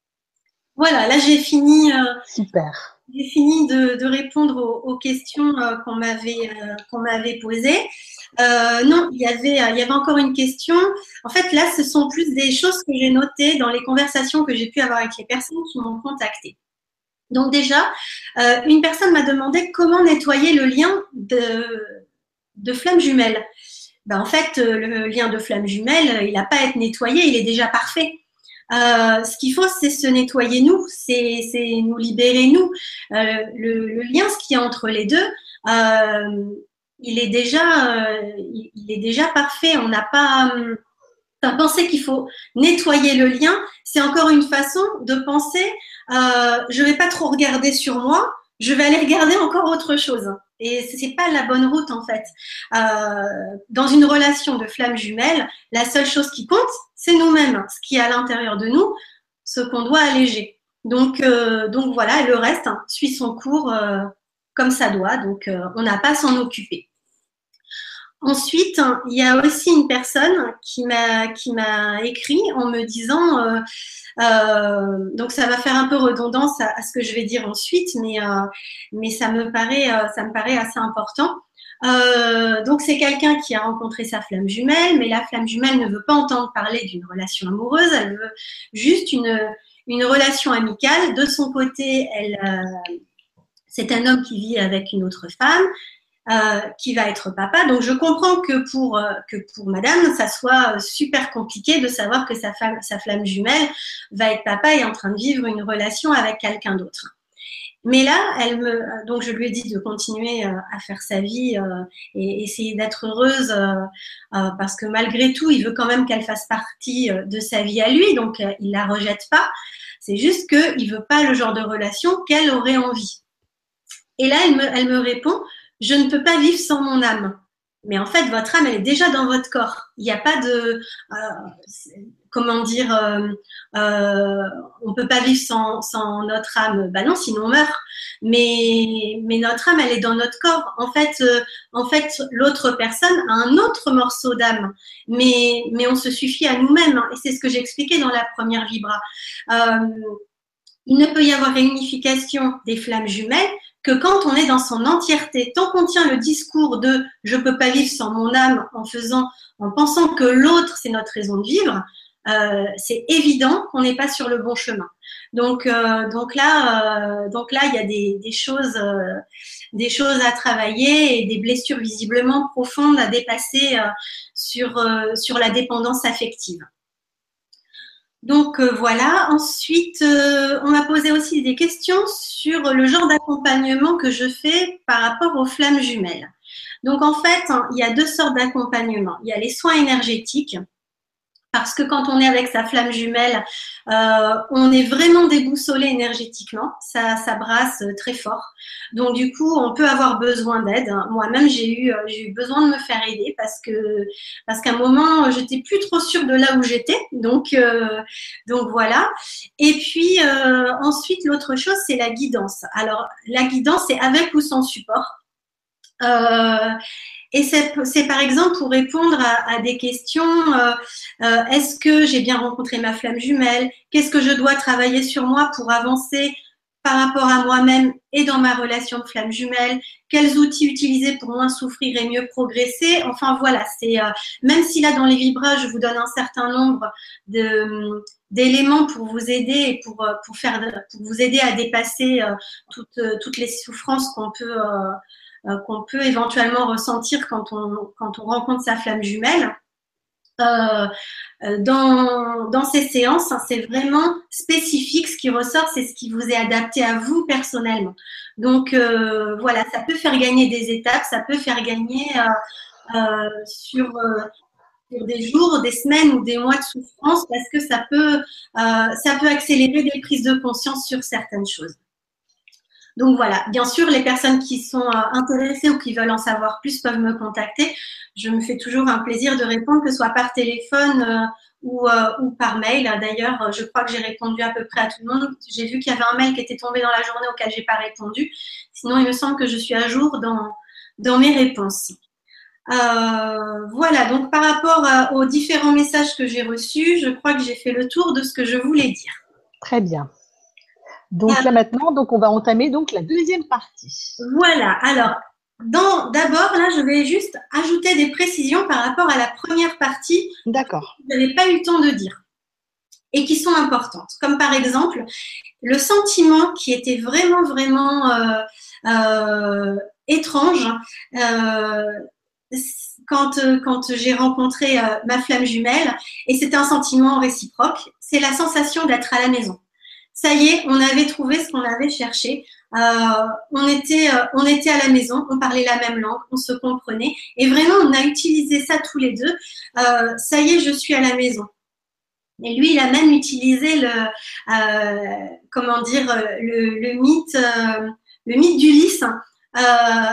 Voilà, là j'ai fini. Euh,
Super.
J'ai fini de, de répondre aux, aux questions euh, qu'on m'avait euh, qu'on m'avait posées. Euh, non, il y avait euh, il y avait encore une question. En fait, là, ce sont plus des choses que j'ai notées dans les conversations que j'ai pu avoir avec les personnes qui m'ont contactée. Donc déjà, euh, une personne m'a demandé comment nettoyer le lien de de flamme jumelle. Ben, en fait, le lien de flamme jumelle, il n'a pas à être nettoyé, il est déjà parfait. Euh, ce qu'il faut, c'est se nettoyer nous, c'est, c'est nous libérer nous. Euh, le, le lien, ce qu'il y a entre les deux, euh, il est déjà, euh, il, il est déjà parfait. On n'a pas euh, penser qu'il faut nettoyer le lien. C'est encore une façon de penser euh, je vais pas trop regarder sur moi, je vais aller regarder encore autre chose. Et c'est pas la bonne route en fait. Euh, dans une relation de flamme jumelle, la seule chose qui compte, c'est nous-mêmes, ce qui est à l'intérieur de nous, ce qu'on doit alléger. Donc, euh, donc voilà, et le reste hein, suit son cours euh, comme ça doit. Donc, euh, on n'a pas à s'en occuper. Ensuite, il y a aussi une personne qui m'a qui m'a écrit en me disant, euh, euh, donc ça va faire un peu redondance à, à ce que je vais dire ensuite, mais euh, mais ça me paraît euh, ça me paraît assez important. Euh, donc c'est quelqu'un qui a rencontré sa flamme jumelle, mais la flamme jumelle ne veut pas entendre parler d'une relation amoureuse, elle veut juste une une relation amicale. De son côté, elle euh, c'est un homme qui vit avec une autre femme. Euh, qui va être papa. Donc, je comprends que pour, euh, que pour madame, ça soit super compliqué de savoir que sa, femme, sa flamme jumelle va être papa et en train de vivre une relation avec quelqu'un d'autre. Mais là, elle me, donc je lui ai dit de continuer euh, à faire sa vie euh, et essayer d'être heureuse euh, euh, parce que malgré tout, il veut quand même qu'elle fasse partie euh, de sa vie à lui, donc euh, il la rejette pas. C'est juste qu'il veut pas le genre de relation qu'elle aurait envie. Et là, elle me, elle me répond, je ne peux pas vivre sans mon âme. Mais en fait, votre âme, elle est déjà dans votre corps. Il n'y a pas de, euh, comment dire, euh, euh, on peut pas vivre sans, sans notre âme. Bah non, sinon on meurt. Mais, mais notre âme, elle est dans notre corps. En fait, euh, en fait, l'autre personne a un autre morceau d'âme. Mais, mais on se suffit à nous-mêmes. Hein. Et c'est ce que j'ai expliqué dans la première vibra. Euh, il ne peut y avoir réunification des flammes jumelles que quand on est dans son entièreté. Tant qu'on tient le discours de « je peux pas vivre sans mon âme » en faisant, en pensant que l'autre, c'est notre raison de vivre, euh, c'est évident qu'on n'est pas sur le bon chemin. Donc, euh, donc là, euh, donc là, il y a des, des choses, euh, des choses à travailler et des blessures visiblement profondes à dépasser euh, sur euh, sur la dépendance affective. Donc euh, voilà. Ensuite, euh, on m'a posé aussi des questions sur le genre d'accompagnement que je fais par rapport aux flammes jumelles. Donc en fait, hein, il y a deux sortes d'accompagnement. Il y a les soins énergétiques, parce que quand on est avec sa flamme jumelle, euh, on est vraiment déboussolé énergétiquement, ça, ça brasse très fort. Donc du coup, on peut avoir besoin d'aide. Moi-même, j'ai eu, j'ai eu besoin de me faire aider parce que parce qu'à un moment, j'étais plus trop sûre de là où j'étais. Donc euh, donc voilà. Et puis euh, ensuite, l'autre chose, c'est la guidance. Alors la guidance, c'est avec ou sans support. Euh, Et c'est, c'est par exemple pour répondre à, à des questions, euh, euh, est-ce que j'ai bien rencontré ma flamme jumelle? Qu'est-ce que je dois travailler sur moi pour avancer par rapport à moi-même et dans ma relation de flamme jumelle? Quels outils utiliser pour moins souffrir et mieux progresser? Enfin voilà, c'est euh, même si là dans les vibras, je vous donne un certain nombre de, d'éléments pour vous aider et pour, pour, faire, pour vous aider à dépasser euh, toutes, toutes les souffrances qu'on peut... Euh, Euh, qu'on peut éventuellement ressentir quand on, quand on rencontre sa flamme jumelle. Euh, dans, dans ces séances, hein, c'est vraiment spécifique. Ce qui ressort, c'est ce qui vous est adapté à vous personnellement. Donc euh, voilà, ça peut faire gagner des étapes, ça peut faire gagner euh, euh, sur, euh, sur des jours, des semaines ou des mois de souffrance, parce que ça peut, euh, ça peut accélérer des prises de conscience sur certaines choses. Donc voilà, bien sûr, les personnes qui sont euh, intéressées ou qui veulent en savoir plus peuvent me contacter. Je me fais toujours un plaisir de répondre, que ce soit par téléphone euh, ou, euh, ou par mail. D'ailleurs, je crois que j'ai répondu à peu près à tout le monde. J'ai vu qu'il y avait un mail qui était tombé dans la journée auquel j'ai pas répondu. Sinon, il me semble que je suis à jour dans, dans mes réponses. Euh, voilà, donc par rapport à, aux différents messages que j'ai reçus, je crois que j'ai fait le tour de ce que je voulais dire.
Très bien. Donc ah, là maintenant, donc on va entamer donc la deuxième partie.
Voilà. Alors, dans, d'abord, là, je vais juste ajouter des précisions par rapport à la première partie.
D'accord.
Que vous n'avez pas eu le temps de dire et qui sont importantes. Comme par exemple, le sentiment qui était vraiment, vraiment euh, euh, étrange euh, quand, quand j'ai rencontré euh, ma flamme jumelle, et c'était un sentiment réciproque, c'est la sensation d'être à la maison. Ça y est, on avait trouvé ce qu'on avait cherché. Euh, on était, euh, on était à la maison, on parlait la même langue, on se comprenait. Et vraiment, on a utilisé ça tous les deux. Euh, ça y est, je suis à la maison. Et lui, il a même utilisé le, euh, comment dire, le, le mythe, euh, le mythe d'Ulysse, euh,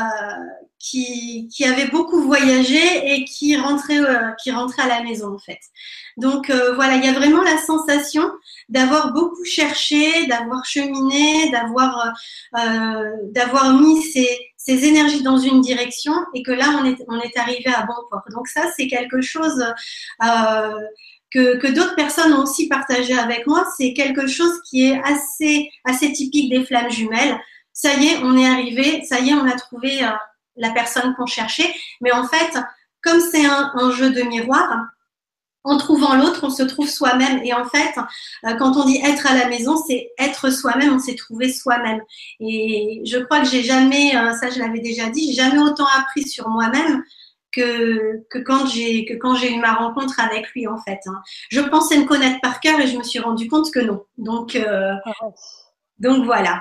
qui, qui avait beaucoup voyagé et qui rentrait, euh, qui rentrait à la maison en fait. Donc euh, voilà, il y a vraiment la sensation d'avoir beaucoup cherché, d'avoir cheminé, d'avoir, euh, d'avoir mis ses, ses énergies dans une direction et que là on est, on est arrivé à bon port. Donc ça, c'est quelque chose euh, que, que d'autres personnes ont aussi partagé avec moi. C'est quelque chose qui est assez, assez typique des flammes jumelles. Ça y est, on est arrivé, ça y est, on a trouvé euh, la personne qu'on cherchait. Mais en fait, comme c'est un, un jeu de miroir, en trouvant l'autre, on se trouve soi-même. Et en fait, euh, quand on dit être à la maison, c'est être soi-même, on s'est trouvé soi-même. Et je crois que j'ai jamais, euh, ça je l'avais déjà dit, j'ai jamais autant appris sur moi-même que, que quand j'ai que quand j'ai eu ma rencontre avec lui en fait. Hein. Je pensais me connaître par cœur et je me suis rendu compte que non. Donc, euh, donc voilà.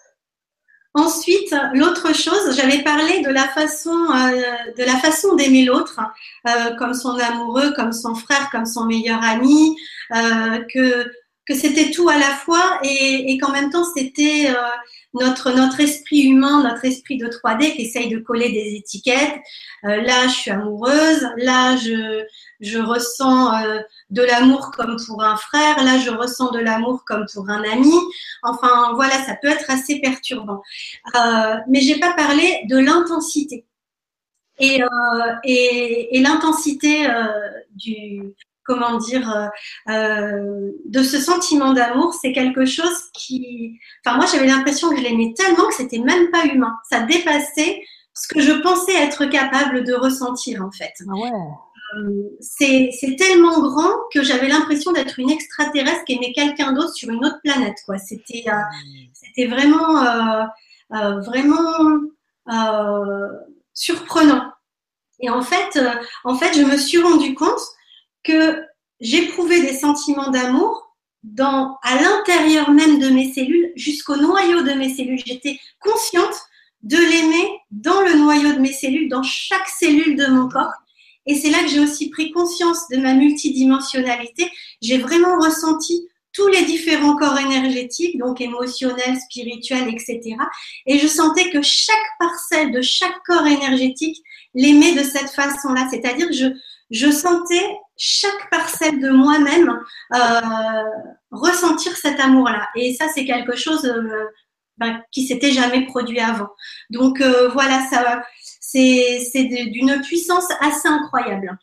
Ensuite, l'autre chose, j'avais parlé de la façon, euh, de la façon d'aimer l'autre, euh, comme son amoureux, comme son frère, comme son meilleur ami, euh, que que c'était tout à la fois et, et qu'en même temps c'était euh, notre notre esprit humain, notre esprit de trois D qui essaye de coller des étiquettes. Euh, là, je suis amoureuse. Là, je je ressens euh, de l'amour comme pour un frère. Là, je ressens de l'amour comme pour un ami. Enfin, voilà, ça peut être assez perturbant. Euh, mais j'ai pas parlé de l'intensité. Et, euh, et, et l'intensité euh, du, comment dire, euh, euh, de ce sentiment d'amour, c'est quelque chose qui, enfin moi j'avais l'impression que je l'aimais tellement que c'était même pas humain. Ça dépassait ce que je pensais être capable de ressentir en fait.
Ah ouais.
C'est, c'est tellement grand que j'avais l'impression d'être une extraterrestre qui aimait quelqu'un d'autre sur une autre planète. Quoi. C'était, euh, c'était vraiment, euh, euh, vraiment euh, surprenant. Et en fait, euh, en fait, je me suis rendu compte que j'éprouvais des sentiments d'amour dans, à l'intérieur même de mes cellules, jusqu'au noyau de mes cellules. J'étais consciente de l'aimer dans le noyau de mes cellules, dans chaque cellule de mon corps. Et c'est là que j'ai aussi pris conscience de ma multidimensionnalité. J'ai vraiment ressenti tous les différents corps énergétiques, donc émotionnels, spirituels, et cetera. Et je sentais que chaque parcelle de chaque corps énergétique l'aimait de cette façon-là. C'est-à-dire que je, je sentais chaque parcelle de moi-même euh, ressentir cet amour-là. Et ça, c'est quelque chose euh, ben, qui s'était jamais produit avant. Donc euh, voilà, ça... C'est, c'est d'une puissance assez incroyable.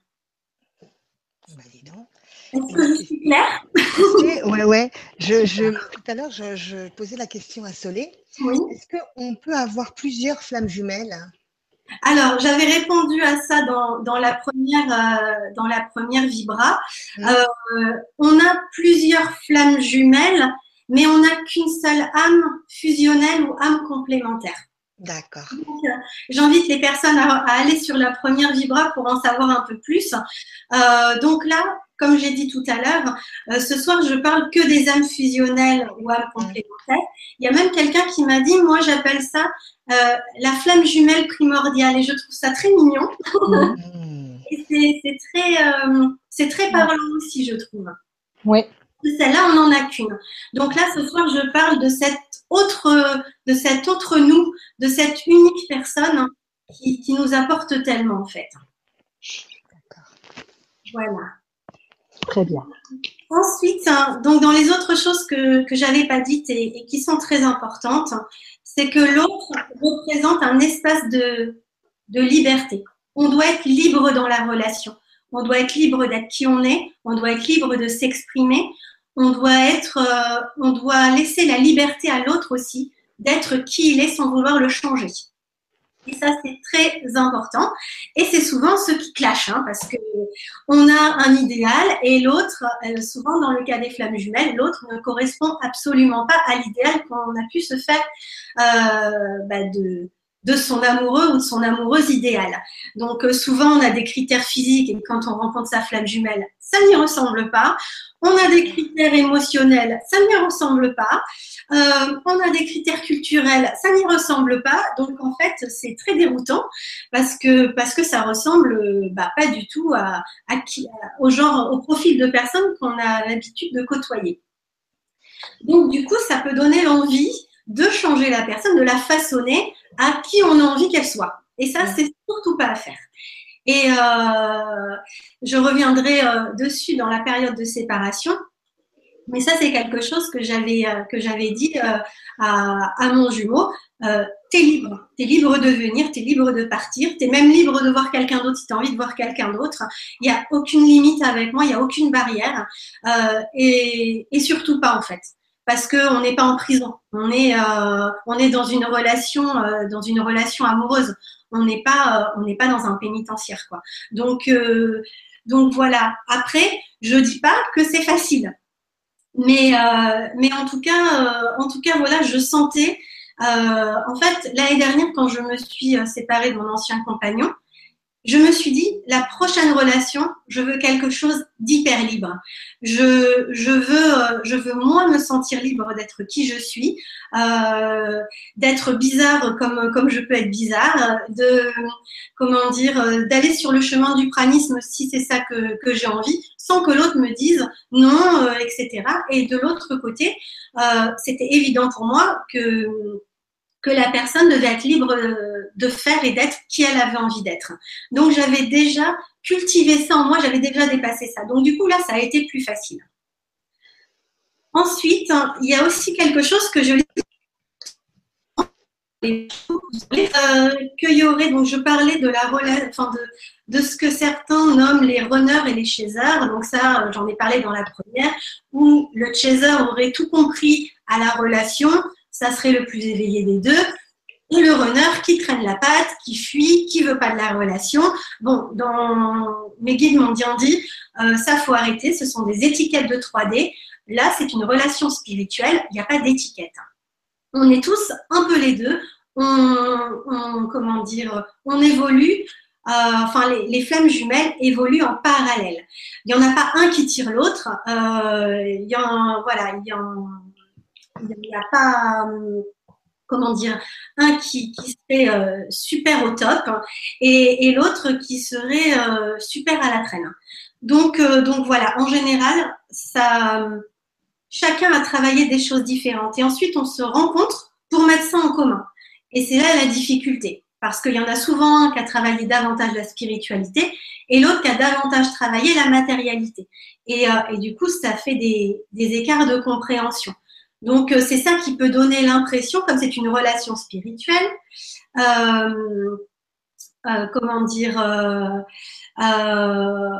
Bah, dis donc.
Est-ce que je suis claire?
Oui, ouais. Je, je, tout à l'heure, je, je posais la question à Solé.
Oui.
Est-ce qu'on peut avoir plusieurs flammes jumelles?
Alors, j'avais répondu à ça dans, dans, la, première, euh, dans la première Vibra. Mmh. Euh, on a plusieurs flammes jumelles, mais on n'a qu'une seule âme fusionnelle ou âme complémentaire.
D'accord.
Donc, euh, j'invite les personnes à, à aller sur la première Vibra pour en savoir un peu plus. Euh, donc là, comme j'ai dit tout à l'heure, euh, ce soir, je parle que des âmes fusionnelles ou âmes complémentaires. Il y a même quelqu'un qui m'a dit, moi, j'appelle ça euh, la flamme jumelle primordiale et je trouve ça très mignon. Mmh. Et c'est, c'est très, euh, c'est très parlant aussi, je trouve.
Oui.
Celle-là, on n'en a qu'une. Donc là, ce soir, je parle de cette autre, de cet autre nous, de cette unique personne qui, qui nous apporte tellement, en fait.
D'accord.
Voilà.
Très bien.
Ensuite, hein, donc dans les autres choses que que j'avais pas dites et, et qui sont très importantes, c'est que l'autre représente un espace de de liberté. On doit être libre dans la relation. On doit être libre d'être qui on est. On doit être libre de s'exprimer. On doit être, euh, on doit laisser la liberté à l'autre aussi d'être qui il est sans vouloir le changer. Et ça, c'est très important. Et c'est souvent ceux qui clashent, hein, parce que on a un idéal et l'autre, euh, souvent dans le cas des flammes jumelles, l'autre ne correspond absolument pas à l'idéal qu'on a pu se faire euh, bah de, de son amoureux ou de son amoureuse idéale. Donc euh, souvent on a des critères physiques et quand on rencontre sa flamme jumelle, ça n'y ressemble pas. On a des critères émotionnels, ça n'y ressemble pas. Euh, on a des critères culturels, ça n'y ressemble pas. Donc en fait c'est très déroutant parce que parce que ça ressemble bah, pas du tout à, à qui, à, au genre, au profil de personnes qu'on a l'habitude de côtoyer. Donc du coup ça peut donner envie de changer la personne, de la façonner à qui on a envie qu'elle soit. Et ça, c'est surtout pas à faire. Et euh, je reviendrai euh, dessus dans la période de séparation. Mais ça, c'est quelque chose que j'avais euh, que j'avais dit euh, à, à mon jumeau. Euh, t'es libre, t'es libre de venir, t'es libre de partir, t'es même libre de voir quelqu'un d'autre si t'as envie de voir quelqu'un d'autre. Il n'y a aucune limite avec moi, il n'y a aucune barrière. Euh, et, et surtout pas, en fait. Parce qu'on n'est pas en prison, on est, euh, on est dans une relation, euh, dans une relation amoureuse. On n'est pas, euh, on n'est pas dans un pénitentiaire, quoi. Donc, euh, donc voilà. Après, je dis pas que c'est facile, mais, euh, mais en tout cas, euh, en tout cas, voilà, je sentais. Euh, en fait, l'année dernière, quand je me suis séparée de mon ancien compagnon, je me suis dit, la prochaine relation, je veux quelque chose d'hyper libre. Je, je veux, je veux moi me sentir libre d'être qui je suis, euh, d'être bizarre comme comme je peux être bizarre, de comment dire, d'aller sur le chemin du pranisme si c'est ça que que j'ai envie, sans que l'autre me dise non, euh, et cetera. Et de l'autre côté, euh, c'était évident pour moi que que la personne devait être libre de faire et d'être qui elle avait envie d'être. Donc, j'avais déjà cultivé ça en moi, j'avais déjà dépassé ça. Donc, du coup, là, ça a été plus facile. Ensuite, il y a aussi quelque chose que je euh, qu'il y aurait, donc je parlais de la relation, enfin de, de ce que certains nomment les runners et les chasers. Donc ça, j'en ai parlé dans la première, où le chaser aurait tout compris à la relation, ça serait le plus éveillé des deux. Et le runner qui traîne la patte, qui fuit, qui veut pas de la relation. Bon, dans mes guides m'ont bien dit, euh, ça faut arrêter, ce sont des étiquettes de trois D. Là, c'est une relation spirituelle, il n'y a pas d'étiquette. On est tous un peu les deux. On, on comment dire, on évolue. Euh, enfin, les, les flammes jumelles évoluent en parallèle. Il n'y en a pas un qui tire l'autre. Euh, il y en, voilà, il y en, il n'y a pas. Euh, comment dire, un qui, qui serait euh, super au top et, et l'autre qui serait euh, super à la traîne. Donc, euh, donc voilà, en général, ça, chacun a travaillé des choses différentes et ensuite on se rencontre pour mettre ça en commun. Et c'est là la difficulté, parce qu'il y en a souvent un qui a travaillé davantage la spiritualité et l'autre qui a davantage travaillé la matérialité. Et, euh, et du coup, ça fait des, des écarts de compréhension. Donc, c'est ça qui peut donner l'impression, comme c'est une relation spirituelle, euh, euh, comment dire, euh, euh,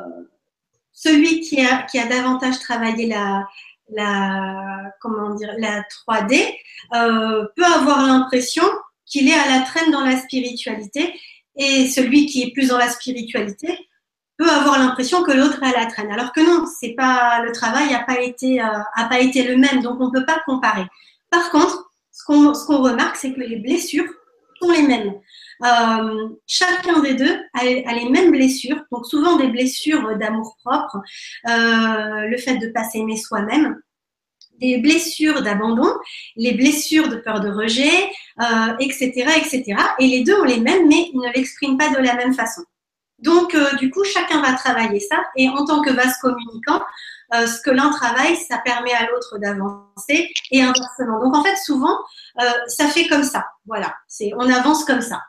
celui qui a, qui a davantage travaillé la, la, comment dire, la trois D euh, peut avoir l'impression qu'il est à la traîne dans la spiritualité et celui qui est plus dans la spiritualité peut avoir l'impression que l'autre est à la traîne. Alors que non, c'est pas, le travail n'a pas été, euh, a pas été le même, donc on ne peut pas comparer. Par contre, ce qu'on, ce qu'on remarque, c'est que les blessures sont les mêmes. Euh, chacun des deux a, a les mêmes blessures, donc souvent des blessures d'amour-propre, euh, le fait de ne pas s'aimer soi-même, des blessures d'abandon, les blessures de peur de rejet, euh, et cetera, et cetera. Et les deux ont les mêmes, mais ils ne l'expriment pas de la même façon. Donc, euh, du coup, chacun va travailler ça. Et en tant que vase communicant, euh, ce que l'un travaille, ça permet à l'autre d'avancer et inversement. Donc, en fait, souvent, euh, ça fait comme ça. Voilà, c'est, on avance comme ça.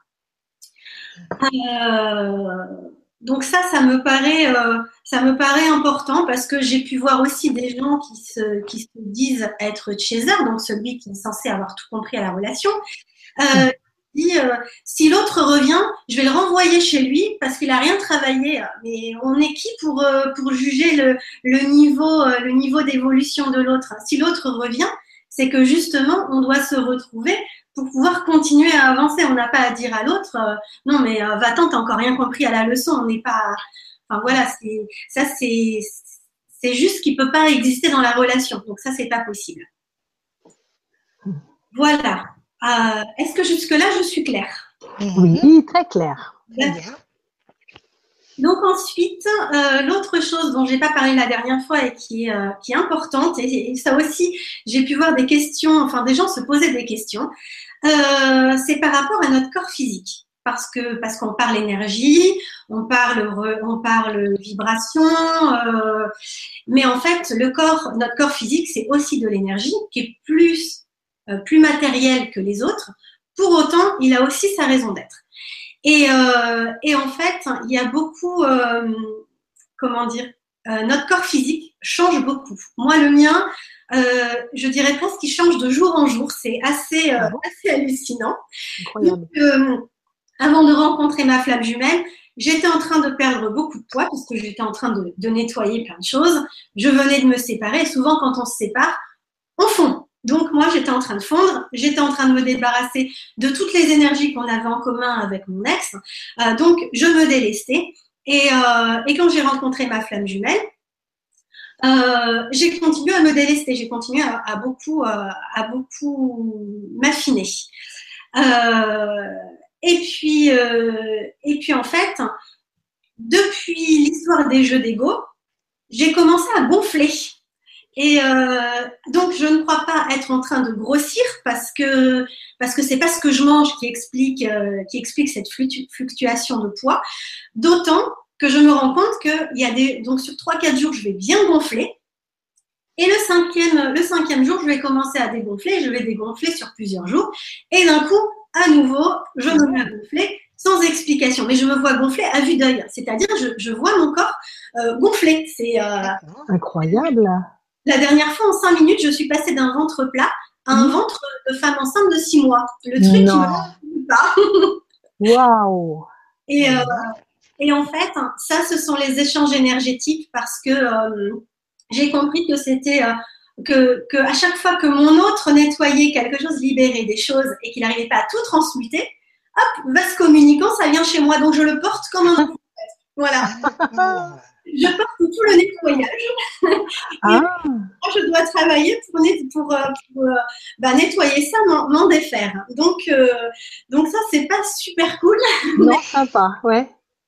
Euh, donc ça, ça me paraît, euh, ça me paraît important parce que j'ai pu voir aussi des gens qui se, qui se disent être chaser, donc celui qui est censé avoir tout compris à la relation. Euh, dit, euh, si l'autre revient, je vais le renvoyer chez lui parce qu'il a rien travaillé. Mais on est qui pour euh, pour juger le le niveau euh, le niveau d'évolution de l'autre? Si l'autre revient, c'est que justement on doit se retrouver pour pouvoir continuer à avancer. On n'a pas à dire à l'autre euh, non mais euh, va-t'en, t'as encore rien compris à la leçon. On n'est pas. Enfin voilà, c'est ça c'est c'est juste qu'il peut pas exister dans la relation. Donc ça c'est pas possible. Voilà. Euh, est-ce que jusque-là, je suis claire?
Oui, très clair. Très bien.
Donc ensuite, euh, l'autre chose dont j'ai pas parlé la dernière fois et qui est, euh, qui est importante, et, et ça aussi, j'ai pu voir des questions, enfin des gens se posaient des questions, euh, c'est par rapport à notre corps physique. Parce que parce qu'on parle énergie, on parle on parle vibration, euh, mais en fait le corps, notre corps physique, c'est aussi de l'énergie qui est plus euh, plus matérielle que les autres. Pour autant, il a aussi sa raison d'être. Et, euh, et en fait, il y a beaucoup, euh, comment dire, euh, notre corps physique change beaucoup. Moi, le mien, euh, je dirais presque qu'il change de jour en jour. C'est assez, euh, assez hallucinant.
Incroyable.
Donc, euh, avant de rencontrer ma flamme jumelle, j'étais en train de perdre beaucoup de poids parce que j'étais en train de, de nettoyer plein de choses. Je venais de me séparer. Et souvent, quand on se sépare, on fond. Donc, moi, j'étais en train de fondre, j'étais en train de me débarrasser de toutes les énergies qu'on avait en commun avec mon ex. Euh, donc, je me délestais. Et, euh, et quand j'ai rencontré ma flamme jumelle, euh, j'ai continué à me délester, j'ai continué à, à beaucoup, euh, à beaucoup m'affiner. Euh, et puis, euh, et puis, en fait, depuis l'histoire des jeux d'ego, j'ai commencé à gonfler. Et euh, donc, je ne crois pas être en train de grossir parce que parce que c'est pas ce que je mange qui explique euh, qui explique cette fluctuation de poids. D'autant que je me rends compte que il y a des donc sur trois quatre jours, je vais bien gonfler. Et le cinquième le cinquième jour, je vais commencer à dégonfler. Je vais dégonfler sur plusieurs jours. Et d'un coup, à nouveau, je me mets à gonfler sans explication. Mais je me vois gonfler à vue d'œil. C'est-à-dire, je, je vois mon corps euh, gonfler. C'est euh,
incroyable.
La dernière fois, en cinq minutes, je suis passée d'un ventre plat à un mmh. ventre de femme enceinte de six mois. Le truc
non.
qui ne me pas.
Waouh.
Et, euh, et en fait, ça, ce sont les échanges énergétiques parce que euh, j'ai compris que c'était euh, que, que à chaque fois que mon autre nettoyait quelque chose, libérait des choses et qu'il n'arrivait pas à tout transmuter, hop, vase communicant, ça vient chez moi. Donc je le porte comme un enfant. Voilà. Je porte tout le nettoyage.
Ah.
Moi, je dois travailler pour, pour, pour, pour bah, nettoyer ça, m'en défaire. Donc, euh, donc ça, c'est pas super cool.
Non, sympa, ouais.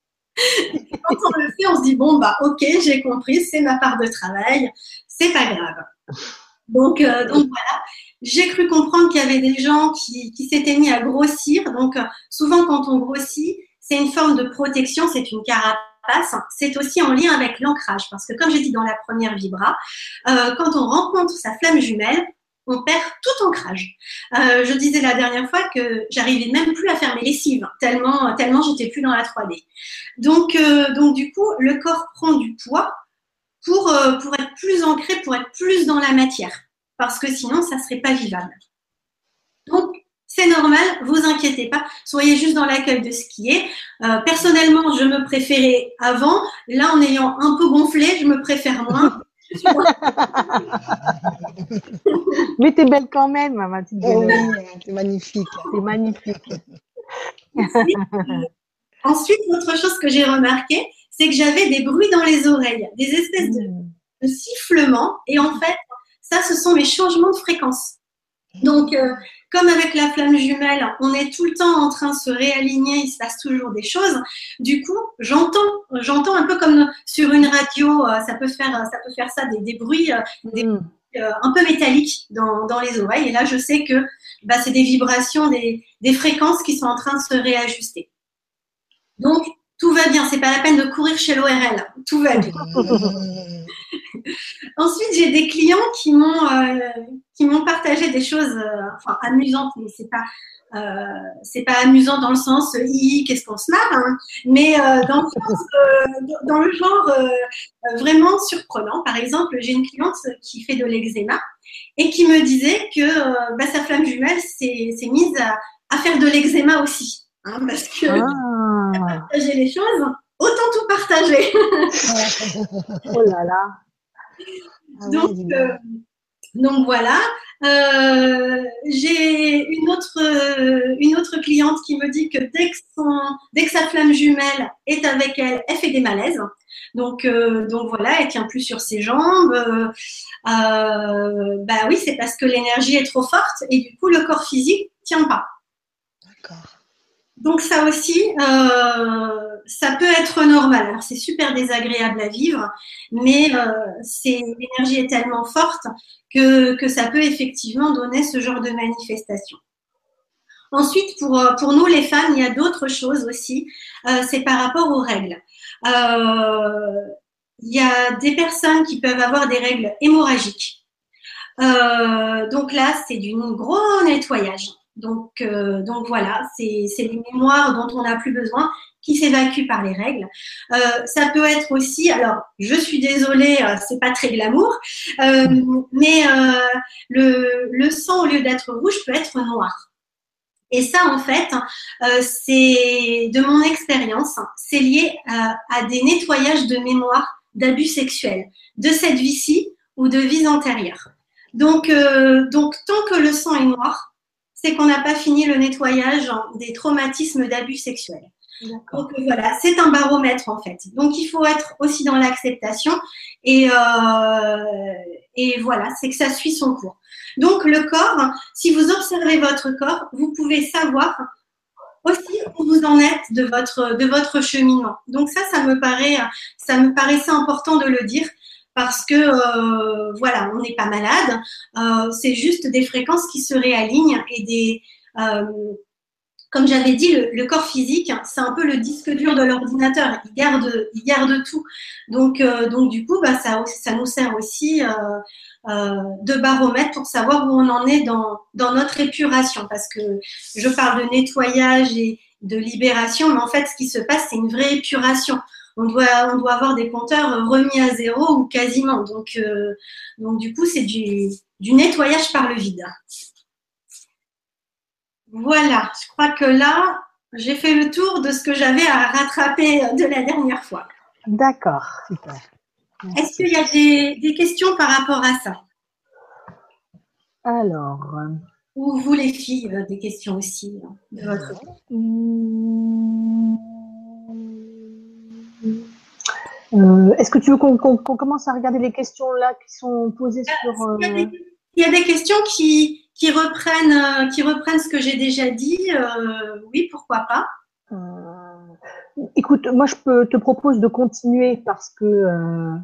Quand on le fait, on se dit, bon, bah, ok, j'ai compris, c'est ma part de travail, c'est pas grave. Donc, euh, donc voilà. J'ai cru comprendre qu'il y avait des gens qui, qui s'étaient mis à grossir. Donc, euh, souvent, quand on grossit, c'est une forme de protection, c'est une carapace. C'est aussi en lien avec l'ancrage. Parce que, comme j'ai dit dans la première vibra, euh, quand on rencontre sa flamme jumelle, on perd tout ancrage. Euh, je disais la dernière fois que j'arrivais même plus à faire mes lessives, tellement, tellement j'étais plus dans la trois D. Donc, euh, donc du coup, le corps prend du poids pour, euh, pour être plus ancré, pour être plus dans la matière. Parce que sinon, ça ne serait pas vivable. Donc, c'est normal, vous inquiétez pas, soyez juste dans l'accueil de ce qui est. Euh, personnellement, je me préférais avant. Là, en ayant un peu gonflé, je me préfère moins.
Mais t'es belle quand même, ma petite
oh oui, c'est magnifique.
C'est magnifique.
Ensuite, euh, ensuite, autre chose que j'ai remarqué, c'est que j'avais des bruits dans les oreilles, des espèces de, de sifflements. Et en fait, ça, ce sont mes changements de fréquence. Donc, euh, comme avec la flamme jumelle, on est tout le temps en train de se réaligner, il se passe toujours des choses. Du coup, j'entends, j'entends un peu comme sur une radio, euh, ça peut faire, ça peut faire ça, des, des bruits, euh, des, mm. euh, un peu métalliques dans, dans les oreilles. Et là, je sais que bah, c'est des vibrations, des, des fréquences qui sont en train de se réajuster. Donc, tout va bien. C'est pas la peine de courir chez l'O R L. Tout va bien. Ensuite, j'ai des clients qui m'ont euh, qui m'ont partagé des choses euh, enfin amusantes, mais c'est pas euh, c'est pas amusant dans le sens hi qu'est-ce qu'on se marre, hein, mais euh, dans le sens euh, dans le genre euh, vraiment surprenant. Par exemple, j'ai une cliente qui fait de l'eczéma et qui me disait que euh, bah, sa flamme jumelle s'est s'est mise à, à faire de l'eczéma aussi, hein, parce que ah. partager les choses, autant tout partager.
Oh là là.
Ah donc, ouais, euh, donc voilà. Euh, j'ai une autre, euh, une autre cliente qui me dit que dès que, son, dès que sa flamme jumelle est avec elle, elle fait des malaises. Donc, euh, donc voilà, elle tient plus sur ses jambes. Euh, euh, bah oui, c'est parce que l'énergie est trop forte et du coup le corps physique tient pas.
D'accord.
donc ça aussi, euh, ça peut être normal. Alors c'est super désagréable à vivre, mais euh, c'est, l'énergie est tellement forte que, que ça peut effectivement donner ce genre de manifestation. Ensuite, pour, pour nous les femmes, il y a d'autres choses aussi. Euh, c'est par rapport aux règles. Euh, il y a des personnes qui peuvent avoir des règles hémorragiques. Euh, donc là, c'est du gros nettoyage. Donc, euh, donc voilà, c'est, c'est les mémoires dont on n'a plus besoin qui s'évacuent par les règles. Euh, ça peut être aussi, alors je suis désolée, euh, c'est pas très glamour, euh, mais euh, le, le sang au lieu d'être rouge peut être noir. Et ça, en fait, euh, c'est de mon expérience, c'est lié à, à des nettoyages de mémoire d'abus sexuels, de cette vie-ci ou de vies antérieures. Donc, euh, donc, tant que le sang est noir, c'est qu'on n'a pas fini le nettoyage des traumatismes d'abus sexuels. Donc voilà, c'est un baromètre en fait. Donc il faut être aussi dans l'acceptation et, euh, et voilà, c'est que ça suit son cours. Donc le corps, si vous observez votre corps, vous pouvez savoir aussi où vous en êtes de votre de votre cheminement. Donc ça, ça me paraît, ça me paraissait important de le dire parce que euh, voilà, on n'est pas malade, euh, c'est juste des fréquences qui se réalignent et des euh, comme j'avais dit, le, le corps physique, c'est un peu le disque dur de l'ordinateur. Il garde, il garde tout. Donc, euh, donc du coup, bah, ça, ça nous sert aussi euh, euh, de baromètre pour savoir où on en est dans, dans notre épuration. Parce que je parle de nettoyage et de libération, mais en fait, ce qui se passe, c'est une vraie épuration. On doit, on doit avoir des compteurs remis à zéro ou quasiment. Donc, euh, donc du coup, c'est du, du nettoyage par le vide. Voilà, je crois que là, j'ai fait le tour de ce que j'avais à rattraper de la dernière fois.
D'accord, super.
Merci. Est-ce qu'il y a des, des questions par rapport à ça?
Alors.
Ou vous, les filles, des questions aussi de votre côté?
Euh, Est-ce que tu veux qu'on qu'on, qu'on commence à regarder les questions là qui sont posées
euh,
sur… Euh...
Il, y a des, il y a des questions qui, qui, reprennent, qui reprennent ce que j'ai déjà dit. Euh, oui, pourquoi pas.
Euh, écoute, moi je peux te propose de continuer parce que euh,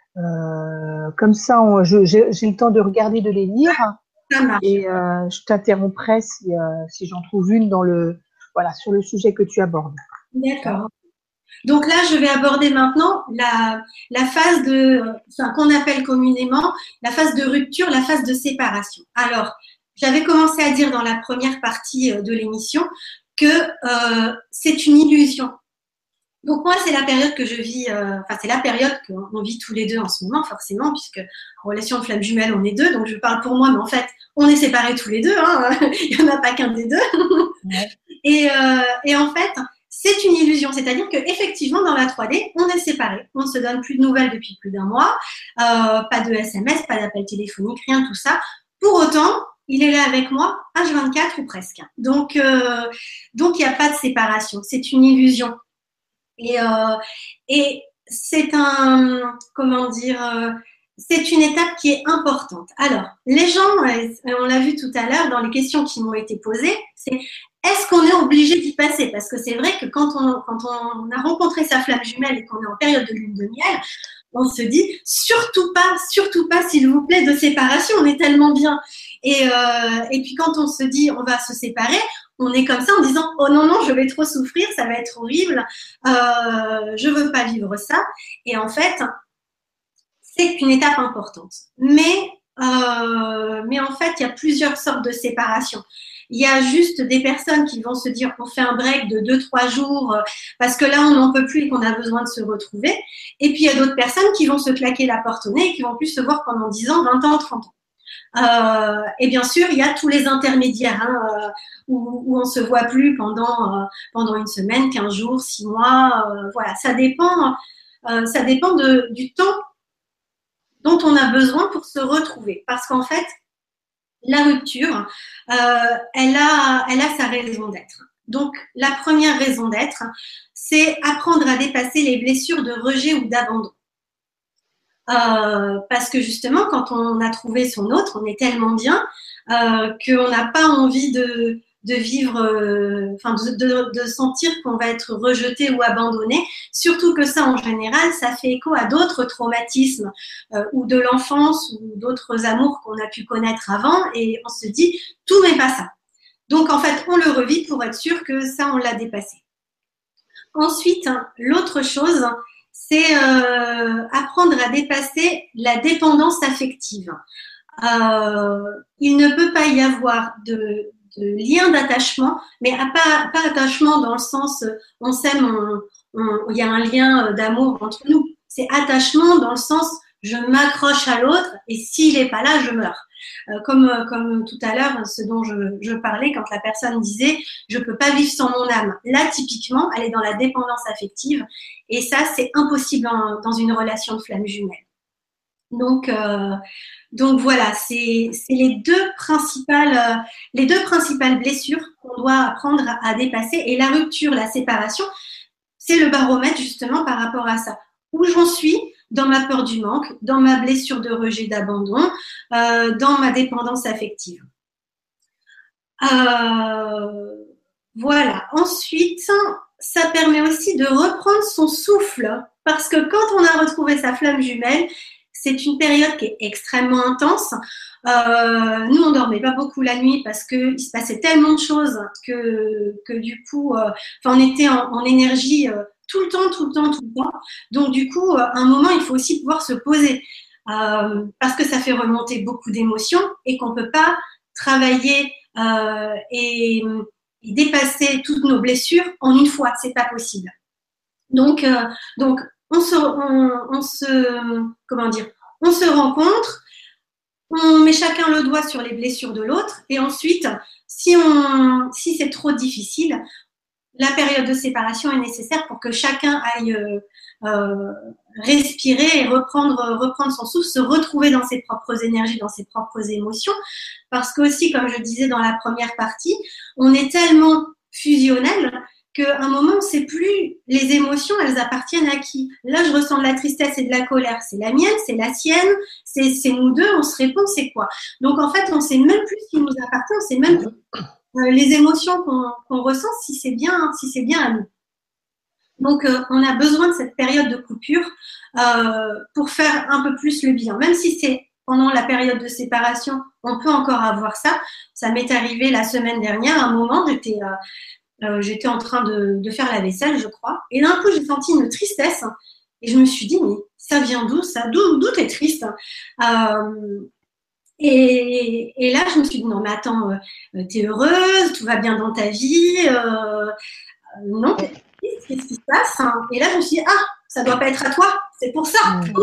euh, comme ça, on, je, j'ai, j'ai le temps de regarder, de les lire.
Ça marche.
Et euh, je t'interromprai si, euh, si j'en trouve une dans le, voilà, sur le sujet que tu abordes.
D'accord. Donc là, je vais aborder maintenant la, la phase de, enfin, qu'on appelle communément la phase de rupture, la phase de séparation. Alors, j'avais commencé à dire dans la première partie de l'émission que euh, c'est une illusion. Donc moi, c'est la période que je vis, euh, enfin c'est la période qu'on vit tous les deux en ce moment, forcément, puisque en relation de flamme jumelle, on est deux, donc je parle pour moi, mais en fait, on est séparés tous les deux, hein, il n'y en a pas qu'un des deux. Ouais. Et, euh, et en fait, c'est une illusion, c'est-à-dire qu'effectivement, dans la trois D, on est séparés. On ne se donne plus de nouvelles depuis plus d'un mois, euh, pas de S M S, pas d'appel téléphonique, rien, tout ça. Pour autant, il est là avec moi, H vingt-quatre ou presque. Donc, euh, donc il n'y a pas de séparation, c'est une illusion. Et, euh, et c'est un, comment dire, euh, c'est une étape qui est importante. Alors, les gens, on l'a vu tout à l'heure dans les questions qui m'ont été posées, c'est est-ce qu'on est obligé d'y passer? Parce que c'est vrai que quand on, quand on a rencontré sa flamme jumelle et qu'on est en période de lune de miel, on se dit surtout pas, surtout pas, s'il vous plaît, de séparation, on est tellement bien. Et, euh, et puis quand on se dit on va se séparer, on est comme ça en disant oh non, non, je vais trop souffrir, ça va être horrible, euh, je veux pas vivre ça. Et en fait, c'est une étape importante. Mais, euh, mais en fait, il y a plusieurs sortes de séparation. Il y a juste des personnes qui vont se dire qu'on fait un break de deux, trois jours parce que là, on n'en peut plus et qu'on a besoin de se retrouver. Et puis, il y a d'autres personnes qui vont se claquer la porte au nez et qui vont plus se voir pendant dix ans, vingt ans, trente ans. Euh, et bien sûr, il y a tous les intermédiaires hein, euh, où, où on se voit plus pendant euh, pendant une semaine, quinze jours, six mois. Euh, voilà, ça dépend. Euh, ça dépend de, du temps dont on a besoin pour se retrouver. Parce qu'en fait, la rupture, euh, elle a, elle a sa raison d'être. Donc, la première raison d'être, c'est apprendre à dépasser les blessures de rejet ou d'abandon. Euh, parce que justement, quand on a trouvé son autre, on est tellement bien euh, qu'on n'a pas envie de, de vivre, euh, enfin de, de, de sentir qu'on va être rejeté ou abandonné. Surtout que ça, en général, ça fait écho à d'autres traumatismes euh, ou de l'enfance ou d'autres amours qu'on a pu connaître avant, et on se dit tout n'est pas ça. Donc en fait, on le revit pour être sûr que ça, on l'a dépassé. Ensuite, l'autre chose, c'est euh, apprendre à dépasser la dépendance affective. Euh, il ne peut pas y avoir de, de lien d'attachement, mais pas, pas attachement dans le sens on s'aime, on, on, il y a un lien d'amour entre nous. C'est attachement dans le sens je m'accroche à l'autre et s'il n'est pas là, je meurs. Euh, comme, comme tout à l'heure, ce dont je, je parlais quand la personne disait je ne peux pas vivre sans mon âme. Là, typiquement, elle est dans la dépendance affective et ça, c'est impossible en, dans une relation de flamme jumelle. Donc, euh, donc voilà, c'est les deux principales, euh, les deux principales blessures qu'on doit apprendre à, à dépasser. Et la rupture, la séparation, c'est le baromètre justement par rapport à ça. Où j'en suis dans ma peur du manque, dans ma blessure de rejet, d'abandon, euh, dans ma dépendance affective. Euh, voilà. Ensuite, ça permet aussi de reprendre son souffle parce que quand on a retrouvé sa flamme jumelle, c'est une période qui est extrêmement intense. Euh, nous, on dormait pas beaucoup la nuit parce que il se passait tellement de choses que, que du coup, euh, enfin, on était en, en énergie euh, tout le temps, tout le temps, tout le temps. Donc, du coup, à un moment, il faut aussi pouvoir se poser euh, parce que ça fait remonter beaucoup d'émotions et qu'on peut pas travailler euh, et, et dépasser toutes nos blessures en une fois. C'est pas possible. Donc, euh, donc, on se, on, on se, comment dire, on se rencontre, on met chacun le doigt sur les blessures de l'autre, et ensuite, si on, si c'est trop difficile, la période de séparation est nécessaire pour que chacun aille euh, euh, respirer et reprendre, reprendre son souffle, se retrouver dans ses propres énergies, dans ses propres émotions, parce que aussi, comme je disais dans la première partie, on est tellement fusionnel qu'à un moment, on ne sait plus les émotions, elles appartiennent à qui. Là, je ressens de la tristesse et de la colère. C'est la mienne, c'est la sienne, c'est nous deux, on se répond, c'est quoi. Donc, en fait, on ne sait même plus ce qui nous appartient, on ne sait même plus euh, les émotions qu'on qu'on ressent, si c'est bien, si c'est bien à nous. Donc, euh, on a besoin de cette période de coupure euh, pour faire un peu plus le bilan. Même si c'est pendant la période de séparation, on peut encore avoir ça. Ça m'est arrivé la semaine dernière, à un moment, j'étais... Euh, Euh, j'étais en train de, de faire la vaisselle, je crois. Et d'un coup, j'ai senti une tristesse. Et je me suis dit, mais ça vient d'où ça? D'où t'es triste? euh, et, et là, je me suis dit, non, mais attends, euh, t'es heureuse, tout va bien dans ta vie. Euh, non, t'es triste, qu'est-ce qui se passe? Et là, je me suis dit, ah, ça doit pas être à toi, c'est pour ça.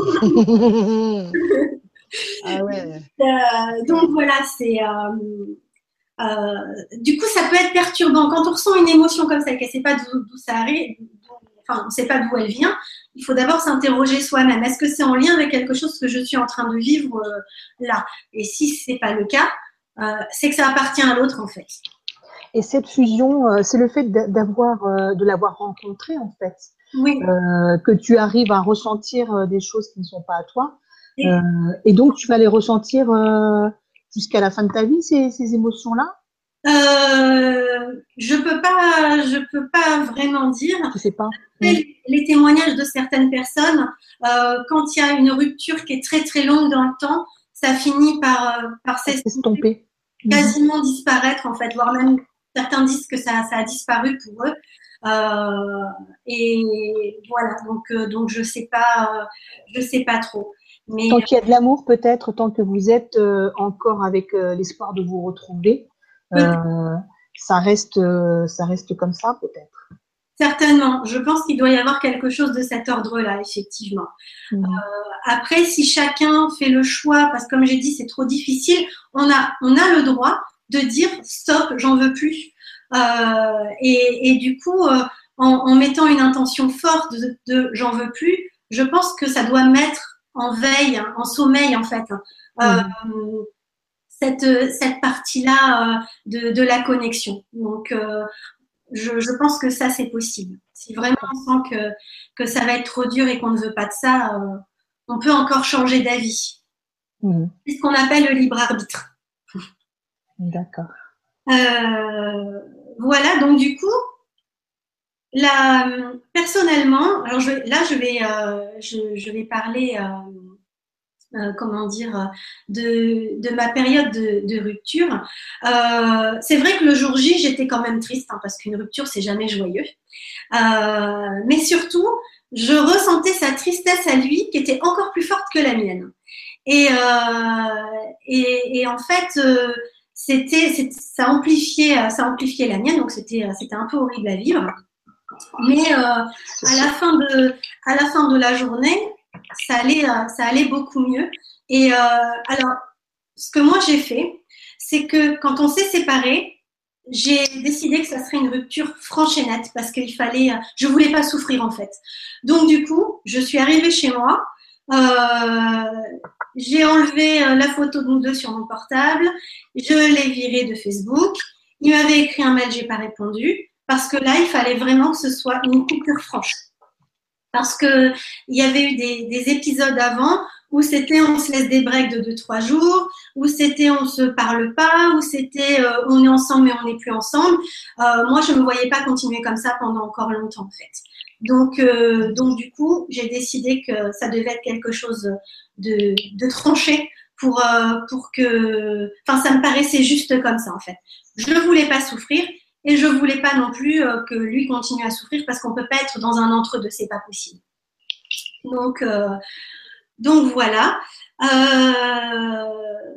Ah ouais.
euh, donc voilà, c'est... Euh, Euh, du coup, ça peut être perturbant. Quand on ressent une émotion comme ça et qu'elle ne sait pas d'où ça arrive, enfin, on ne sait pas d'où elle vient, il faut d'abord s'interroger soi-même. Est-ce que c'est en lien avec quelque chose que je suis en train de vivre euh, là? Et si ce n'est pas le cas, euh, c'est que ça appartient à l'autre, en fait.
Et cette fusion, euh, c'est le fait d'avoir, euh, de l'avoir rencontré, en fait.
Oui.
Euh, que tu arrives à ressentir euh, des choses qui ne sont pas à toi. Euh, et donc, tu vas les ressentir euh, jusqu'à la fin de ta vie, ces, ces émotions-là?
euh, Je peux pas, je peux pas vraiment dire.
Je sais pas.
Les, les témoignages de certaines personnes, euh, quand il y a une rupture qui est très très longue dans le temps, ça finit par par
s'estomper,
quasiment disparaître en fait, voire même certains disent que ça, ça a disparu pour eux. Euh, et voilà, donc euh, donc je sais pas, euh, je sais pas trop. Mais
tant qu'il y a de l'amour, peut-être, tant que vous êtes euh, encore avec euh, l'espoir de vous retrouver, euh, ça reste, euh, ça reste comme ça, peut-être.
Certainement. Je pense qu'il doit y avoir quelque chose de cet ordre-là, effectivement. Mmh. Euh, après, si chacun fait le choix, parce que comme j'ai dit, c'est trop difficile, on a, on a le droit de dire stop, j'en veux plus. Euh, et, et du coup, euh, en, en mettant une intention forte de, de j'en veux plus, je pense que ça doit mettre en veille, en sommeil en fait, euh, mmh. cette, cette partie-là euh, de, de la connexion. Donc, euh, Je, je pense que ça, c'est possible. Si vraiment on sent que, que ça va être trop dur et qu'on ne veut pas de ça, euh, on peut encore changer d'avis. Mmh. C'est ce qu'on appelle le libre arbitre.
D'accord.
Euh, voilà, donc du coup, là, personnellement, alors je, là, je vais, euh, je, je vais parler, euh, euh, comment dire, de, de ma période de, de rupture. Euh, c'est vrai que le jour J, j'étais quand même triste, hein, parce qu'une rupture, c'est jamais joyeux. Euh, mais surtout, je ressentais sa tristesse à lui qui était encore plus forte que la mienne. Et, euh, et, et en fait, euh, c'était, c'était, ça amplifiait, ça amplifiait la mienne, donc c'était, c'était un peu horrible à vivre. Mais euh, à la fin de, à la fin de la journée, ça allait, ça allait beaucoup mieux. Et euh, alors, ce que moi j'ai fait, c'est que quand on s'est séparés, j'ai décidé que ça serait une rupture franche et nette parce qu'il fallait, je voulais pas souffrir en fait. Donc du coup, je suis arrivée chez moi, euh, j'ai enlevé la photo de nous deux sur mon portable, je l'ai viré de Facebook. Il m'avait écrit un mail, j'ai pas répondu parce que là, il fallait vraiment que ce soit une coupure franche. Parce que il y avait eu des, des épisodes avant où c'était on se laisse des breaks de deux trois jours, où c'était on se parle pas, où c'était euh, on est ensemble mais on n'est plus ensemble. Euh, moi, je me voyais pas continuer comme ça pendant encore longtemps en fait. Donc, euh, donc du coup, j'ai décidé que ça devait être quelque chose de, de tranché pour euh, pour que, enfin, ça me paraissait juste comme ça en fait. Je ne voulais pas souffrir. Et je voulais pas non plus euh, que lui continue à souffrir parce qu'on peut pas être dans un entre-deux, c'est pas possible. Donc, euh, donc voilà. Euh,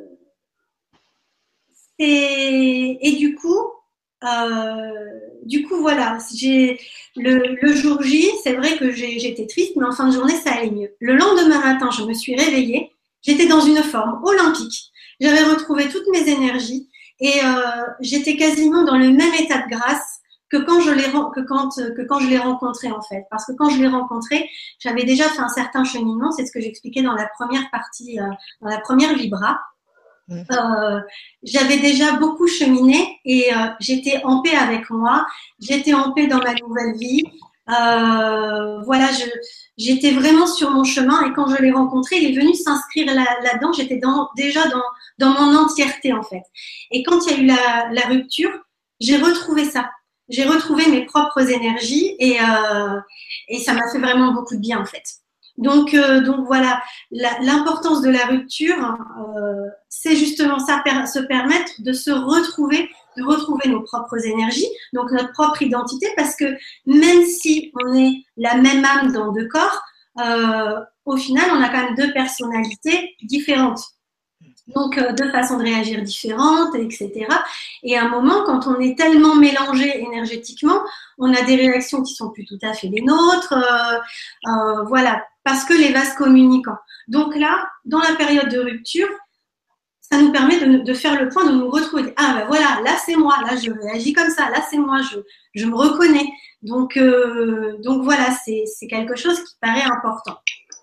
et, et du coup, euh, du coup voilà. J'ai le, le jour J, c'est vrai que j'ai, j'étais triste, mais en fin de journée ça allait mieux. Le lendemain matin, je me suis réveillée. J'étais dans une forme olympique. J'avais retrouvé toutes mes énergies. Et euh, j'étais quasiment dans le même état de grâce que quand je l'ai que quand que quand je l'ai rencontré en fait, parce que quand je l'ai rencontré, j'avais déjà fait un certain cheminement. C'est ce que j'expliquais dans la première partie, euh, dans la première vibra. Euh, j'avais déjà beaucoup cheminé et euh, j'étais en paix avec moi. J'étais en paix dans ma nouvelle vie. Euh, voilà, je, j'étais vraiment sur mon chemin et quand je l'ai rencontré, il est venu s'inscrire là, là-dedans. J'étais dans, déjà dans, dans mon entièreté en fait. Et quand il y a eu la, la rupture, j'ai retrouvé ça. J'ai retrouvé mes propres énergies et, euh, et ça m'a fait vraiment beaucoup de bien en fait. Donc, euh, donc voilà, la, l'importance de la rupture, euh, c'est justement ça, per, se permettre de se retrouver, de retrouver nos propres énergies, donc notre propre identité, parce que même si on est la même âme dans deux corps, euh, au final, on a quand même deux personnalités différentes. Donc, euh, deux façons de réagir différentes, et cetera. Et à un moment, quand on est tellement mélangé énergétiquement, on a des réactions qui sont plus tout à fait les nôtres. Euh, euh, voilà, parce que les vases communicants. Donc là, dans la période de rupture, ça nous permet de, de faire le point, de nous retrouver. Ah ben voilà, là c'est moi, là je réagis comme ça, là c'est moi, je, je me reconnais. Donc, euh, donc voilà, c'est, c'est quelque chose qui paraît important.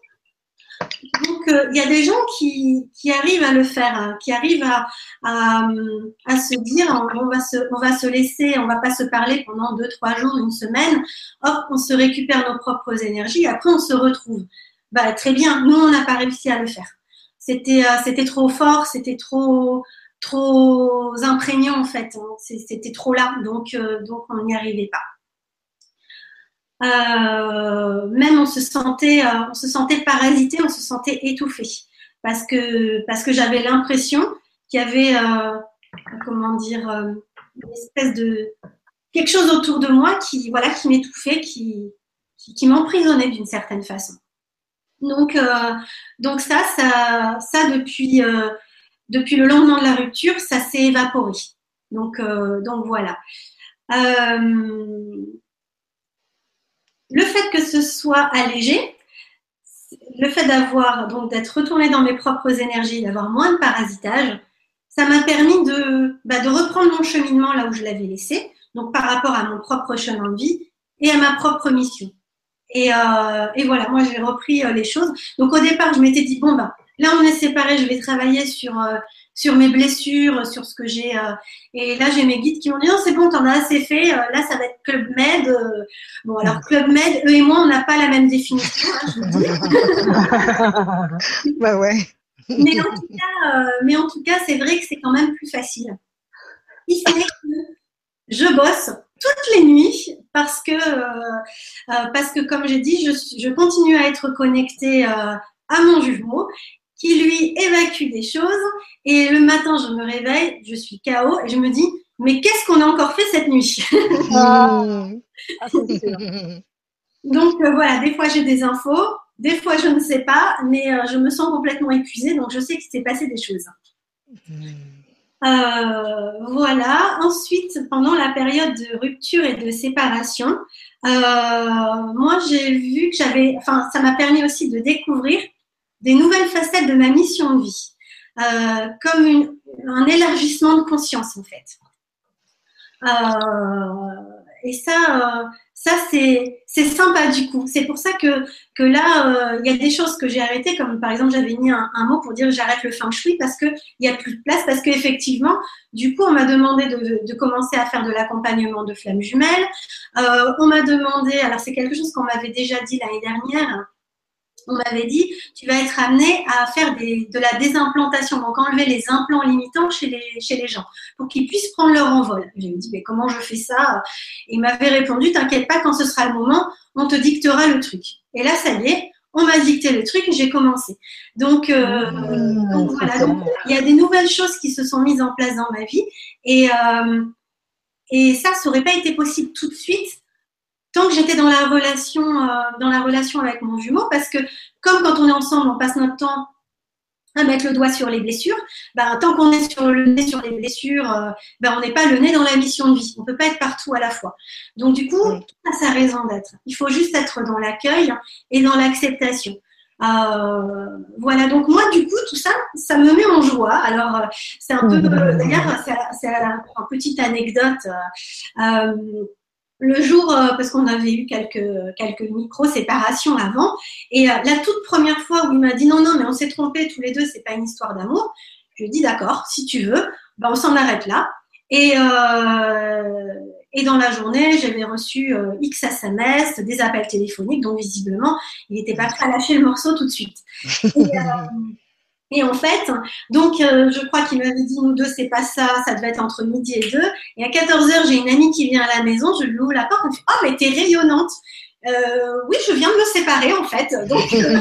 Donc, il euh, y a des gens qui, qui arrivent à le faire, hein, qui arrivent à, à, à se dire on va se, on va se laisser, on va pas se parler pendant deux, trois jours, une semaine. Hop, on se récupère nos propres énergies. Après, on se retrouve. Bah, très bien. Nous, on n'a pas réussi à le faire. C'était, euh, c'était trop fort, c'était trop, trop imprégnant en fait. Hein. C'était trop là, donc, euh, donc on n'y arrivait pas. Euh, même on se sentait, euh, on se sentait parasité, on se sentait étouffé parce que parce que j'avais l'impression qu'il y avait, euh, comment dire, euh, une espèce de quelque chose autour de moi qui voilà qui m'étouffait, qui qui, qui m'emprisonnait d'une certaine façon. Donc euh, donc ça ça ça depuis euh, depuis le lendemain de la rupture, ça s'est évaporé. Donc euh, donc voilà. Euh, Le fait que ce soit allégé, le fait d'avoir, donc d'être retournée dans mes propres énergies, d'avoir moins de parasitage, ça m'a permis de, bah, de reprendre mon cheminement là où je l'avais laissé, donc par rapport à mon propre chemin de vie et à ma propre mission. Et, euh, et voilà, moi j'ai repris euh, les choses. Donc au départ, je m'étais dit, bon, bah, là on est séparés, je vais travailler sur, euh, sur mes blessures, sur ce que j'ai. Euh, et là, j'ai mes guides qui m'ont dit, non, c'est bon, t'en as assez fait, euh, là ça va être Club Med. Euh, bon, alors Club Med, eux et moi, on n'a pas la même définition, hein, je vous dis.
Bah ouais.
mais, en tout cas, euh, mais en tout cas, c'est vrai que c'est quand même plus facile. si ce n'est que je bosse toutes les nuits parce que, euh, euh, parce que comme j'ai dit, je, je continue à être connectée euh, à mon jumeau qui lui évacue des choses et le matin je me réveille, je suis K O et je me dis mais qu'est-ce qu'on a encore fait cette nuit?
Ah, ah, c'est sûr.
Donc euh, voilà, des fois j'ai des infos, des fois je ne sais pas, mais euh, je me sens complètement épuisée, donc je sais qu'il s'est passé des choses. Euh, voilà. Ensuite, pendant la période de rupture et de séparation, euh, moi j'ai vu que j'avais, enfin ça m'a permis aussi de découvrir des nouvelles facettes de ma mission de vie, euh, comme une, un élargissement de conscience en fait. Euh, et ça, euh, ça c'est c'est sympa du coup. C'est pour ça que que là, il euh, y a des choses que j'ai arrêtées, comme par exemple j'avais mis un, un mot pour dire j'arrête le feng shui parce que il y a plus de place, parce qu'effectivement, du coup, on m'a demandé de, de commencer à faire de l'accompagnement de flammes jumelles. Euh, on m'a demandé, alors c'est quelque chose qu'on m'avait déjà dit l'année dernière. On m'avait dit, tu vas être amené à faire des, de la désimplantation, donc enlever les implants limitants chez les, chez les gens, pour qu'ils puissent prendre leur envol. Je me dit, mais comment je fais ça? Et il m'avait répondu, t'inquiète pas, quand ce sera le moment, on te dictera le truc. Et là, ça y est, on m'a dicté le truc et j'ai commencé. Donc, euh, mmh, donc voilà, donc, il y a des nouvelles choses qui se sont mises en place dans ma vie. Et, euh, et ça, ça n'aurait pas été possible tout de suite, tant que j'étais dans la relation, euh, dans la relation avec mon jumeau, parce que comme quand on est ensemble, on passe notre temps à mettre le doigt sur les blessures, ben, tant qu'on est sur le nez sur les blessures, euh, ben, on n'est pas le nez dans la mission de vie. On ne peut pas être partout à la fois. Donc du coup, tout a sa raison d'être. Il faut juste être dans l'accueil et dans l'acceptation. Euh, voilà, donc moi du coup tout ça, ça me met en joie. Alors euh, c'est un peu, euh, d'ailleurs c'est, c'est une petite anecdote. Euh, euh, le jour, euh, parce qu'on avait eu quelques, quelques micro-séparations avant, et euh, la toute première fois où il m'a dit non, non, mais on s'est trompés tous les deux, c'est pas une histoire d'amour, je lui ai dit d'accord, si tu veux, ben, on s'en arrête là. Et, euh, et dans la journée, j'avais reçu euh, X S M S, des appels téléphoniques, donc visiblement, il n'était pas prêt à lâcher le morceau tout de suite. Et, euh, Et en fait, donc euh, je crois qu'il m'avait dit nous deux c'est pas ça, ça devait être entre midi et deux. Et à quatorze heures, j'ai une amie qui vient à la maison, je lui ouvre la porte, elle me dit oh mais t'es rayonnante. Euh, oui, je viens de me séparer en fait. Donc, euh...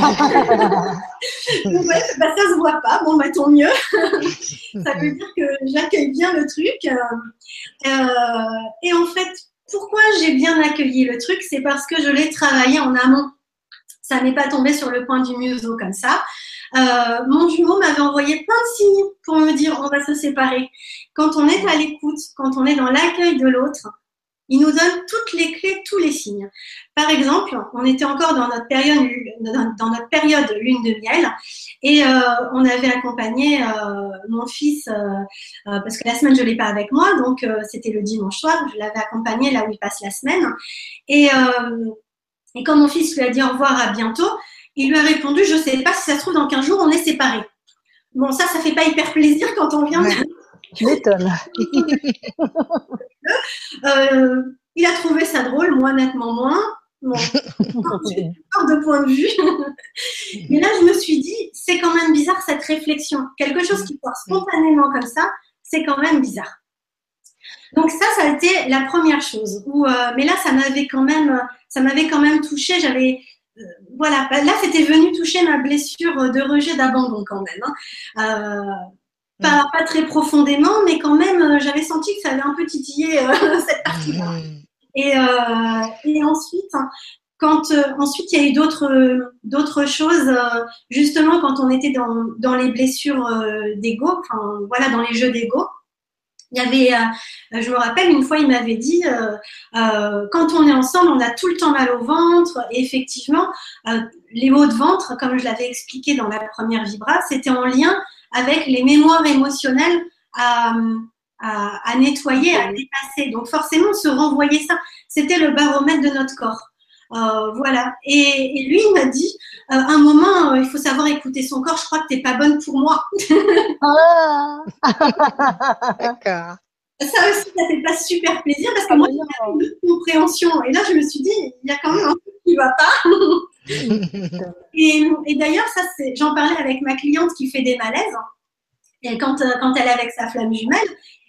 donc ouais, bah, ça se voit pas. Bon bah tant mieux. Ça veut dire que j'accueille bien le truc. Euh, et en fait, pourquoi j'ai bien accueilli le truc, c'est parce que je l'ai travaillé en amont. Ça n'est pas tombé sur le point du museau comme ça. Euh, mon jumeau m'avait envoyé plein de signes pour me dire on va se séparer. Quand on est à l'écoute, quand on est dans l'accueil de l'autre, il nous donne toutes les clés, tous les signes. Par exemple, on était encore dans notre période, dans notre période lune de miel, et euh, on avait accompagné euh, mon fils euh, euh, parce que la semaine je l'ai pas avec moi, donc euh, c'était le dimanche soir, je l'avais accompagné là où il passe la semaine, et euh, et quand mon fils lui a dit au revoir, à bientôt, il lui a répondu, je ne sais pas si ça se trouve dans quinze jours, on est séparés. Bon, ça, ça ne fait pas hyper plaisir quand on vient.
Ouais. Tu m'étonnes.
euh, il a trouvé ça drôle, moi, nettement moins. Bon, j'ai peur de point de vue. Mais là, je me suis dit, c'est quand même bizarre cette réflexion. Quelque chose qui sort spontanément comme ça, c'est quand même bizarre. Donc ça, ça a été la première chose. Où, euh, mais là, ça m'avait quand même, ça m'avait quand même touchée. J'avais, euh, voilà, là, c'était venu toucher ma blessure de rejet, d'abandon quand même. Hein. Euh, pas, pas très profondément, mais quand même, euh, j'avais senti que ça avait un peu titillé euh, cette partie-là. Et, euh, et ensuite, quand euh, ensuite il y a eu d'autres euh, d'autres choses, euh, justement quand on était dans dans les blessures euh, d'ego, enfin voilà, dans les jeux d'ego. Il y avait, euh, je me rappelle, une fois, il m'avait dit, euh, euh, quand on est ensemble, on a tout le temps mal au ventre. Et effectivement, euh, les maux de ventre, comme je l'avais expliqué dans la première vibra, c'était en lien avec les mémoires émotionnelles à, à, à nettoyer, à dépasser. Donc forcément, on se renvoyait ça. C'était le baromètre de notre corps. Euh, voilà. Et, et lui, il m'a dit, euh, un moment, euh, il faut savoir écouter son corps. Je crois que t'es pas bonne pour moi.
Ah
D'accord.
Ça aussi, ça fait pas super plaisir parce que ah moi, j'ai une compréhension. Et là, je me suis dit, il y a quand même un truc qui va pas. et, et d'ailleurs, ça, c'est, j'en parlais avec ma cliente qui fait des malaises. Et quand, quand elle est avec sa flamme jumelle,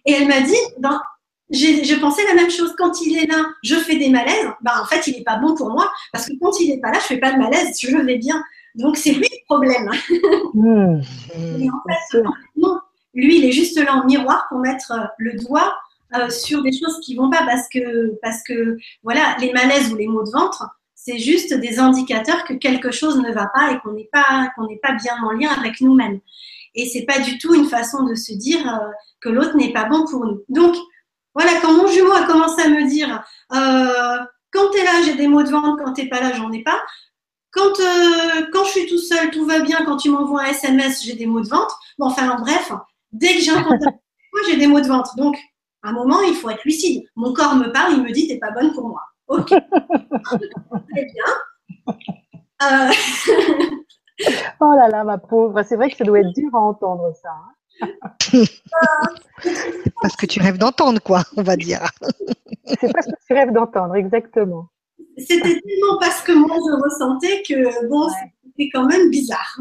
Et elle m'a dit, ben, j'ai, je pensais la même chose. Quand il est là, je fais des malaises. Ben, en fait, il n'est pas bon pour moi parce que quand il n'est pas là, je fais pas de malaise, je vais bien. Donc, c'est lui le problème. Mmh. Et en fait, non, lui, il est juste là en miroir pour mettre le doigt euh, sur des choses qui vont pas parce que, parce que, voilà, les malaises ou les maux de ventre, c'est juste des indicateurs que quelque chose ne va pas et qu'on n'est pas, qu'on n'est pas bien en lien avec nous-mêmes. Et c'est pas du tout une façon de se dire euh, que l'autre n'est pas bon pour nous. Donc, voilà, quand mon jumeau a commencé à me dire euh, quand t'es là, j'ai des maux de ventre, quand t'es pas là, j'en ai pas. Quand, euh, quand je suis tout seul, tout va bien. Quand tu m'envoies un S M S, j'ai des maux de ventre. Bon, enfin, bref, dès que j'ai un contact, moi, j'ai des maux de ventre. Donc, à un moment, il faut être lucide. Mon corps me parle, il me dit, t'es pas bonne pour moi. Ok. Très bien. Euh...
Oh là là, ma pauvre. C'est vrai que ça doit être dur à entendre, ça. Hein.
Parce que tu rêves d'entendre, quoi, on va dire.
C'est pas ce que tu rêves d'entendre, exactement.
C'était tellement pas ce que moi je ressentais que bon, ouais. C'était quand même bizarre.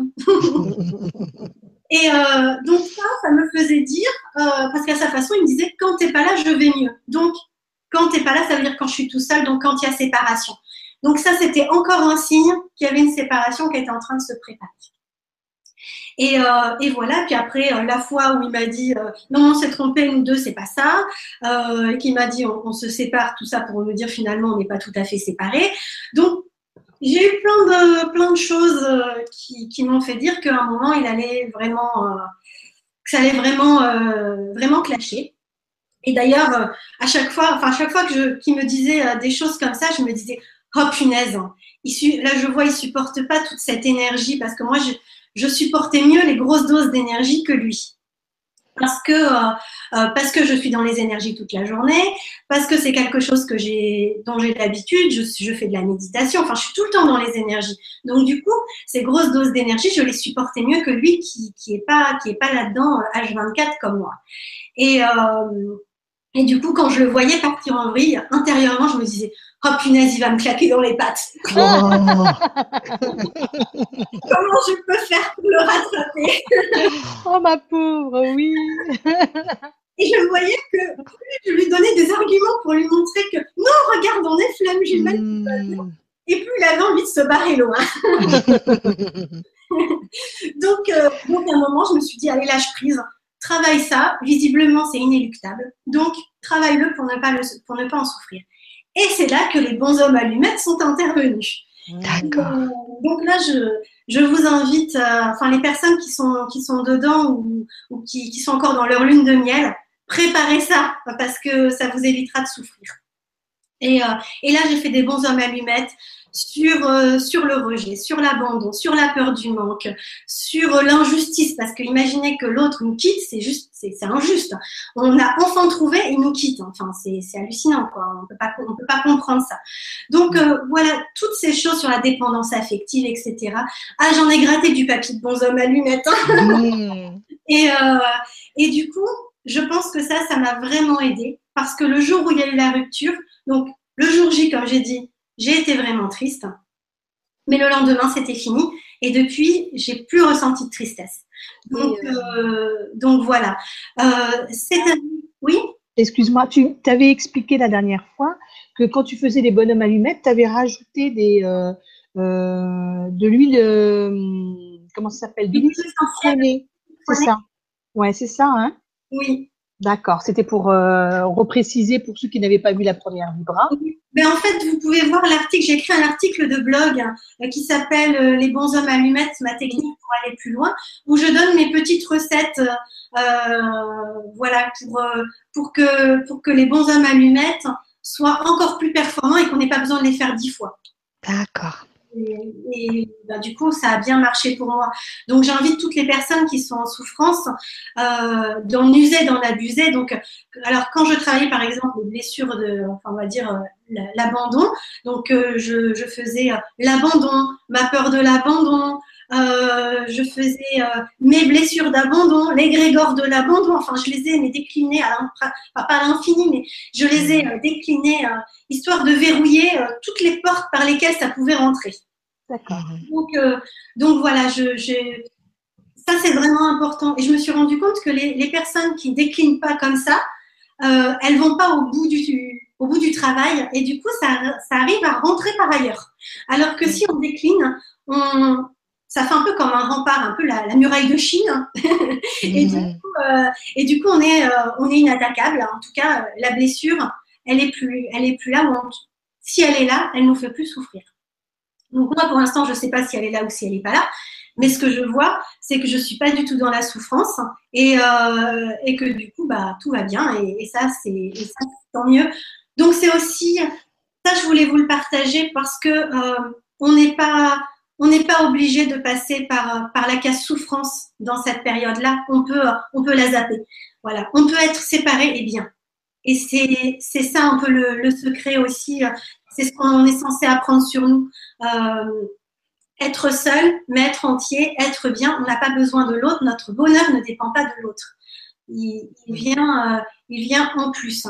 Et euh, donc ça, ça me faisait dire, euh, parce qu'à sa façon, il me disait quand t'es pas là, je vais mieux. Donc quand t'es pas là, ça veut dire quand je suis tout seul, donc quand il y a séparation. Donc ça, c'était encore un signe qu'il y avait une séparation qui était en train de se préparer. Et, euh, et voilà, puis après, euh, la fois où il m'a dit euh, non, on s'est trompé, nous deux, c'est pas ça, euh, et qu'il m'a dit on, on se sépare, tout ça pour me dire finalement on n'est pas tout à fait séparés. Donc, j'ai eu plein de, plein de choses euh, qui, qui m'ont fait dire qu'à un moment, il allait vraiment, euh, que ça allait vraiment, euh, vraiment clasher. Et d'ailleurs, euh, à chaque fois, enfin, à chaque fois que je, qu'il me disait euh, des choses comme ça, je me disais oh punaise, il, là je vois, il supporte pas toute cette énergie parce que moi, je je supportais mieux les grosses doses d'énergie que lui. Parce que, euh, euh, parce que je suis dans les énergies toute la journée, parce que c'est quelque chose que j'ai, dont j'ai l'habitude, je, je fais de la méditation, enfin je suis tout le temps dans les énergies. Donc du coup, ces grosses doses d'énergie, je les supportais mieux que lui qui qui est pas qui est pas là-dedans H vingt-quatre comme moi. Et euh, et du coup, quand je le voyais partir en vrille, intérieurement, je me disais oh punaise, il va me claquer dans les pattes. Oh. Comment je peux faire pour le rattraper?
Oh ma pauvre, oui.
Et je voyais que plus je lui donnais des arguments pour lui montrer que non, regarde, on est flamme jumelle. Mmh. Et plus il avait envie de se barrer loin. donc, euh, donc, à un moment, je me suis dit, allez, lâche prise. Travaille ça. Visiblement, c'est inéluctable. Donc, travaille-le pour ne pas le, pour ne pas en souffrir. Et c'est là que les bons hommes allumettes sont intervenus.
D'accord.
Euh, donc là, je, je vous invite, euh, enfin les personnes qui sont qui sont dedans ou, ou qui, qui sont encore dans leur lune de miel, préparez ça parce que ça vous évitera de souffrir. Et, euh, et là, j'ai fait des bons hommes allumettes sur euh, sur le rejet, sur l'abandon, sur la peur du manque, sur l'injustice, parce que imaginez que l'autre nous quitte, c'est juste, c'est, c'est injuste. On a enfin trouvé, il nous quitte. Enfin, c'est, c'est hallucinant, quoi. On peut pas, on peut pas comprendre ça. Donc euh, voilà, toutes ces choses sur la dépendance affective, et cetera. Ah, j'en ai gratté du papier de bons hommes allumettes. Hein. Mmh. Et euh, et du coup, je pense que ça, ça m'a vraiment aidée, parce que le jour où il y a eu la rupture, donc le jour J, comme j'ai dit, j'ai été vraiment triste, mais le lendemain, c'était fini. Et depuis, j'ai plus ressenti de tristesse. Donc, euh, donc voilà. Euh, c'est un... Oui.
Excuse-moi, tu t'avais expliqué la dernière fois que quand tu faisais les bonhommes allumettes, tu avais rajouté des, euh, euh, de l'huile, euh, comment ça s'appelle, d'huile citronnée. C'est ça. Ouais, c'est ça, hein.
Oui.
D'accord, c'était pour euh, repréciser pour ceux qui n'avaient pas vu la première vibra.
Ben en fait, vous pouvez voir l'article, j'ai écrit un article de blog hein, qui s'appelle euh, Les bons hommes allumettes, ma technique pour aller plus loin, où je donne mes petites recettes euh, voilà, pour, euh, pour, que, pour que les bons hommes allumettes soient encore plus performants et qu'on n'ait pas besoin de les faire dix fois.
D'accord.
Et, et ben, du coup, ça a bien marché pour moi. Donc, j'invite toutes les personnes qui sont en souffrance euh, d'en user, d'en abuser. Donc, alors quand je travaillais par exemple les blessures de, enfin on va dire euh, l'abandon, donc euh, je, je faisais euh, l'abandon, ma peur de l'abandon, euh, je faisais euh, mes blessures d'abandon, l'égrégore de l'abandon. Enfin, je les ai mais déclinées à enfin, pas à l'infini, mais je les ai euh, déclinées euh, histoire de verrouiller euh, toutes les portes par lesquelles ça pouvait rentrer.
D'accord.
Donc, euh, donc voilà, je, je, ça, c'est vraiment important. Et je me suis rendu compte que les, les personnes qui déclinent pas comme ça, euh, elles vont pas au bout du, au bout du travail. Et du coup, ça, ça arrive à rentrer par ailleurs. Alors que si on décline, on, ça fait un peu comme un rempart, un peu la, la muraille de Chine. et, du coup, euh, et du coup, on est, euh, on est inattaquable. En tout cas, la blessure, elle est plus, elle est plus là. Où on, si elle est là, elle nous fait plus souffrir. Donc moi, pour l'instant, je sais pas si elle est là ou si elle est pas là. Mais ce que je vois, c'est que je suis pas du tout dans la souffrance et, euh, et que du coup, bah, tout va bien. Et, et ça, c'est tant mieux. Donc c'est aussi, ça, je voulais vous le partager parce que euh, on n'est pas, on n'est pas obligé de passer par par la case souffrance dans cette période-là. On peut, on peut la zapper. Voilà, on peut être séparé et bien. Et c'est c'est ça un peu le, le secret aussi. C'est ce qu'on est censé apprendre sur nous. Euh, être seul, mais être entier, être bien. On n'a pas besoin de l'autre. Notre bonheur ne dépend pas de l'autre. Il, il vient, euh, il vient en plus.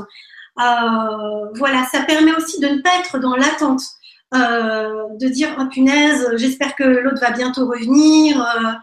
Euh, voilà, ça permet aussi de ne pas être dans l'attente, euh, de dire oh punaise, j'espère que l'autre va bientôt revenir. Euh,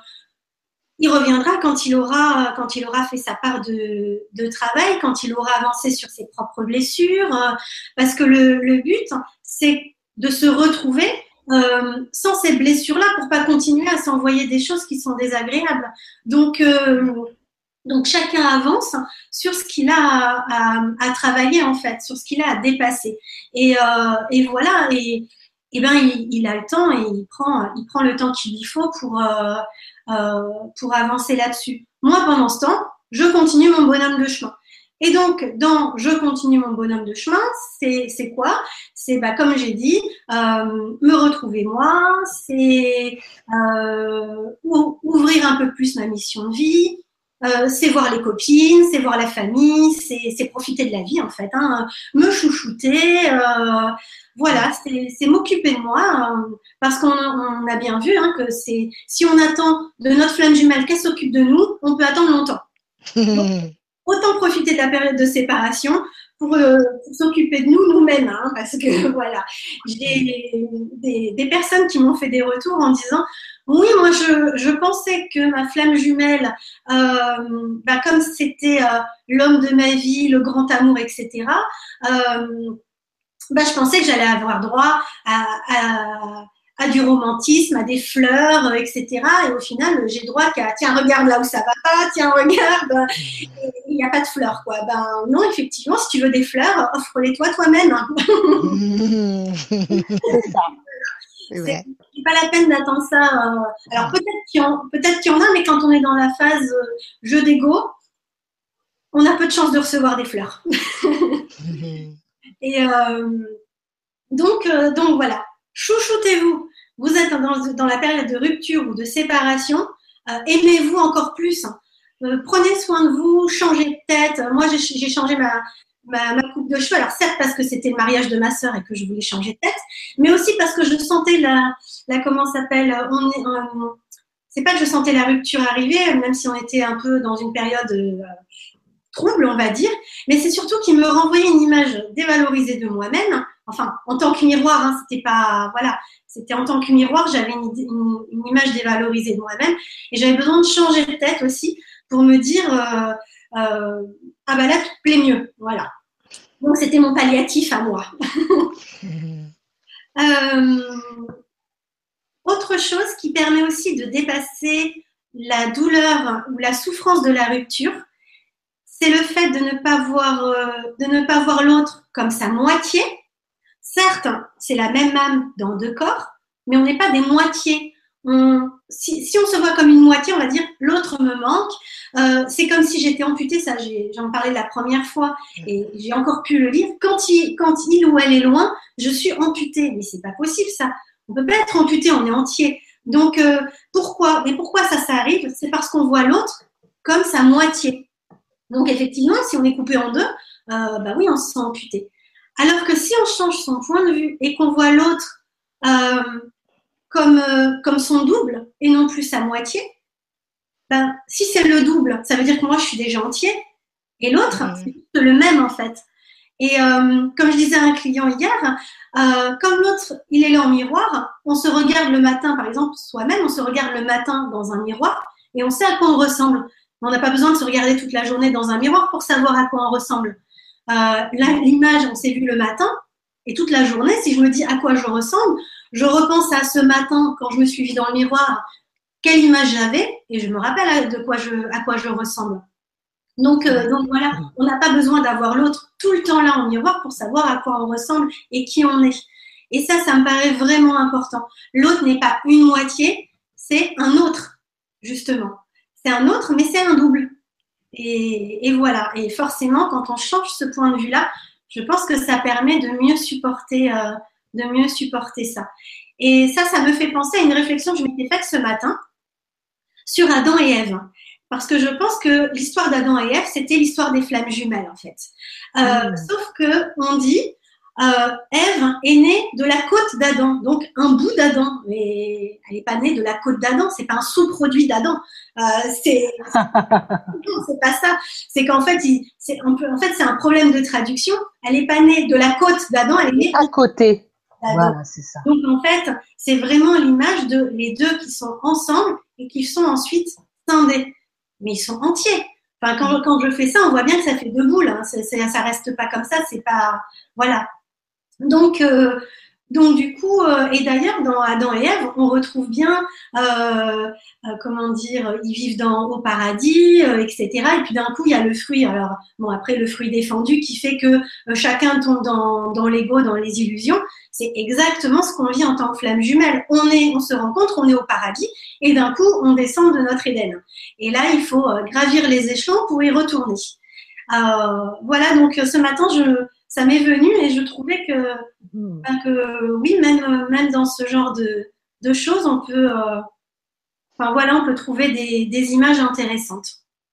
il reviendra quand il aura, quand il aura fait sa part de, de travail, quand il aura avancé sur ses propres blessures, euh, parce que le, le but, c'est de se retrouver euh, sans ces blessures-là pour pas continuer à s'envoyer des choses qui sont désagréables. Donc, euh, donc chacun avance sur ce qu'il a à, à, à travailler en fait, sur ce qu'il a à dépasser. Et, euh, et voilà. Et, et ben il, il a le temps et il prend, il prend le temps qu'il lui faut pour euh, euh, pour avancer là-dessus. Moi, pendant ce temps, je continue mon bonhomme de chemin. Et donc, dans je continue mon bonhomme de chemin, c'est c'est quoi? C'est bah comme j'ai dit, euh, me retrouver moi, c'est euh, ouvrir un peu plus ma mission de vie. Euh, c'est voir les copines, c'est voir la famille, c'est, c'est profiter de la vie en fait, hein, me chouchouter, euh, voilà, c'est, c'est m'occuper de moi, euh, parce qu'on on a bien vu hein, que c'est si on attend de notre flamme jumelle qu'elle s'occupe de nous, on peut attendre longtemps. Donc, autant profiter de la période de séparation pour, euh, pour s'occuper de nous nous-mêmes, hein, parce que voilà, j'ai des, des personnes qui m'ont fait des retours en disant oui, moi je, je pensais que ma flamme jumelle, euh, bah, comme c'était euh, l'homme de ma vie, le grand amour, et cetera, euh, bah, je pensais que j'allais avoir droit à, à, à du romantisme, à des fleurs, et cetera. Et au final, j'ai droit qu'à tiens, regarde là où ça va pas, tiens, regarde, il n'y a pas de fleurs, quoi. Ben non, effectivement, si tu veux des fleurs, offre-les-toi toi-même. C'est ça. C'est pas la peine d'attendre ça. Euh... Alors peut-être qu'il y en, peut-être qu'il y en a, mais quand on est dans la phase euh, jeu d'ego, on a peu de chances de recevoir des fleurs. Et euh, donc, euh, donc voilà, chouchoutez-vous. Vous êtes dans, dans la période de rupture ou de séparation. Euh, aimez-vous encore plus. Euh, prenez soin de vous, changez de tête. Moi, j'ai, j'ai changé ma, Ma, ma coupe de cheveux, alors certes parce que c'était le mariage de ma sœur et que je voulais changer de tête, mais aussi parce que je sentais la, la comment ça s'appelle, on est, on, c'est pas que je sentais la rupture arriver, même si on était un peu dans une période euh, trouble, on va dire, mais c'est surtout qu'il me renvoyait une image dévalorisée de moi-même, enfin en tant que miroir, hein, c'était pas, voilà, c'était en tant que miroir, j'avais une, une, une image dévalorisée de moi-même et j'avais besoin de changer de tête aussi pour me dire euh, euh, ah ben là tout plaît mieux, voilà. Donc, c'était mon palliatif à moi. euh, autre chose qui permet aussi de dépasser la douleur ou la souffrance de la rupture, c'est le fait de ne pas voir, euh, de ne pas voir l'autre comme sa moitié. Certes, c'est la même âme dans deux corps, mais on n'est pas des moitiés. On, si, si on se voit comme une moitié, on va dire l'autre me manque. Euh, c'est comme si j'étais amputée, ça j'ai, j'en parlais la première fois et j'ai encore pu le lire. Quand il, quand il ou elle est loin, je suis amputée, mais c'est pas possible ça. On peut pas être amputé, on est entier. Donc euh, pourquoi Mais pourquoi ça, ça arrive C'est parce qu'on voit l'autre comme sa moitié. Donc effectivement, si on est coupé en deux, euh, bah oui, on se sent amputé. Alors que si on change son point de vue et qu'on voit l'autre euh, comme, euh, comme son double et non plus sa moitié, ben, si c'est le double, ça veut dire que moi, je suis déjà entier. Et l'autre, mmh. c'est juste le même, en fait. Et euh, comme je disais à un client hier, euh, comme l'autre, il est là en miroir, on se regarde le matin, par exemple, soi-même, on se regarde le matin dans un miroir, et on sait à quoi on ressemble. On n'a pas besoin de se regarder toute la journée dans un miroir pour savoir à quoi on ressemble. Euh, là, l'image, on s'est vu le matin, et toute la journée, si je me dis à quoi je ressemble, je repense à ce matin quand je me suis vue dans le miroir, quelle image j'avais, et je me rappelle de quoi je, à quoi je ressemble. Donc, euh, donc voilà, on n'a pas besoin d'avoir l'autre tout le temps là en miroir pour savoir à quoi on ressemble et qui on est. Et ça, ça me paraît vraiment important. L'autre n'est pas une moitié, c'est un autre, justement. C'est un autre, mais c'est un double. Et, et voilà. Et forcément, quand on change ce point de vue-là, je pense que ça permet de mieux supporter, euh, de mieux supporter ça. Et ça, ça me fait penser à une réflexion que je m'étais faite ce matin sur Adam et Ève. Parce que je pense que l'histoire d'Adam et Ève, c'était l'histoire des flammes jumelles, en fait. Euh, mmh. Sauf que on dit, euh, Ève est née de la côte d'Adam, donc un bout d'Adam. Mais elle n'est pas née de la côte d'Adam, c'est pas un sous-produit d'Adam. Euh, c'est, non, c'est pas ça. C'est qu'en fait, il, c'est, on peut, en fait, c'est un problème de traduction. Elle n'est pas née de la côte d'Adam, elle est née
à côté.
d'Adam.
Voilà, c'est ça.
Donc en fait, c'est vraiment l'image de les deux qui sont ensemble et qui sont ensuite scindés. Mais ils sont entiers. Enfin, quand, quand je fais ça, on voit bien que ça fait deux boules. Hein. C'est, c'est, ça reste pas comme ça. C'est pas, voilà. Donc, euh, donc du coup, euh, et d'ailleurs, dans Adam et Ève, on retrouve bien, euh, euh, comment dire, ils vivent dans au paradis, euh, et cetera. Et puis d'un coup, il y a le fruit. Alors, bon, après le fruit défendu qui fait que euh, chacun tombe dans, dans l'ego, dans les illusions. C'est exactement ce qu'on vit en tant que flamme jumelle. On est, on se rencontre, on est au paradis, et d'un coup, on descend de notre Éden. Et là, il faut euh, gravir les échelons pour y retourner. Euh, voilà, donc ce matin, je, ça m'est venu et je trouvais que, mmh. ben, que oui, même, même dans ce genre de, de choses, on peut, euh, enfin voilà, on peut trouver des, des images intéressantes.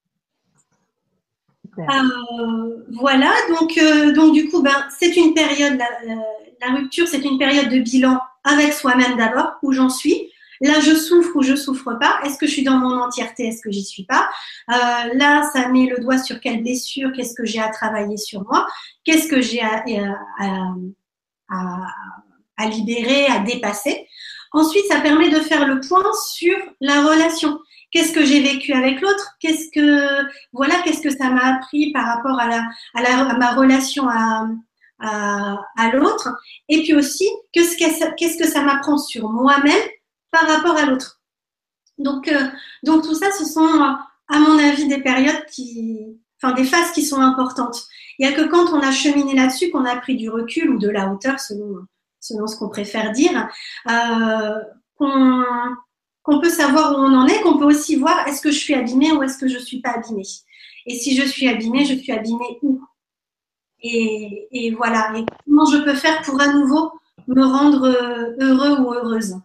Euh, voilà, donc, euh, donc du coup, ben, c'est une période, la, la, la rupture, c'est une période de bilan avec soi-même d'abord, où j'en suis. Là, je souffre ou je souffre pas. Est-ce que je suis dans mon entièreté? Est-ce que j'y suis pas? euh, Là, ça met le doigt sur quelle blessure? Qu'est-ce que j'ai à travailler sur moi? Qu'est-ce que j'ai à, à, à, à libérer, à dépasser? Ensuite, ça permet de faire le point sur la relation. Qu'est-ce que j'ai vécu avec l'autre? Qu'est-ce que voilà, qu'est-ce que ça m'a appris par rapport à la à, la, à ma relation à à, à l'autre? Et puis aussi, qu'est-ce que qu'est-ce que ça m'apprend sur moi-même par rapport à l'autre. Donc, euh, donc tout ça, ce sont, à mon avis, des périodes qui, enfin des phases qui sont importantes. Il n'y a que quand on a cheminé là-dessus qu'on a pris du recul ou de la hauteur, selon, selon ce qu'on préfère dire, euh, qu'on, qu'on peut savoir où on en est, qu'on peut aussi voir est-ce que je suis abîmée ou est-ce que je ne suis pas abîmée. Et si je suis abîmée, je suis abîmée où? Et, et voilà. Et comment je peux faire pour à nouveau me rendre heureux ou heureuse?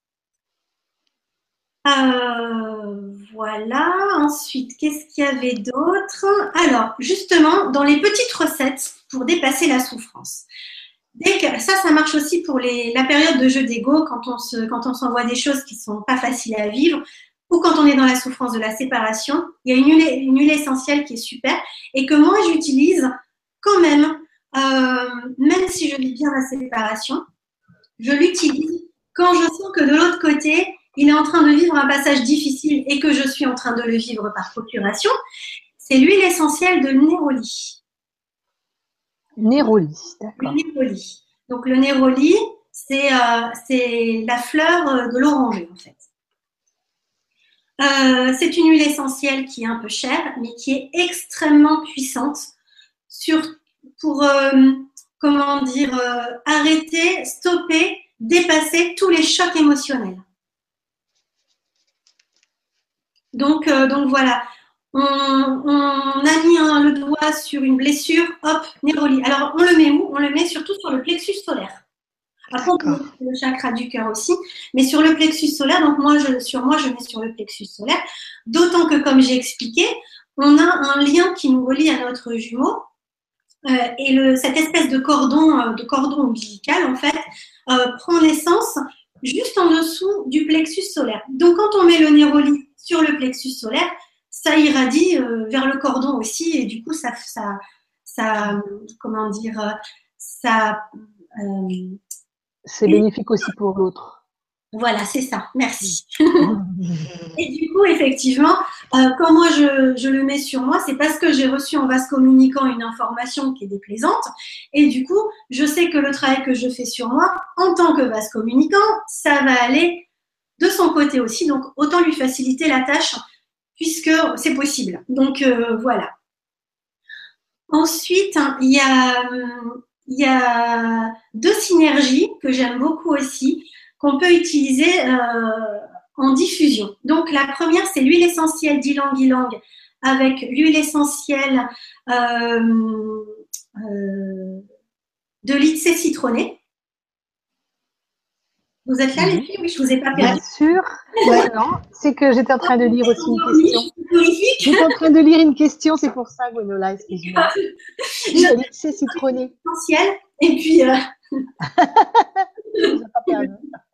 Euh, voilà. Ensuite, qu'est-ce qu'il y avait d'autre? Alors, justement, dans les petites recettes pour dépasser la souffrance. Dès que, ça, ça marche aussi pour les, la période de jeu d'ego, quand on se, quand on s'envoie des choses qui sont pas faciles à vivre, ou quand on est dans la souffrance de la séparation. Il y a une huile, une huile essentielle qui est super et que moi j'utilise quand même, euh, même si je vis bien la séparation, je l'utilise quand je sens que de l'autre côté, il est en train de vivre un passage difficile et que je suis en train de le vivre par procuration. C'est l'huile essentielle de néroli.
Néroli, d'accord.
Le néroli. Donc le néroli, c'est, euh, c'est la fleur de l'oranger en fait. Euh, c'est une huile essentielle qui est un peu chère, mais qui est extrêmement puissante sur, pour, euh, comment dire, euh, arrêter, stopper, dépasser tous les chocs émotionnels. Donc, euh, donc voilà, on, on a mis hein, le doigt sur une blessure, hop, néroli. Alors, on le met où? On le met surtout sur le plexus solaire. Après, on peut mettre le chakra du cœur aussi, mais sur le plexus solaire, donc moi, je, sur moi, je mets sur le plexus solaire, d'autant que, comme j'ai expliqué, on a un lien qui nous relie à notre jumeau, euh, et le, cette espèce de cordon, euh, de cordon ombilical, en fait, euh, prend naissance juste en dessous du plexus solaire. Donc, quand on met le néroli sur le plexus solaire, ça irradie euh, vers le cordon aussi, et du coup, ça, ça, ça comment dire, ça... Euh,
c'est bénéfique aussi pour l'autre.
Voilà, c'est ça. Merci. Et du coup, effectivement, euh, quand moi je, je le mets sur moi, c'est parce que j'ai reçu en vase communicant une information qui est déplaisante. Et du coup, je sais que le travail que je fais sur moi, en tant que vase communicant, ça va aller de son côté aussi. Donc, autant lui faciliter la tâche puisque c'est possible. Donc, euh, voilà. Ensuite, hein, il y a, il y a deux synergies que j'aime beaucoup aussi, qu'on peut utiliser euh, en diffusion. Donc, la première, c'est l'huile essentielle d'ylang-ylang avec l'huile essentielle euh, euh, de l'Itsé citronné. Vous êtes là, les filles? Oui, je vous ai pas perdu.
Bien sûr. Ouais, non, c'est que j'étais en train de lire aussi une question. J'étais en train de lire une question, c'est pour ça, Gwenola, excuse-moi. L'Itsé citronné.
Essentielle. Et puis... Euh...
pas perdu.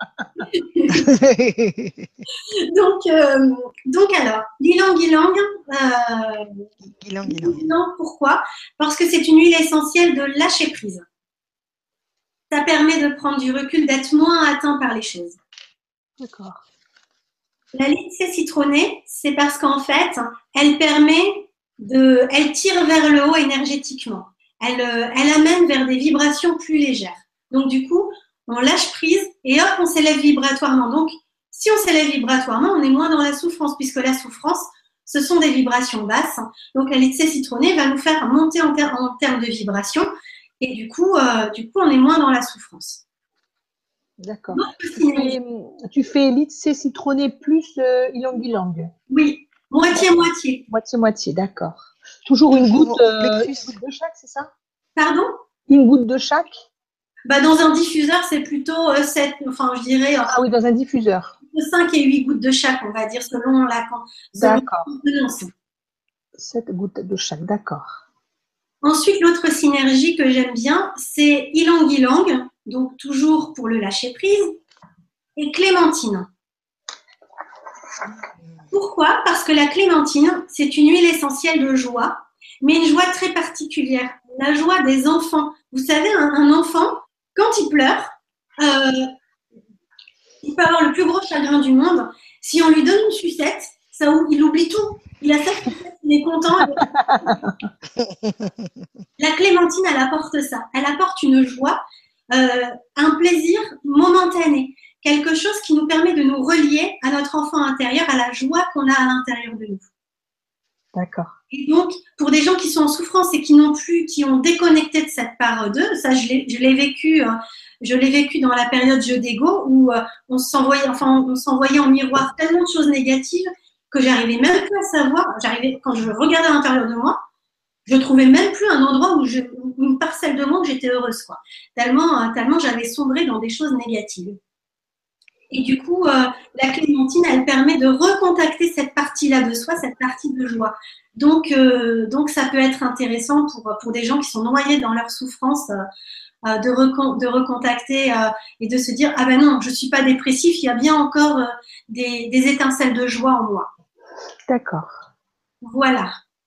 donc, euh, donc alors, l'ylang-ylang, euh,
ylang-ylang.
Pourquoi? Parce que c'est une huile essentielle de lâcher prise. Ça permet de prendre du recul, d'être moins atteint par les choses.
D'accord.
La L'Itsé citronnée, c'est parce qu'en fait, elle permet de, elle tire vers le haut énergétiquement. Elle, elle amène vers des vibrations plus légères. Donc du coup, on lâche prise et hop, on s'élève vibratoirement. Donc, si on s'élève vibratoirement, on est moins dans la souffrance, puisque la souffrance, ce sont des vibrations basses. Donc, la L'Itsé citronnée va nous faire monter en, ter- en termes de vibrations. Et du coup, euh, du coup, on est moins dans la souffrance.
D'accord. Tu fais, tu fais L'Itsé citronné plus euh, ylang-ylang.
Oui, moitié-moitié.
Moitié-moitié, d'accord. Toujours une goutte, euh, une goutte de chaque, c'est ça?
Pardon?
Une goutte de chaque?
Bah, dans un diffuseur, c'est plutôt euh, sept, enfin, je dirais.
Ah oui, dans un diffuseur.
cinq et huit gouttes de chaque, on va dire, selon la
D'accord. sept gouttes de chaque, d'accord.
Ensuite, l'autre synergie que j'aime bien, c'est ylang-ylang, donc toujours pour le lâcher prise, et clémentine. Pourquoi? Parce que la clémentine, c'est une huile essentielle de joie, mais une joie très particulière. La joie des enfants. Vous savez, un, un enfant, quand il pleure, euh, il peut avoir le plus gros chagrin du monde. Si on lui donne une sucette, ça, il oublie tout. Il a sa sucette, il est content. La clémentine, elle apporte ça. Elle apporte une joie, euh, un plaisir momentané. Quelque chose qui nous permet de nous relier à notre enfant intérieur, à la joie qu'on a à l'intérieur de nous.
D'accord.
Et donc, pour des gens qui sont en souffrance et qui n'ont plus, qui ont déconnecté de cette part d'eux, ça, je l'ai, je l'ai vécu, euh, je l'ai vécu dans la période jeu d'ego où euh, on s'envoyait, enfin, on s'envoyait en miroir tellement de choses négatives que j'arrivais même plus à savoir. J'arrivais, quand je regardais à l'intérieur de moi, je trouvais même plus un endroit où je, une parcelle de moi où j'étais heureuse, quoi. Tellement, euh, tellement j'avais sombré dans des choses négatives. Et du coup, euh, la clémentine, elle permet de recontacter cette partie-là de soi, cette partie de joie. Donc, euh, donc ça peut être intéressant pour, pour des gens qui sont noyés dans leur souffrance, euh, de, recon, de recontacter euh, et de se dire « Ah ben non, je ne suis pas dépressif, il y a bien encore euh, des, des étincelles de joie en moi. »
D'accord.
Voilà.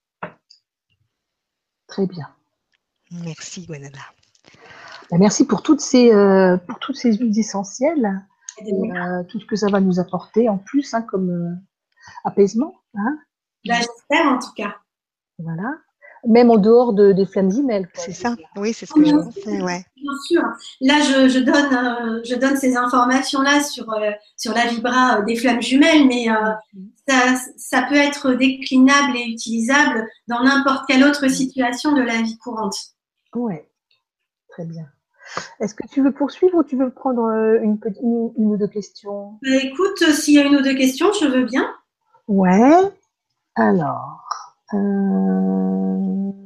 Très bien.
Merci, Gwenola.
Merci pour toutes ces, euh, pour toutes ces huiles essentielles. Et, euh, tout ce que ça va nous apporter en plus, hein, comme euh, apaisement. Hein.
Là, j'espère en tout cas.
Voilà. Même en dehors de, des flammes jumelles.
C'est ça, oui, c'est ce que je pensais, ouais.
Bien sûr. Là, je, je, donne, euh, je donne ces informations-là sur, euh, sur la vibra euh, des flammes jumelles, mais euh, ça, ça peut être déclinable et utilisable dans n'importe quelle autre situation de la vie courante.
Oui, très bien. Est-ce que tu veux poursuivre ou tu veux prendre une, une, une ou deux questions?
Bah, écoute, s'il y a une ou deux questions, je veux bien.
Ouais. Alors. Euh...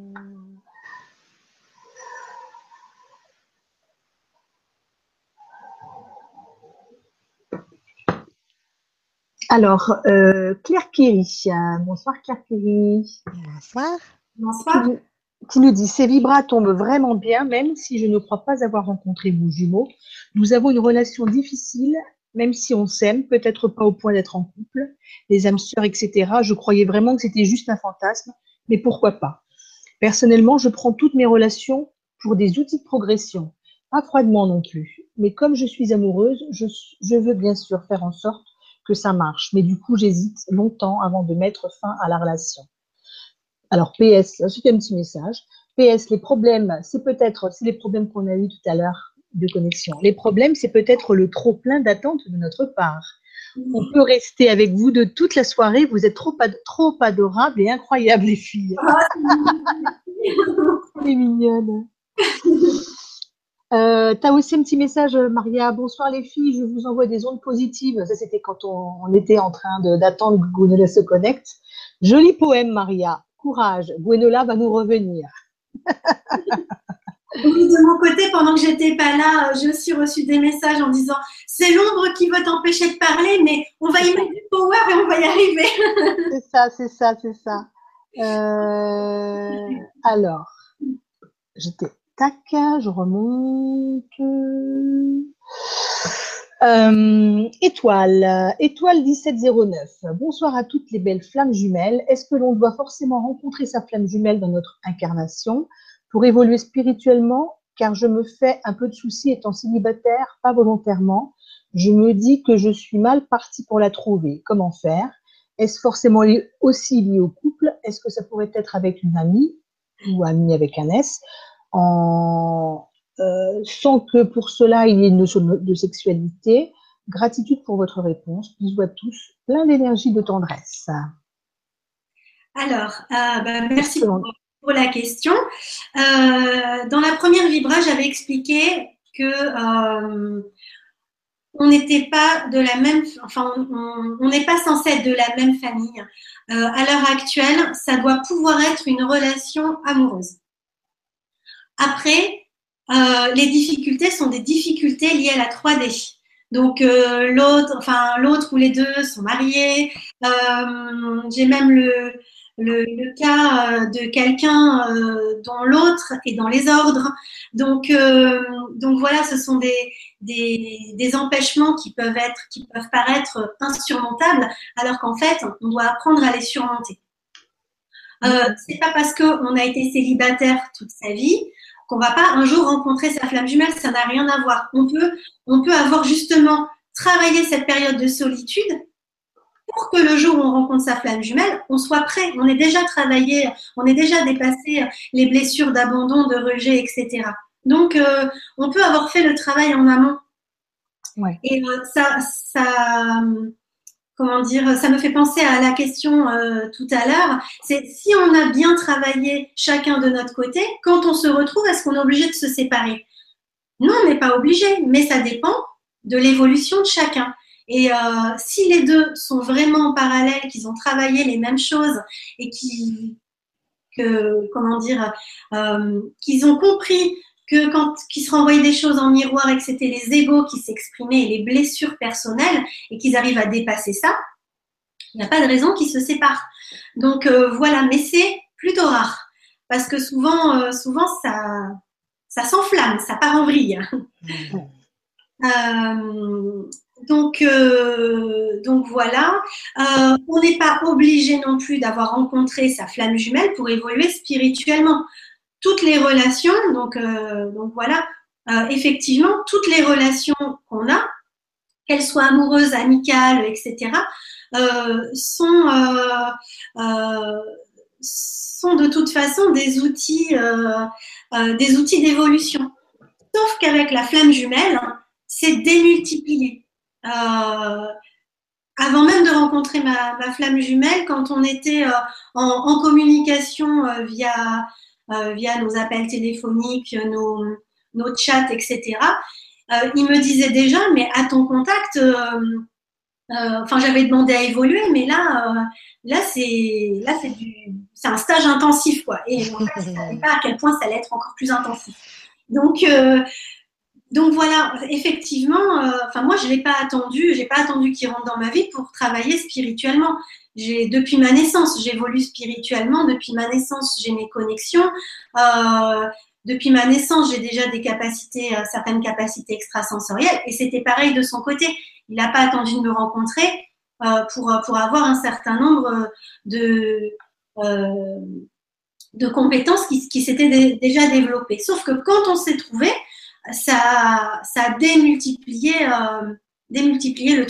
Alors, euh, Claire Kéry. Bonsoir Claire Kéry.
Bonsoir.
Bonsoir.
Qui, qui nous dit « Ces vibras tombent vraiment bien, même si je ne crois pas avoir rencontré vos jumeaux. Nous avons une relation difficile, même si on s'aime, peut-être pas au point d'être en couple, les âmes sœurs, et cetera. Je croyais vraiment que c'était juste un fantasme, mais pourquoi pas. Personnellement, je prends toutes mes relations pour des outils de progression. Pas froidement non plus. Mais comme je suis amoureuse, je, je veux bien sûr faire en sorte que ça marche. Mais du coup, j'hésite longtemps avant de mettre fin à la relation. Alors, P S, ensuite un petit message. P S, les problèmes, c'est peut-être, c'est les problèmes qu'on a eu tout à l'heure de connexion. Les problèmes, c'est peut-être le trop plein d'attentes de notre part. On peut rester avec vous de toute la soirée. Vous êtes trop, trop adorables et incroyables, les filles. Les mignonnes. Euh, tu as aussi un petit message, Maria. Bonsoir les filles, je vous envoie des ondes positives. Ça, c'était quand on, on était en train d'attendre que Gwenola se connecte. Joli poème, Maria. Courage, Gwenola va nous revenir.
Oui, de mon côté, pendant que j'étais pas là, j'ai aussi reçu des messages en disant c'est l'ombre qui veut t'empêcher de parler, mais on va y mettre du power et on va y arriver.
C'est ça, c'est ça, c'est ça. Euh, alors, j'étais tac, je remonte. Euh, étoile, étoile dix-sept zéro neuf. Bonsoir à toutes les belles flammes jumelles. Est-ce que l'on doit forcément rencontrer sa flamme jumelle dans notre incarnation pour évoluer spirituellement? Car je me fais un peu de soucis étant célibataire, pas volontairement. Je me dis que je suis mal partie pour la trouver. Comment faire? Est-ce forcément aussi lié au couple? Est-ce que ça pourrait être avec une amie ou amie avec un S, en, euh, sans que pour cela il y ait une notion de sexualité? Gratitude pour votre réponse. Bisous à tous. Plein d'énergie, de tendresse.
Alors, euh, bah, merci pour, pour la question. Euh, dans la première vibra, j'avais expliqué que euh, on n'était pas de la même, enfin, on n'est pas censé être de la même famille. Euh, à l'heure actuelle, ça doit pouvoir être une relation amoureuse. Après, euh, les difficultés sont des difficultés liées à la trois D. Donc euh, l'autre, enfin l'autre ou les deux sont mariés. Euh, j'ai même le, le, le cas de quelqu'un euh, dont l'autre est dans les ordres. Donc euh, donc voilà, ce sont des, des des empêchements qui peuvent être, qui peuvent paraître insurmontables, alors qu'en fait on doit apprendre à les surmonter. Euh, c'est pas parce qu'on a été célibataire toute sa vie qu'on va pas un jour rencontrer sa flamme jumelle, ça n'a rien à voir. On peut, on peut avoir justement travaillé cette période de solitude pour que le jour où on rencontre sa flamme jumelle, on soit prêt. On est déjà travaillé, on est déjà dépassé les blessures d'abandon, de rejet, et cetera. Donc, euh, on peut avoir fait le travail en amont.
Ouais.
Et euh, ça, ça, comment dire, ça me fait penser à la question euh, tout à l'heure. C'est si on a bien travaillé chacun de notre côté, quand on se retrouve, est-ce qu'on est obligé de se séparer? Non, on n'est pas obligé, mais ça dépend de l'évolution de chacun. Et euh, si les deux sont vraiment en parallèle, qu'ils ont travaillé les mêmes choses et qui, que, comment dire, euh, qu'ils ont compris que quand qu'ils se renvoyaient des choses en miroir et que c'était les égos qui s'exprimaient et les blessures personnelles et qu'ils arrivent à dépasser ça, il n'y a pas de raison qu'ils se séparent. Donc euh, voilà, mais c'est plutôt rare parce que souvent, euh, souvent ça, ça s'enflamme, ça part en vrille. euh, donc, euh, donc voilà, euh, on n'est pas obligé non plus d'avoir rencontré sa flamme jumelle pour évoluer spirituellement. Toutes les relations, donc, euh, donc voilà, euh, effectivement, toutes les relations qu'on a, qu'elles soient amoureuses, amicales, et cetera, euh, sont, euh, euh, sont de toute façon des outils, euh, euh, des outils d'évolution. Sauf qu'avec la flamme jumelle, c'est démultiplié. Euh, avant même de rencontrer ma, ma flamme jumelle, quand on était euh, en, en communication euh, via Euh, via nos appels téléphoniques, nos, nos chats, et cetera. Euh, il me disait déjà, mais à ton contact, euh, euh, enfin j'avais demandé à évoluer, mais là, euh, là c'est, là c'est du, c'est un stage intensif quoi. Et en fait, je ne savais pas à quel point ça allait être encore plus intensif. Donc euh, donc voilà, effectivement, enfin euh, moi je l'ai pas attendu, j'ai pas attendu qu'il rentre dans ma vie pour travailler spirituellement. J'ai, depuis ma naissance, j'évolue spirituellement. Depuis ma naissance, j'ai mes connexions. Euh, depuis ma naissance, j'ai déjà des capacités, euh, certaines capacités extrasensorielles. Et c'était pareil de son côté. Il n'a pas attendu de me rencontrer euh, pour pour avoir un certain nombre de euh, de compétences qui, qui s'étaient dé, déjà développées. Sauf que quand on s'est trouvé, ça ça a démultiplié euh, démultiplié le truc.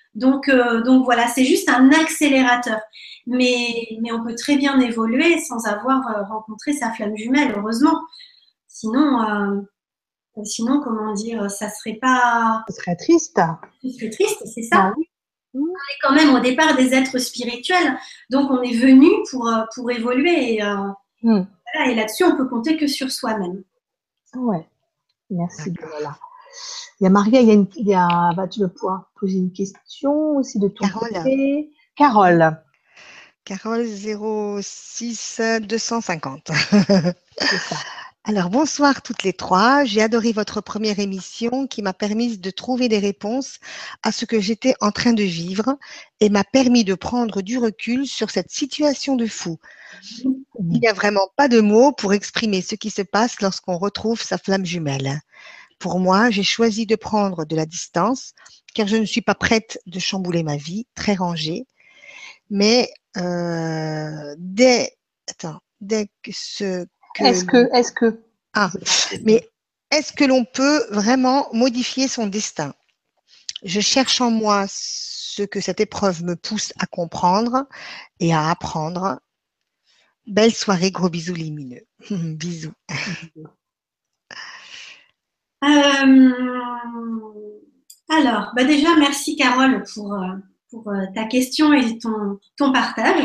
Donc, euh, donc voilà, c'est juste un accélérateur. Mais, mais on peut très bien évoluer sans avoir euh, rencontré sa flamme jumelle, heureusement. Sinon, euh, sinon, comment dire, ça serait pas.
Ce serait triste.
Ce serait triste, c'est ça.
Ah, oui.
On est quand même au départ des êtres spirituels, donc on est venu pour, pour évoluer. Et, euh, mm. voilà, et là-dessus, on peut compter que sur soi-même.
Ouais, merci. Voilà. Il y a Maria, il y a, une, il y a bah, tu vas pouvoir poser une question aussi de ton
Carole.
côté. Carole.
Carole zéro six deux cent cinquante.
C'est ça.
Alors, bonsoir toutes les trois. J'ai adoré votre première émission qui m'a permis de trouver des réponses à ce que j'étais en train de vivre et m'a permis de prendre du recul sur cette situation de fou. Il n'y a vraiment pas de mots pour exprimer ce qui se passe lorsqu'on retrouve sa flamme jumelle. Pour moi, j'ai choisi de prendre de la distance car je ne suis pas prête de chambouler ma vie, très rangée. Mais euh, dès, attends, dès que ce que
est-ce que, est-ce que,
ah, mais est-ce que l'on peut vraiment modifier son destin? Je cherche en moi ce que cette épreuve me pousse à comprendre et à apprendre. Belle soirée, gros bisous lumineux. Bisous.
Euh, alors, bah déjà, merci Carole pour, pour ta question et ton, ton partage.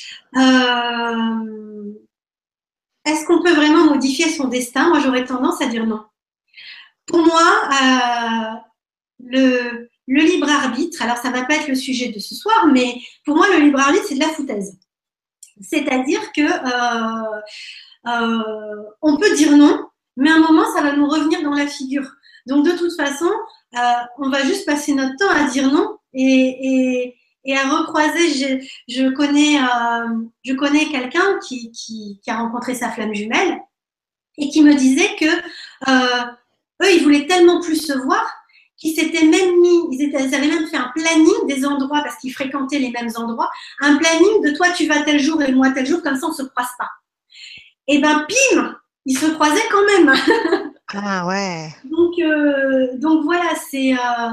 Euh, est-ce qu'on peut vraiment modifier son destin? Moi, j'aurais tendance à dire non. Pour moi, euh, le, le libre arbitre, alors ça ne va pas être le sujet de ce soir, mais pour moi, le libre arbitre, c'est de la foutaise. C'est-à-dire que euh, euh, on peut dire non, mais à un moment, ça va nous revenir dans la figure. Donc, de toute façon, euh, on va juste passer notre temps à dire non et, et, et à recroiser. Je, je connais, euh, je connais quelqu'un qui, qui, qui a rencontré sa flamme jumelle et qui me disait que euh, eux, ils voulaient tellement plus se voir qu'ils s'étaient même mis, ils, étaient, ils avaient même fait un planning des endroits parce qu'ils fréquentaient les mêmes endroits, un planning de toi tu vas tel jour et moi tel jour, comme ça on ne se croise pas. Et ben pim, ils se croisaient quand même.
Ah ouais.
donc, euh, donc voilà, c'est euh...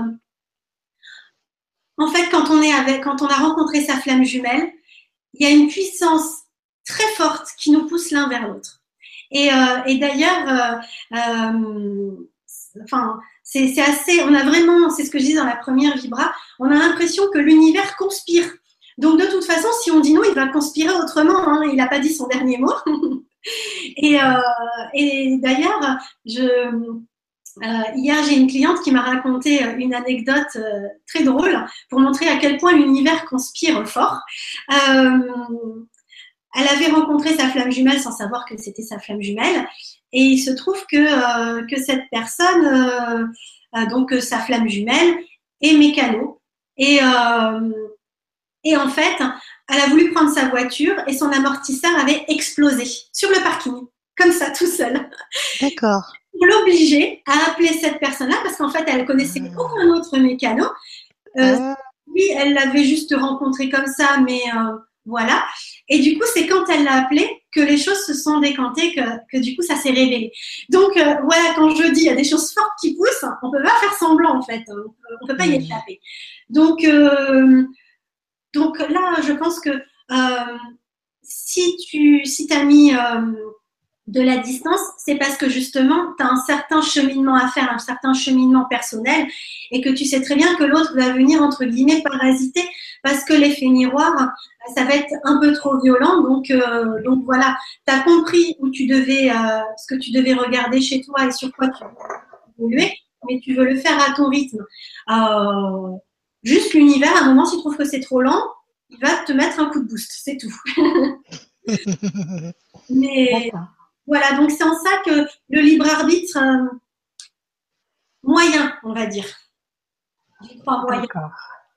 en fait quand on est avec, quand on a rencontré sa flamme jumelle, il y a une puissance très forte qui nous pousse l'un vers l'autre. Et, euh, et d'ailleurs, euh, euh, enfin, c'est, c'est assez, on a vraiment, c'est ce que je dis dans la première vibra, on a l'impression que l'univers conspire. Donc de toute façon, si on dit non, il va conspirer autrement. Hein, il n'a pas dit son dernier mot. et, euh, et d'ailleurs, je, euh, hier, j'ai une cliente qui m'a raconté une anecdote euh, très drôle pour montrer à quel point l'univers conspire fort. Euh, elle avait rencontré sa flamme jumelle sans savoir que c'était sa flamme jumelle. Et il se trouve que, euh, que cette personne, euh, euh, donc euh, sa flamme jumelle, est mécano. Et, euh, et en fait, elle a voulu prendre sa voiture et son amortisseur avait explosé sur le parking, comme ça, tout seul.
D'accord.
Pour l'obliger à appeler cette personne-là, parce qu'en fait, elle connaissait ah. aucun autre mécano. Euh, ah. Oui, elle l'avait juste rencontré comme ça, mais euh, voilà. Et du coup, c'est quand elle l'a appelé que les choses se sont décantées, que, que du coup, ça s'est révélé. Donc, euh, voilà, quand je dis il y a des choses fortes qui poussent, on ne peut pas faire semblant, en fait. On ne peut pas y échapper. Donc, euh, donc là, je pense que euh, si tu si as mis euh, de la distance, c'est parce que justement, tu as un certain cheminement à faire, un certain cheminement personnel, et que tu sais très bien que l'autre va venir, entre guillemets, parasiter, parce que l'effet miroir, ça va être un peu trop violent. Donc, euh, donc voilà, tu as compris où tu devais, euh, ce que tu devais regarder chez toi et sur quoi tu veux évoluer, mais tu veux le faire à ton rythme. Euh, juste l'univers, à un moment, s'il trouve que c'est trop lent, il va te mettre un coup de boost, c'est tout. mais voilà, donc c'est en ça que le libre arbitre euh, moyen, on va dire. J'y crois moyen.
D'accord.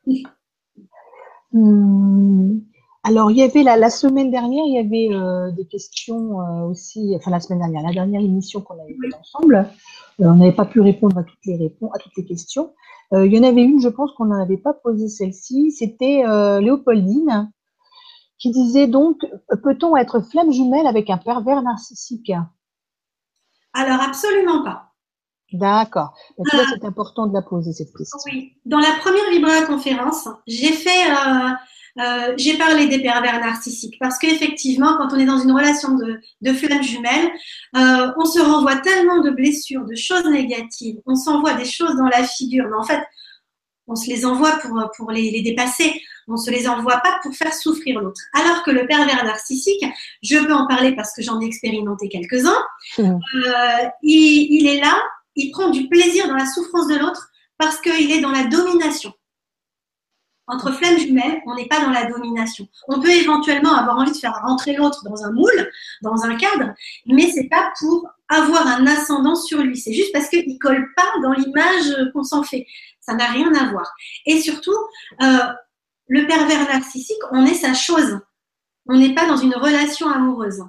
Hum, alors, il y avait la, la semaine dernière, il y avait euh, des questions euh, aussi, enfin la semaine dernière, la dernière émission qu'on avait faite ensemble, euh, on n'avait pas pu répondre à toutes les réponses, à toutes les questions. Euh, il y en avait une, je pense qu'on n'en avait pas posé celle-ci, c'était euh, Léopoldine, qui disait donc, peut-on être flamme jumelle avec un pervers narcissique?
Alors, absolument pas.
D'accord. Donc là, c'est important de la poser, cette question.
Oui. Dans la première Vibra conférence, j'ai fait, euh, euh, j'ai parlé des pervers narcissiques parce qu'effectivement, quand on est dans une relation de, de flamme jumelle, euh, on se renvoie tellement de blessures, de choses négatives, on s'envoie des choses dans la figure, mais en fait, on se les envoie pour, pour les, les dépasser. On se les envoie pas pour faire souffrir l'autre. Alors que le pervers narcissique, je peux en parler parce que j'en ai expérimenté quelques-uns, mmh. euh, il, il est là, il prend du plaisir dans la souffrance de l'autre parce qu'il est dans la domination. Entre flammes jumelles, on n'est pas dans la domination. On peut éventuellement avoir envie de faire rentrer l'autre dans un moule, dans un cadre, mais c'est pas pour avoir un ascendant sur lui. C'est juste parce qu'il colle pas dans l'image qu'on s'en fait. Ça n'a rien à voir. Et surtout, euh, le pervers narcissique, on est sa chose. On n'est pas dans une relation amoureuse.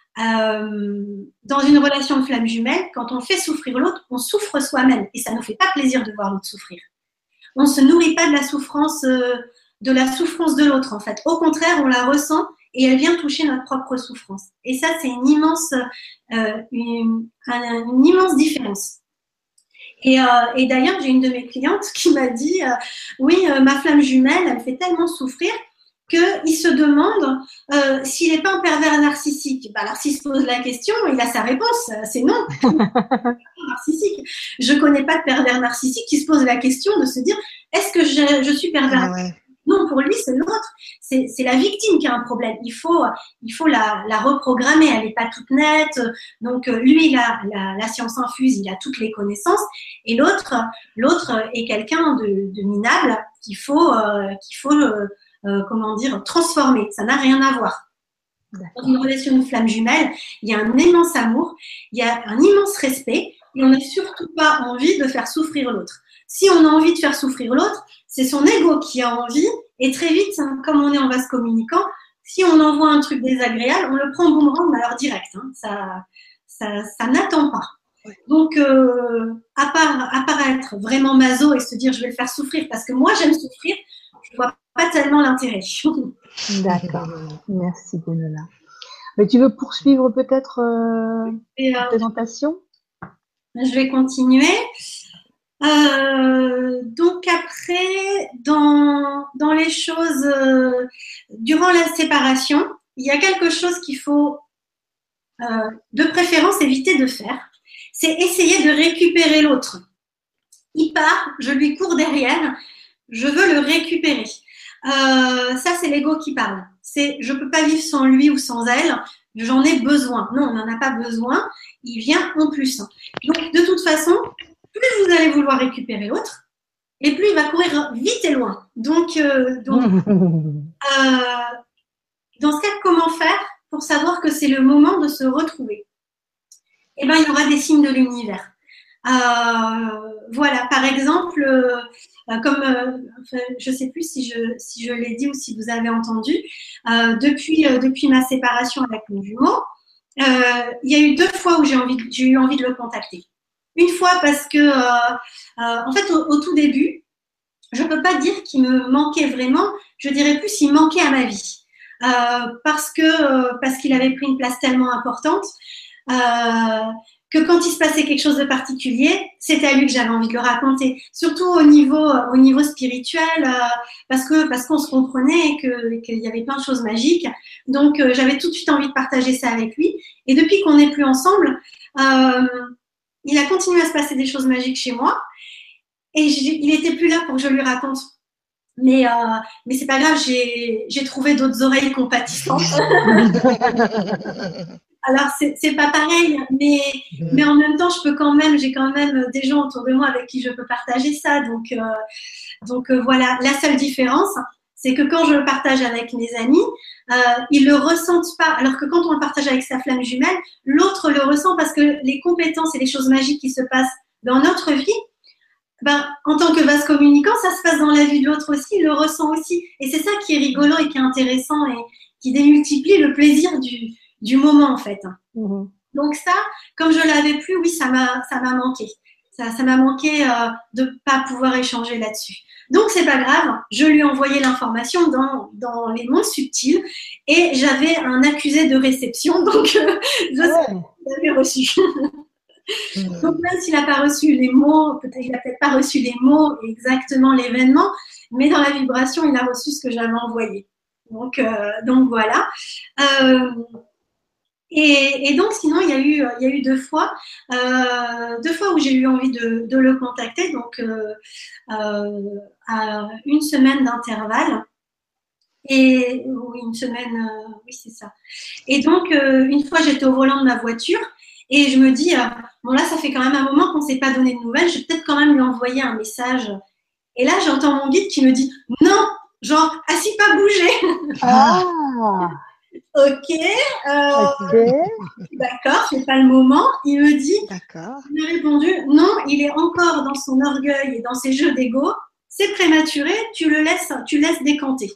Euh, dans une relation de flamme jumelle, quand on fait souffrir l'autre, on souffre soi-même. Et ça ne nous fait pas plaisir de voir l'autre souffrir. On ne se nourrit pas de la souffrance, euh, de la souffrance de l'autre, en fait. Au contraire, on la ressent et elle vient toucher notre propre souffrance. Et ça, c'est une immense, euh, une, une immense différence. Et, euh, et d'ailleurs, j'ai une de mes clientes qui m'a dit euh, oui, euh, ma flamme jumelle, elle me fait tellement souffrir qu'il se demande euh, s'il n'est pas un pervers narcissique. Bah, alors, s'il se pose la question, il a sa réponse, c'est non. Narcissique. Je ne connais pas de pervers narcissique qui se pose la question de se dire est-ce que je, je suis pervers ah ouais. Non, pour lui, c'est l'autre. C'est, c'est la victime qui a un problème. Il faut, il faut la, la reprogrammer. Elle n'est pas toute nette. Donc, lui, il a la, la science infuse, il a toutes les connaissances. Et l'autre, l'autre est quelqu'un de, de minable qu'il faut, euh, qu'il faut euh, euh, comment dire, transformer. Ça n'a rien à voir. D'accord. Dans une relation de flamme jumelle, il y a un immense amour, il y a un immense respect et on n'a surtout pas envie de faire souffrir l'autre. Si on a envie de faire souffrir l'autre, c'est son ego qui a envie et très vite, hein, comme on est en vase communicant, si on envoie un truc désagréable, on le prend boomerang, mais alors direct. Hein, ça, ça, ça n'attend pas. Donc, euh, à part, à part être vraiment maso et se dire je vais le faire souffrir parce que moi j'aime souffrir, je ne vois pas tellement l'intérêt.
D'accord. Merci Gwenola. Mais tu veux poursuivre peut-être euh, la euh, présentation ?
Je vais continuer. Euh, donc après, dans, dans les choses, euh, durant la séparation, il y a quelque chose qu'il faut euh, de préférence éviter de faire, c'est essayer de récupérer l'autre. Il part, je lui cours derrière, je veux le récupérer. Euh, ça, c'est l'ego qui parle. C'est je ne peux pas vivre sans lui ou sans elle, j'en ai besoin. Non, on n'en a pas besoin, il vient en plus. Donc, de toute façon, plus vous allez vouloir récupérer l'autre, et plus il va courir vite et loin. Donc, euh, donc euh, dans ce cas, comment faire pour savoir que c'est le moment de se retrouver ? Eh bien, il y aura des signes de l'univers. Euh, voilà, par exemple, euh, comme euh, enfin, je ne sais plus si je, si je l'ai dit ou si vous avez entendu, euh, depuis, euh, depuis ma séparation avec mon jumeau, euh, il y a eu deux fois où j'ai, envie, j'ai eu envie de le contacter. Une fois parce que, euh, euh, en fait, au, au tout début, je ne peux pas dire qu'il me manquait vraiment, je dirais plus qu'il manquait à ma vie. Euh, parce, que, euh, parce qu'il avait pris une place tellement importante euh, que quand il se passait quelque chose de particulier, c'était à lui que j'avais envie de le raconter. Surtout au niveau, au niveau spirituel, euh, parce, que, parce qu'on se comprenait et que, qu'il y avait plein de choses magiques. Donc, euh, j'avais tout de suite envie de partager ça avec lui. Et depuis qu'on n'est plus ensemble, euh, il a continué à se passer des choses magiques chez moi et il n'était plus là pour que je lui raconte. Mais, euh, mais c'est pas grave, j'ai, j'ai trouvé d'autres oreilles compatissantes. Alors, c'est, c'est pas pareil, mais, mais en même temps, je peux quand même, j'ai quand même des gens autour de moi avec qui je peux partager ça. Donc, euh, donc euh, voilà, la seule différence, c'est que quand je le partage avec mes amis, euh, ils le ressentent pas. Alors que quand on le partage avec sa flamme jumelle, l'autre le ressent parce que les compétences et les choses magiques qui se passent dans notre vie, ben, en tant que vase communicant, ça se passe dans la vie de l'autre aussi, il le ressent aussi. Et c'est ça qui est rigolo et qui est intéressant et qui démultiplie le plaisir du, du moment, en fait. Mmh. Donc ça, comme je l'avais plus, oui, ça m'a, ça m'a manqué. Ça, ça m'a manqué euh, de ne pas pouvoir échanger là-dessus. Donc, c'est pas grave, je lui ai envoyé l'information dans, dans les mondes subtils et j'avais un accusé de réception, donc euh, je ouais. l'avais reçu. Mmh. Donc, même s'il n'a pas reçu les mots, peut-être il n'a peut-être pas reçu les mots exactement l'événement, mais dans la vibration, il a reçu ce que j'avais envoyé. Donc, euh, donc voilà. Euh, et, et donc, sinon, il y a eu, il y a eu deux fois, euh, deux fois où j'ai eu envie de, de le contacter, donc euh, euh, à une semaine d'intervalle. Et oui, une semaine, euh, oui, c'est ça. Et donc, euh, une fois, j'étais au volant de ma voiture et je me dis, euh, bon, là, ça fait quand même un moment qu'on ne s'est pas donné de nouvelles, je vais peut-être quand même lui envoyer un message. Et là, j'entends mon guide qui me dit, non, genre, assis, pas bouger.
Ah,
ok, euh,
okay.
D'accord, c'est pas le moment. Il me dit,
d'accord.
Il m'a répondu, non, il est encore dans son orgueil et dans ses jeux d'ego, c'est prématuré, tu le laisses, tu laisses décanter.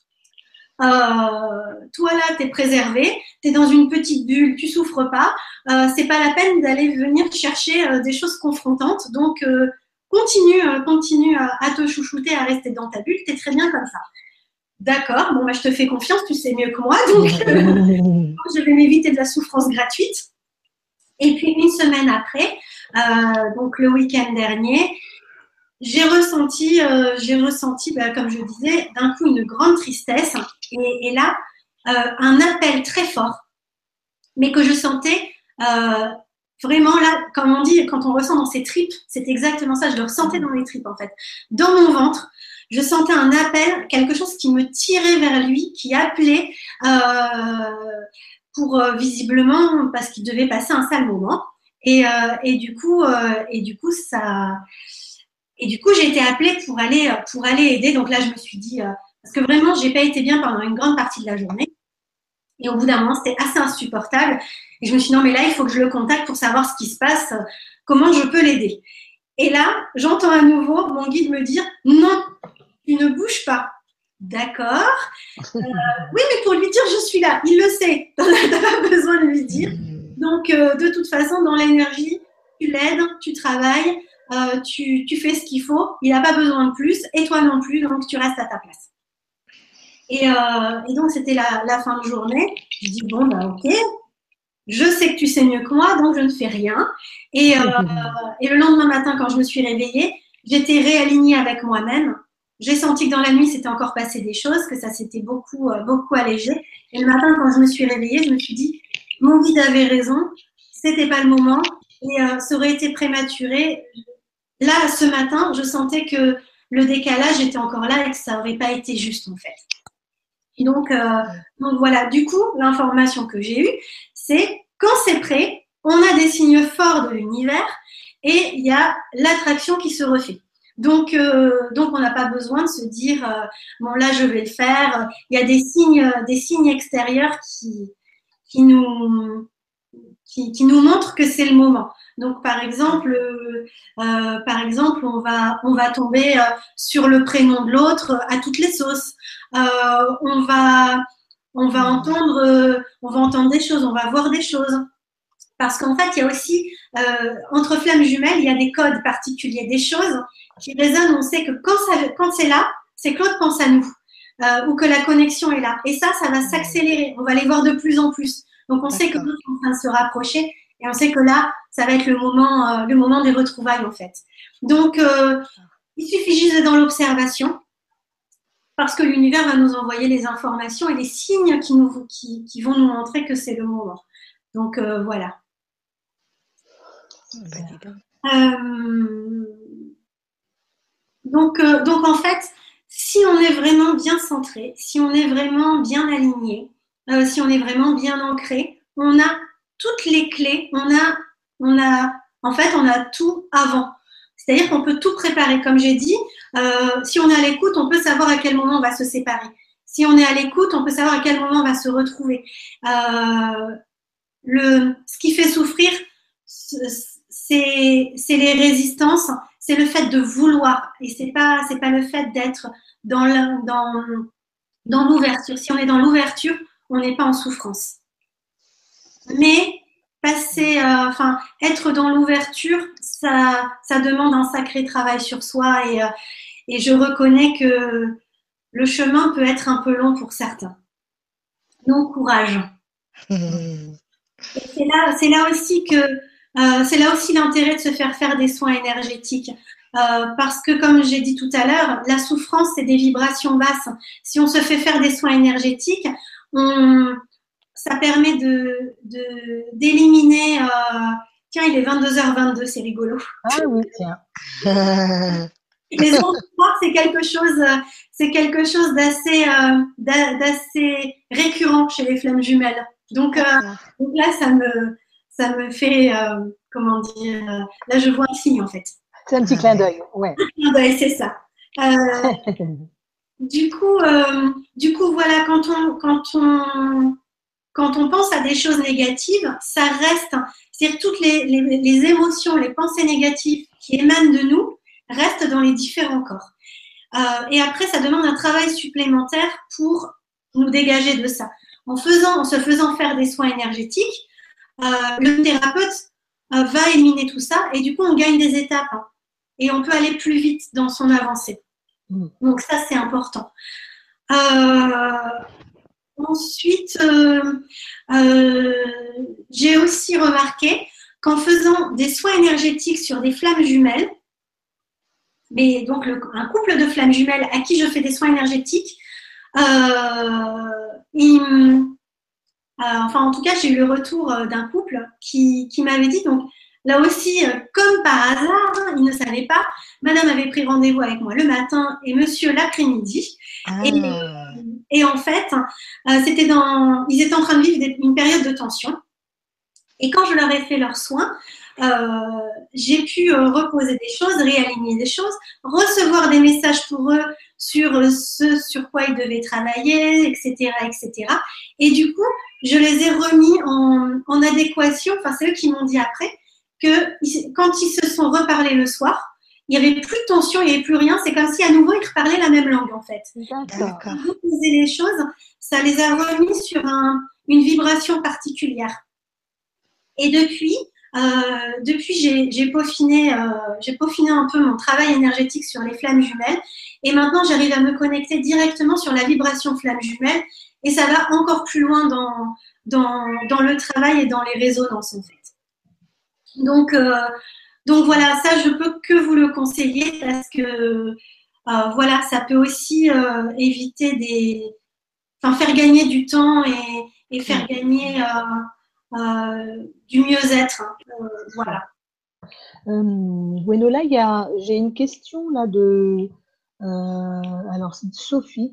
Euh, toi là, tu es préservé, tu es dans une petite bulle, tu souffres pas, euh, c'est pas la peine d'aller venir chercher euh, des choses confrontantes, donc euh, continue, euh, continue à, à te chouchouter, à rester dans ta bulle, tu es très bien comme ça. D'accord, bon bah je te fais confiance, tu sais mieux que moi, donc euh, je vais m'éviter de la souffrance gratuite. Et puis une semaine après, euh, donc le week-end dernier, j'ai ressenti, euh, j'ai ressenti, bah, comme je disais, d'un coup une grande tristesse et, et là euh, un appel très fort, mais que je sentais euh, vraiment là, comme on dit, quand on ressent dans ses tripes, c'est exactement ça. Je le ressentais dans les tripes en fait, dans mon ventre. Je sentais un appel, quelque chose qui me tirait vers lui, qui appelait euh, pour euh, visiblement parce qu'il devait passer un sale moment. Et, euh, et du coup, euh, et du coup, ça. Et du coup, j'ai été appelée pour aller, pour aller aider. Donc là, je me suis dit, euh, parce que vraiment, j'ai pas été bien pendant une grande partie de la journée. Et au bout d'un moment, c'était assez insupportable. Et je me suis dit, non, mais là, il faut que je le contacte pour savoir ce qui se passe, comment je peux l'aider. Et là, j'entends à nouveau mon guide me dire, non, tu ne bouges pas. D'accord. Euh, oui, mais pour lui dire, je suis là. Il le sait. Tu n'as pas besoin de lui dire. Donc, euh, de toute façon, dans l'énergie, tu l'aides, tu travailles. Euh, tu, tu fais ce qu'il faut, il n'a pas besoin de plus, et toi non plus, donc tu restes à ta place. Et, euh, et donc, c'était la, la fin de journée. Je dis, bon, bah ok, je sais que tu sais mieux que moi, donc je ne fais rien. Et, euh, et le lendemain matin, quand je me suis réveillée, j'étais réalignée avec moi-même. J'ai senti que dans la nuit, c'était encore passé des choses, que ça s'était beaucoup, euh, beaucoup allégé. Et le matin, quand je me suis réveillée, je me suis dit, mon guide avait raison, c'était pas le moment, et euh, ça aurait été prématuré. Là, ce matin, je sentais que le décalage était encore là et que ça n'aurait pas été juste en fait. Et donc, euh, donc voilà, du coup, l'information que j'ai eue, c'est quand c'est prêt, on a des signes forts de l'univers et il y a l'attraction qui se refait. Donc, euh, donc on n'a pas besoin de se dire euh, bon là je vais le faire. Il y a des signes, des signes extérieurs qui, qui nous Qui, qui nous montre que c'est le moment. Donc, par exemple, euh, euh, par exemple, on va, on va tomber euh, sur le prénom de l'autre à toutes les sauces. Euh, on va, on va entendre, euh, on va entendre des choses, on va voir des choses. Parce qu'en fait, il y a aussi euh, entre flammes jumelles, il y a des codes particuliers, des choses qui résonnent. On sait que quand, ça, quand c'est là, c'est que l'autre pense à nous euh, ou que la connexion est là. Et ça, ça va s'accélérer. On va les voir de plus en plus. Donc, on sait que l'autre est en train de se rapprocher et on sait que là, ça va être le moment, euh, le moment des retrouvailles, en fait. Donc, euh, il suffit juste d'être dans l'observation parce que l'univers va nous envoyer les informations et les signes qui, nous, qui, qui vont nous montrer que c'est le moment. Donc, euh, voilà. Euh, donc, euh, donc, en fait, si on est vraiment bien centré, si on est vraiment bien aligné, Euh, si on est vraiment bien ancré, on a toutes les clés, on a, on a, en fait, on a tout avant. C'est-à-dire qu'on peut tout préparer. Comme j'ai dit, euh, si on est à l'écoute, on peut savoir à quel moment on va se séparer. Si on est à l'écoute, on peut savoir à quel moment on va se retrouver. Euh, le, ce qui fait souffrir, c'est, c'est les résistances, c'est le fait de vouloir. Et c'est pas, c'est pas le fait d'être dans, le, dans, dans l'ouverture. Si on est dans l'ouverture, on n'est pas en souffrance. Mais passer, euh, enfin, être dans l'ouverture, ça, ça demande un sacré travail sur soi et, euh, et je reconnais que le chemin peut être un peu long pour certains. Donc, courage. Et c'est là, c'est là aussi que Euh, c'est là aussi l'intérêt de se faire faire des soins énergétiques. Euh, parce que, comme j'ai dit tout à l'heure, la souffrance, c'est des vibrations basses. Si on se fait faire des soins énergétiques, on, ça permet de, de, d'éliminer. Euh, tiens, il est vingt-deux heures vingt-deux, c'est rigolo.
Ah oui, tiens.
Les endroits, c'est quelque chose, c'est quelque chose d'assez, euh, d'assez récurrent chez les flammes jumelles. Donc, euh, donc là, ça me, ça me fait, euh, comment dire, euh, là, je vois un signe en fait.
C'est un petit clin d'œil, ouais.
Un clin d'œil, c'est ça. Euh, du coup, euh, du coup, voilà, quand on, quand on, quand on pense à des choses négatives, ça reste, c'est-à-dire toutes les, les, les émotions, les pensées négatives qui émanent de nous restent dans les différents corps. Euh, et après, ça demande un travail supplémentaire pour nous dégager de ça. En faisant, en se faisant faire des soins énergétiques, euh, le thérapeute euh, va éliminer tout ça et du coup, on gagne des étapes hein, et on peut aller plus vite dans son avancée. Mmh. Donc ça, c'est important. Euh, ensuite, euh, euh, j'ai aussi remarqué qu'en faisant des soins énergétiques sur des flammes jumelles, mais donc le, un couple de flammes jumelles à qui je fais des soins énergétiques, euh, il, euh, enfin en tout cas j'ai eu le retour d'un couple qui, qui m'avait dit, donc là aussi comme par hasard, hein, il ne savait pas, madame avait pris rendez-vous avec moi le matin et monsieur l'après-midi. Ah. Et, et en fait, euh, c'était dans, ils étaient en train de vivre des, une période de tension. Et quand je leur ai fait leurs soins, euh, j'ai pu euh, reposer des choses, réaligner des choses, recevoir des messages pour eux sur euh, ce sur quoi ils devaient travailler, et cetera, et cetera. Et du coup, je les ai remis en, en adéquation. Enfin, c'est eux qui m'ont dit après que quand ils se sont reparlés le soir, il n'y avait plus de tension, il n'y avait plus rien. C'est comme si à nouveau ils reparlaient la même langue en fait.
D'accord.
Reposer les choses, ça les a remis sur un, une vibration particulière. Et depuis, euh, depuis j'ai, j'ai peaufiné, euh, j'ai peaufiné un peu mon travail énergétique sur les flammes jumelles. Et maintenant, j'arrive à me connecter directement sur la vibration flamme jumelle. Et ça va encore plus loin dans, dans, dans le travail et dans les résonances, en fait. Donc, euh, donc voilà, ça, je peux que vous le conseiller parce que, euh, voilà, ça peut aussi euh, éviter des... Enfin, faire gagner du temps et, et faire gagner... Euh, Euh, du mieux-être. Hein. Euh, voilà.
Euh, Gwenola, il y a, j'ai une question là de, euh, alors c'est Sophie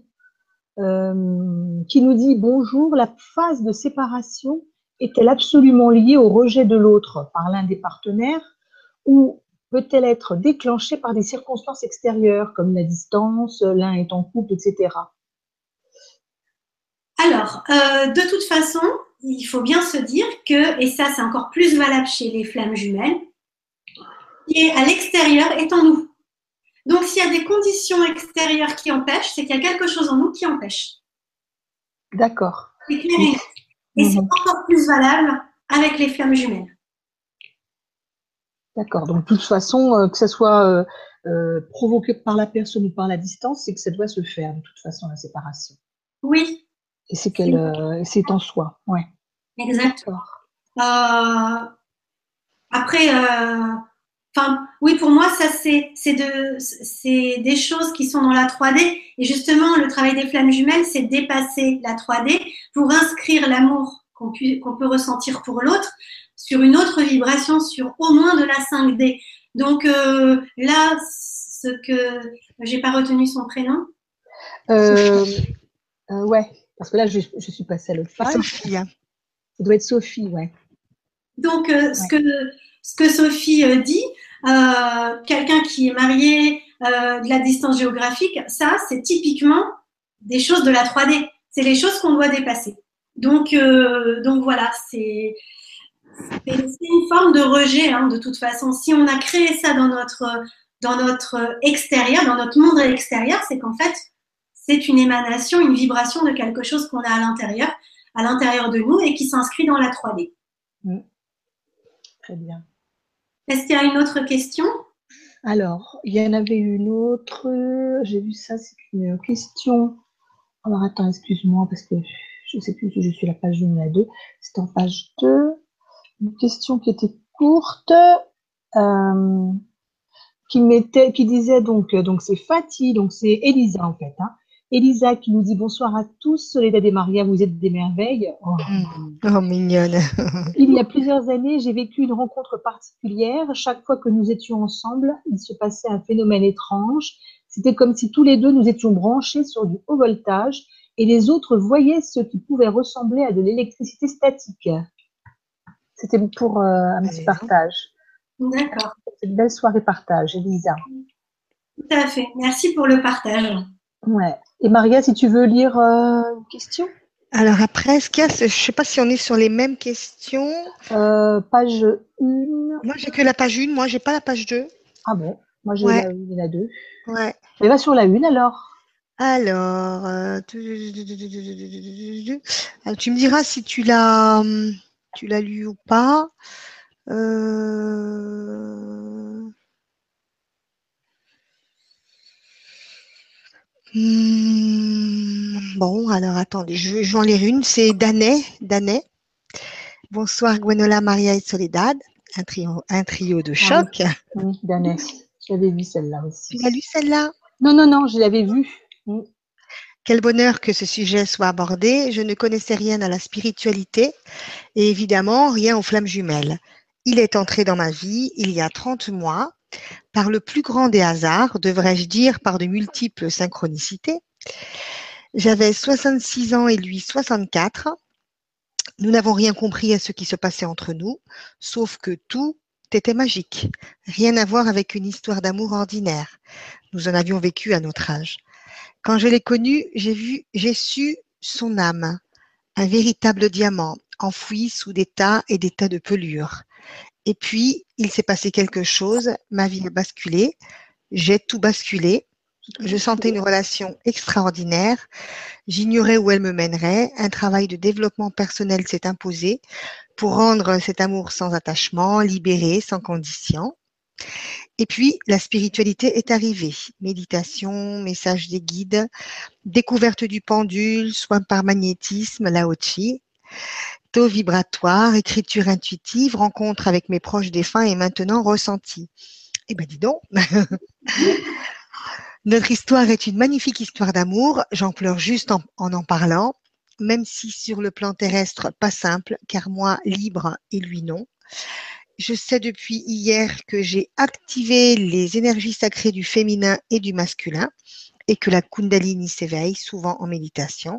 euh, qui nous dit bonjour. La phase de séparation est-elle absolument liée au rejet de l'autre par l'un des partenaires ou peut-elle être déclenchée par des circonstances extérieures comme la distance, l'un est en couple, et cetera.
Alors, euh, de toute façon, il faut bien se dire que, et ça c'est encore plus valable chez les flammes jumelles, qui est à l'extérieur est en nous. Donc s'il y a des conditions extérieures qui empêchent, c'est qu'il y a quelque chose en nous qui empêche.
D'accord.
C'est clair et net. Et mmh. c'est encore plus valable avec les flammes jumelles.
D'accord. Donc de toute façon, euh, que ce soit euh, euh, provoqué par la personne ou par la distance, c'est que ça doit se faire de toute façon la séparation.
Oui.
Et c'est qu'elle, euh, c'est en soi, ouais.
Exactement. Euh, après, enfin, euh, oui, pour moi, ça c'est, c'est de, c'est des choses qui sont dans la trois D. Et justement, le travail des flammes jumelles, c'est dépasser la trois D pour inscrire l'amour qu'on, pu, qu'on peut ressentir pour l'autre sur une autre vibration, sur au moins de la cinq D. Donc euh, là, ce que j'ai pas retenu son prénom.
Euh, euh, ouais. Parce que là, je, je suis passée à l'autre page.
Sophie. Hein.
Ça doit être Sophie, ouais.
Donc, euh, ouais. ce, que, ce que Sophie euh, dit, euh, quelqu'un qui est marié, euh, de la distance géographique, ça, c'est typiquement des choses de la trois D. C'est les choses qu'on doit dépasser. Donc, euh, donc voilà, c'est, c'est, c'est une forme de rejet, hein, de toute façon. Si on a créé ça dans notre, dans notre extérieur, dans notre monde extérieur, c'est qu'en fait, c'est une émanation, une vibration de quelque chose qu'on a à l'intérieur, à l'intérieur de nous et qui s'inscrit dans la trois D.
Mmh. Très bien.
Est-ce qu'il y a une autre question?
Alors, il y en avait une autre. J'ai vu ça, c'est une question. Alors, attends, excuse-moi, parce que je ne sais plus si je suis à la page une ou la deux. C'est en page deux. Une question qui était courte euh, qui mettait, qui disait donc, donc c'est Fatih, donc c'est Elisa en fait. Hein. Elisa qui nous dit bonsoir à tous, Soledad et Maria, vous êtes des merveilles. Oh,
mmh. Oh mignonne.
Il y a plusieurs années, j'ai vécu une rencontre particulière. Chaque fois que nous étions ensemble, il se passait un phénomène étrange. C'était comme si tous les deux nous étions branchés sur du haut voltage et les autres voyaient ce qui pouvait ressembler à de l'électricité statique. C'était pour euh, un petit partage.
D'accord.
C'est une belle soirée partage, Elisa.
Tout à fait. Merci pour le partage.
Ouais. Et Maria, si tu veux lire euh, une question.
Alors après, ce qu'il y a, je ne sais pas si on est sur les mêmes questions.
Euh, page un.
Moi, j'ai que la page un. Moi, j'ai pas la page deux.
Ah bon? Moi, j'ai
ouais.
la une et la deux.
Ouais.
Mais va sur la une alors.
Alors, euh, tu me diras si tu l'as, tu l'as lu ou pas. Euh... Hmm, bon, alors attendez, je, je vais en lire une. C'est Danet. Danet. Bonsoir Gwenola, Maria et Soledad. Un trio, un trio de choc.
Ah oui, oui, Danet. J'avais vu celle-là aussi.
Tu l'as lu celle-là?
Non, non, non, je l'avais vue. Mm.
Quel bonheur que ce sujet soit abordé. Je ne connaissais rien à la spiritualité et évidemment rien aux flammes jumelles. Il est entré dans ma vie il y a trente mois. Par le plus grand des hasards, devrais-je dire par de multiples synchronicités. J'avais soixante-six ans et lui soixante-quatre. Nous n'avons rien compris à ce qui se passait entre nous, sauf que tout était magique. Rien à voir avec une histoire d'amour ordinaire. Nous en avions vécu à notre âge. Quand je l'ai connu, j'ai vu, j'ai su son âme, un véritable diamant, enfoui sous des tas et des tas de pelures. Et puis, il s'est passé quelque chose, ma vie a basculé, j'ai tout basculé, je sentais une relation extraordinaire, j'ignorais où elle me mènerait, un travail de développement personnel s'est imposé pour rendre cet amour sans attachement, libéré, sans condition. Et puis, la spiritualité est arrivée, méditation, message des guides, découverte du pendule, soins par magnétisme, Lao Chi, taux vibratoire, écriture intuitive, rencontre avec mes proches défunts et maintenant ressenti. Eh ben dis donc. Notre histoire est une magnifique histoire d'amour. J'en pleure juste en, en en parlant, même si sur le plan terrestre, pas simple, car moi libre et lui non. Je sais depuis hier que j'ai activé les énergies sacrées du féminin et du masculin et que la Kundalini s'éveille, souvent en méditation.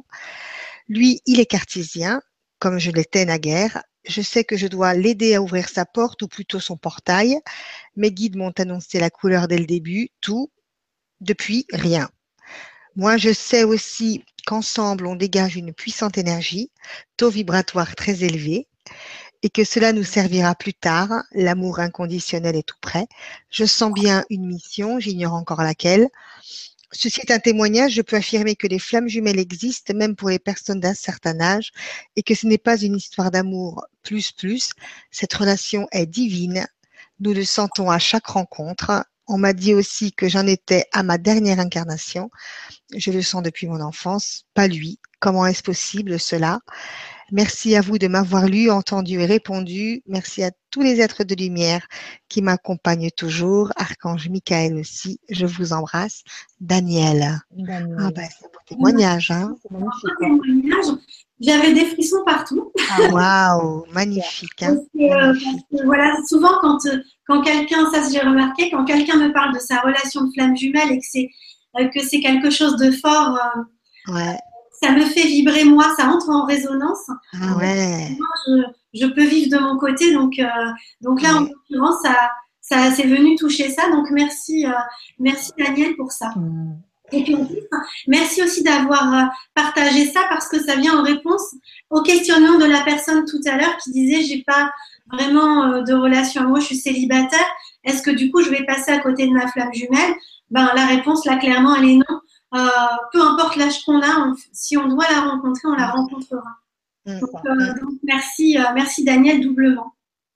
Lui, il est cartésien, comme je l'étais naguère. Je sais que je dois l'aider à ouvrir sa porte ou plutôt son portail. Mes guides m'ont annoncé la couleur dès le début, tout. Depuis, rien. Moi, je sais aussi qu'ensemble, on dégage une puissante énergie, taux vibratoire très élevé, et que cela nous servira plus tard. L'amour inconditionnel est tout prêt. Je sens bien une mission, j'ignore encore laquelle. Ceci est un témoignage, je peux affirmer que les flammes jumelles existent, même pour les personnes d'un certain âge, et que ce n'est pas une histoire d'amour plus plus. Cette relation est divine. Nous le sentons à chaque rencontre. On m'a dit aussi que j'en étais à ma dernière incarnation. Je le sens depuis mon enfance, pas lui. Comment est-ce possible cela? Merci à vous de m'avoir lu, entendu et répondu. Merci à tous les êtres de lumière qui m'accompagnent toujours. Archange Michael aussi, je vous embrasse. Daniel.
Daniel.
Ah ben, c'est un beau témoignage. Hein.
C'est magnifique. J'avais des frissons partout.
Waouh, magnifique. Hein.
Parce que, magnifique. Parce que, voilà, souvent quand, quand quelqu'un, ça j'ai remarqué, quand quelqu'un me parle de sa relation de flamme jumelle et que c'est, euh, que c'est quelque chose de fort, euh,
ouais.
ça me fait vibrer moi, ça entre en résonance.
Ah ouais.
Moi, je, je peux vivre de mon côté, donc, euh, donc là, ouais. En l'occurrence, ça, ça c'est venu toucher ça. Donc merci, euh, merci Daniel pour ça. Mmh. Et puis merci aussi d'avoir partagé ça parce que ça vient en réponse au questionnement de la personne tout à l'heure qui disait j'ai pas vraiment de relation amoureuse, je suis célibataire. Est-ce que du coup je vais passer à côté de ma flamme jumelle? Ben la réponse là clairement elle est non. Euh, peu importe l'âge qu'on a, on, si on doit la rencontrer, on la rencontrera. Mmh. Donc, euh, donc merci, euh, merci Daniel doublement.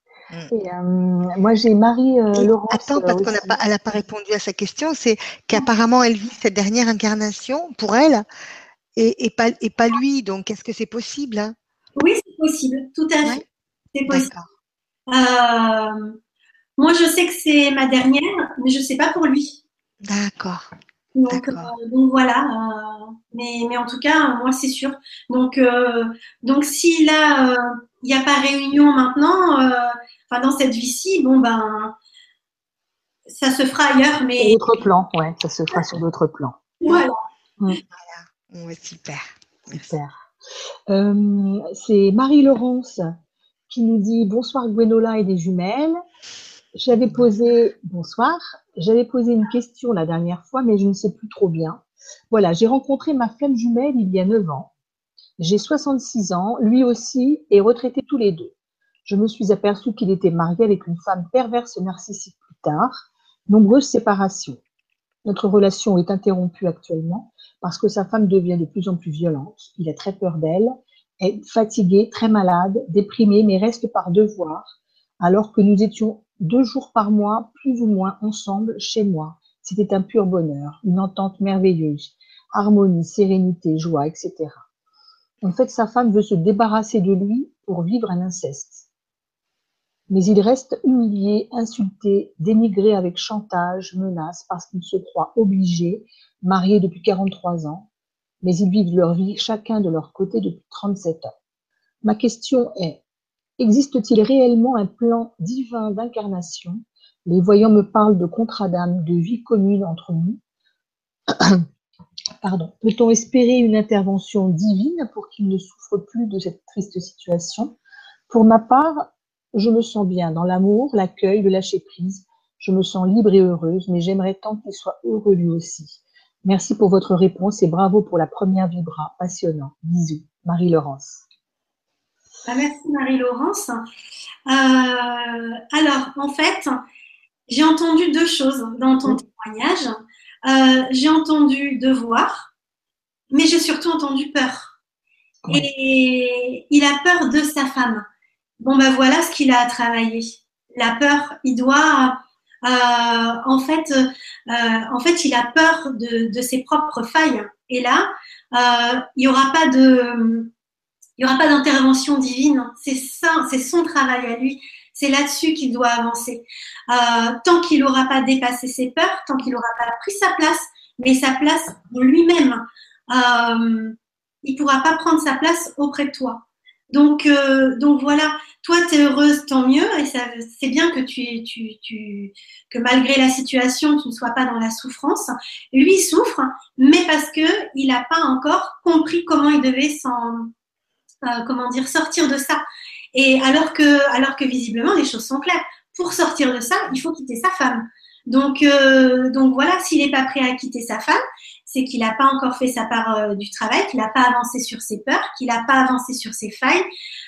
Et, euh, moi, j'ai Marie-Laurence. Euh,
Attends, parce qu'elle n'a pas, pas répondu à sa question, c'est qu'apparemment, elle vit cette dernière incarnation pour elle et, et, pas, et pas lui. Donc, est-ce que c'est possible?
Oui, c'est possible, tout à fait. Ouais. C'est possible. Euh, moi, je sais que c'est ma dernière, mais je ne sais pas pour lui.
D'accord.
Donc, euh, donc voilà. Euh, mais, mais en tout cas, moi, c'est sûr. Donc, euh, donc si là, il n'y a pas réunion maintenant, euh, enfin dans cette vie-ci, bon ben, ça se fera ailleurs. Mais
sur d'autres plans, ouais, ça se fera sur d'autres plans.
Voilà.
Mmh. Voilà. Ouais, super.
Super. Euh, c'est Marie-Laurence qui nous dit bonsoir Gwenola et des jumelles. J'avais posé, bonsoir, j'avais posé une question la dernière fois, mais je ne sais plus trop bien. Voilà, j'ai rencontré ma flamme jumelle il y a neuf ans. J'ai soixante-six ans, lui aussi, et retraités tous les deux. Je me suis aperçue qu'il était marié avec une femme perverse narcissique plus tard. Nombreuses séparations. Notre relation est interrompue actuellement parce que sa femme devient de plus en plus violente. Il a très peur d'elle, est fatigué, très malade, déprimé, mais reste par devoir, alors que nous étions deux jours par mois, plus ou moins ensemble, chez moi. C'était un pur bonheur, une entente merveilleuse, harmonie, sérénité, joie, et cetera. En fait, sa femme veut se débarrasser de lui pour vivre un inceste. Mais il reste humilié, insulté, dénigré avec chantage, menace, parce qu'il se croit obligé, marié depuis quarante-trois ans, mais ils vivent leur vie chacun de leur côté depuis trente-sept ans. Ma question est, existe-t-il réellement un plan divin d'incarnation? Les voyants me parlent de contrat d'âme, de vie commune entre nous. Pardon. Peut-on espérer une intervention divine pour qu'il ne souffre plus de cette triste situation? Pour ma part, je me sens bien dans l'amour, l'accueil, le lâcher-prise. Je me sens libre et heureuse, mais j'aimerais tant qu'il soit heureux lui aussi. Merci pour votre réponse et bravo pour la première vibra. Passionnant. Bisous. Marie-Laurence.
Ah, merci Marie-Laurence. Euh, alors, en fait, j'ai entendu deux choses dans ton témoignage. Euh, j'ai entendu devoir, mais j'ai surtout entendu peur. Oui. Et il a peur de sa femme. Bon, ben voilà ce qu'il a à travailler. La peur, il doit, euh, en fait, euh, en fait, il a peur de, de ses propres failles. Et là, euh, il n'y aura pas de, il y aura pas d'intervention divine. C'est ça, c'est son travail à lui. C'est là-dessus qu'il doit avancer. Euh, tant qu'il n'aura pas dépassé ses peurs, tant qu'il n'aura pas pris sa place, mais sa place pour lui-même, euh, il ne pourra pas prendre sa place auprès de toi. Donc, euh, donc voilà, toi, tu es heureuse, tant mieux, et ça, c'est bien que, tu, tu, tu, que malgré la situation, tu ne sois pas dans la souffrance. Lui souffre, mais parce qu'il n'a pas encore compris comment il devait s'en, euh, comment dire, sortir de ça. Et alors que, alors que visiblement, les choses sont claires. Pour sortir de ça, il faut quitter sa femme. Donc, euh, donc voilà, s'il n'est pas prêt à quitter sa femme, c'est qu'il n'a pas encore fait sa part euh, du travail, qu'il n'a pas avancé sur ses peurs, qu'il n'a pas avancé sur ses failles.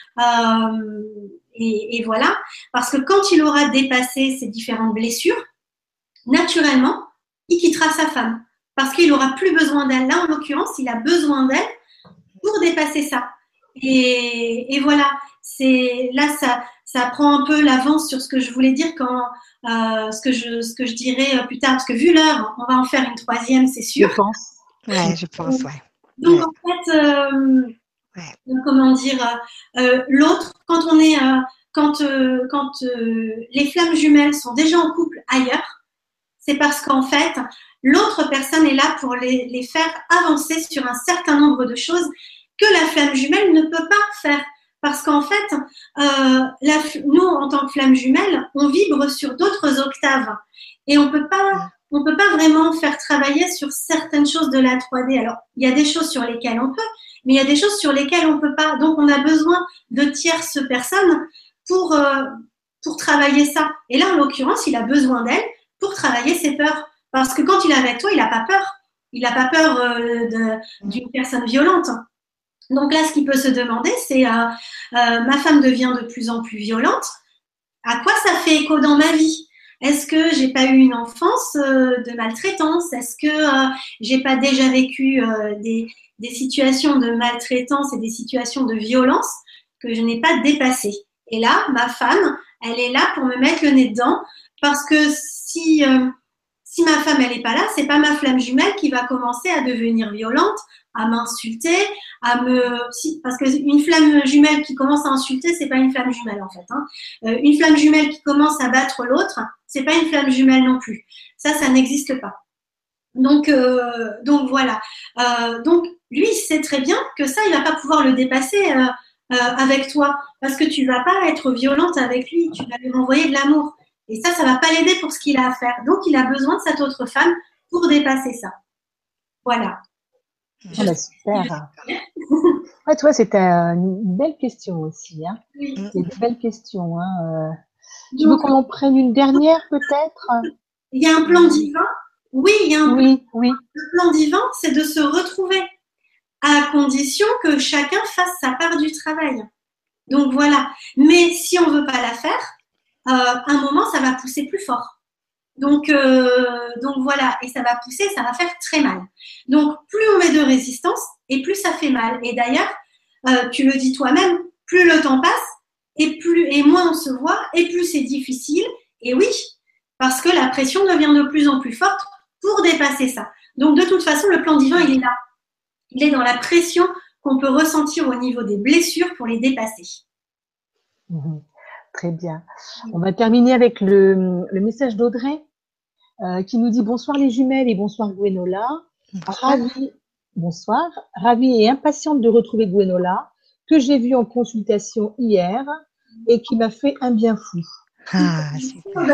Euh, et, et voilà, parce que quand il aura dépassé ces différentes blessures, naturellement, il quittera sa femme. Parce qu'il n'aura plus besoin d'elle. Là, en l'occurrence, il a besoin d'elle pour dépasser ça. Et, et voilà, c'est là ça, ça prend un peu l'avance sur ce que je voulais dire quand euh, ce que je ce que je dirais plus tard, parce que vu l'heure, on va en faire une troisième, c'est sûr.
Je pense. Ouais, je pense, ouais.
Donc
ouais.
en fait, euh,
ouais.
comment dire, euh, l'autre, quand on est, euh, quand euh, quand euh, les flammes jumelles sont déjà en couple ailleurs, c'est parce qu'en fait, l'autre personne est là pour les, les faire avancer sur un certain nombre de choses que la flamme jumelle ne peut pas faire. Parce qu'en fait, euh, la, nous, en tant que flamme jumelle, on vibre sur d'autres octaves. Et on peut pas, on peut pas vraiment faire travailler sur certaines choses de la trois D. Alors, il y a des choses sur lesquelles on peut, mais il y a des choses sur lesquelles on peut pas. Donc, on a besoin de tierces personnes pour, euh, pour travailler ça. Et là, en l'occurrence, il a besoin d'elle pour travailler ses peurs. Parce que quand il est avec toi, il n'a pas peur. Il n'a pas peur euh, de, d'une personne violente. Donc là, ce qu'il peut se demander, c'est euh, euh, ma femme devient de plus en plus violente. À quoi ça fait écho dans ma vie? Est-ce que j'ai pas eu une enfance euh, de maltraitance? Est-ce que euh, j'ai pas déjà vécu euh, des, des situations de maltraitance et des situations de violence que je n'ai pas dépassées? Et là, ma femme, elle est là pour me mettre le nez dedans, parce que si euh, si ma femme elle est pas là, c'est pas ma flamme jumelle qui va commencer à devenir violente à m'insulter, à me, si, parce qu'une flamme jumelle qui commence à insulter, c'est pas une flamme jumelle en fait. Hein. Euh, une flamme jumelle qui commence à battre l'autre, c'est pas une flamme jumelle non plus. Ça, ça n'existe pas. Donc, euh, donc voilà. Euh, donc lui, il sait très bien que ça, il va pas pouvoir le dépasser euh, euh, avec toi, parce que tu vas pas être violente avec lui. Tu vas lui renvoyer de l'amour. Et ça, ça va pas l'aider pour ce qu'il a à faire. Donc, il a besoin de cette autre femme pour dépasser ça. Voilà.
Ah bah super. Ouais, tu vois, c'était une belle question aussi. Hein. Oui. C'est une belle question. Hein. Tu veux qu'on en prenne une dernière peut-être?
Il y a un plan divin. Oui, il y a un
oui,
plan.
Oui.
Le plan divin, c'est de se retrouver à condition que chacun fasse sa part du travail. Donc voilà. Mais si on veut pas la faire, euh, à un moment, ça va pousser plus fort. Donc, euh, donc voilà, et ça va pousser, ça va faire très mal. Donc, plus on met de résistance, et plus ça fait mal. Et d'ailleurs, euh, tu le dis toi-même, plus le temps passe, et plus et moins on se voit, et plus c'est difficile. Et oui, parce que la pression devient de plus en plus forte pour dépasser ça. Donc, de toute façon, le plan divin, il est là. Il est dans la pression qu'on peut ressentir au niveau des blessures pour les dépasser.
Mmh. Très bien. On va terminer avec le, le message d'Audrey euh, qui nous dit bonsoir les jumelles et bonsoir Gwenola. Ravie, bonsoir, ravie et impatiente de retrouver Gwenola que j'ai vue en consultation hier et qui m'a fait un bien fou.
Ah, super.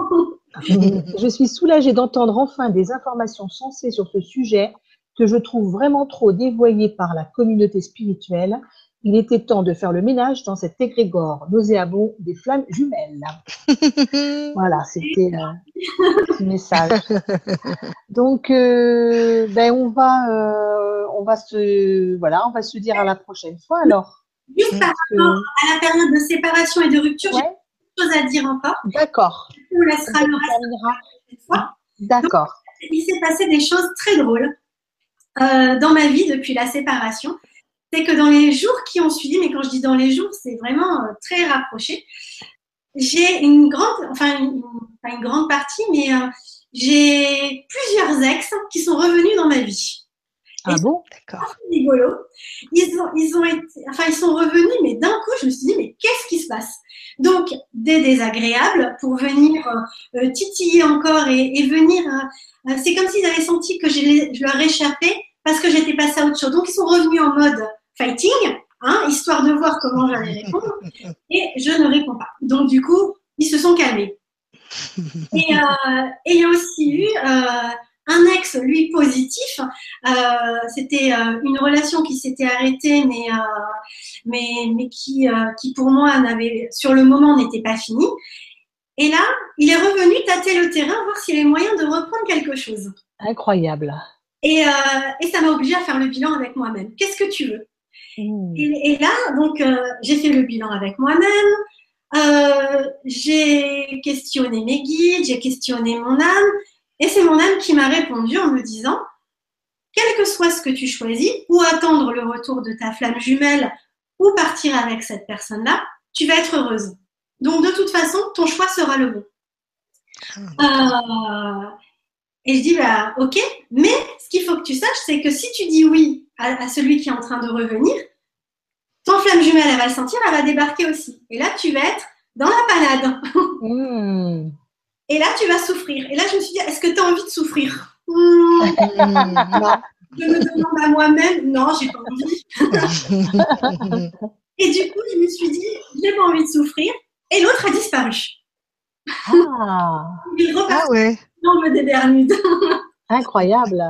Je suis soulagée d'entendre enfin des informations sensées sur ce sujet que je trouve vraiment trop dévoyé par la communauté spirituelle. Il était temps de faire le ménage dans cet égrégore nauséabond des flammes jumelles. Voilà, c'était euh, un petit message. Donc, euh, ben on va, euh, on va se, voilà, on va se dire à la prochaine fois. Alors,
juste par rapport à la période de séparation et de rupture, ouais. J'ai quelque chose à dire encore.
D'accord.
On laissera le reste cette fois.
D'accord.
Donc, il s'est passé des choses très drôles euh, dans ma vie depuis la séparation. C'est que dans les jours qui ont suivi, mais quand je dis dans les jours, c'est vraiment euh, très rapproché, j'ai une grande, enfin une, pas une grande partie, mais euh, j'ai plusieurs ex qui sont revenus dans ma vie.
Ah et bon, d'accord.
C'est rigolo. Ils ont, ils ont été, enfin ils sont revenus, mais d'un coup je me suis dit mais qu'est-ce qui se passe? Donc des désagréables pour venir euh, titiller encore et, et venir. Euh, c'est comme s'ils avaient senti que je, je leur échappais parce que j'étais passée à autre chose. Donc ils sont revenus en mode fighting, hein, histoire de voir comment j'allais répondre, et je ne réponds pas. Donc du coup, ils se sont calmés. Et euh, il y a aussi eu euh, un ex, lui, positif. Euh, c'était euh, une relation qui s'était arrêtée, mais, euh, mais, mais qui, euh, qui, pour moi, n'avait, sur le moment, n'était pas finie. Et là, il est revenu tâter le terrain, voir s'il y avait moyen de reprendre quelque chose.
Incroyable.
Et, euh, et ça m'a obligée à faire le bilan avec moi-même. Qu'est-ce que tu veux? Mmh. Et, et là, donc, euh, j'ai fait le bilan avec moi-même. Euh, j'ai questionné mes guides, j'ai questionné mon âme, et c'est mon âme qui m'a répondu en me disant, quel que soit ce que tu choisis, ou attendre le retour de ta flamme jumelle, ou partir avec cette personne-là, tu vas être heureuse. Donc, de toute façon, ton choix sera le bon. Euh, et je dis, bah, ok, mais ce qu'il faut que tu saches, c'est que si tu dis oui à, à celui qui est en train de revenir, ton flamme jumelle, elle va le sentir, elle va débarquer aussi. Et là, tu vas être dans la panade. Mmh. Et là, tu vas souffrir. Et là, je me suis dit, est-ce que tu as envie de souffrir? Mmh. Non. Je me demande à moi-même, non, j'ai pas envie. Et du coup, je me suis dit, j'ai pas envie de souffrir. Et l'autre a disparu.
Ah,
il repart
ah ouais.
dans le des Bermudes.
Incroyable.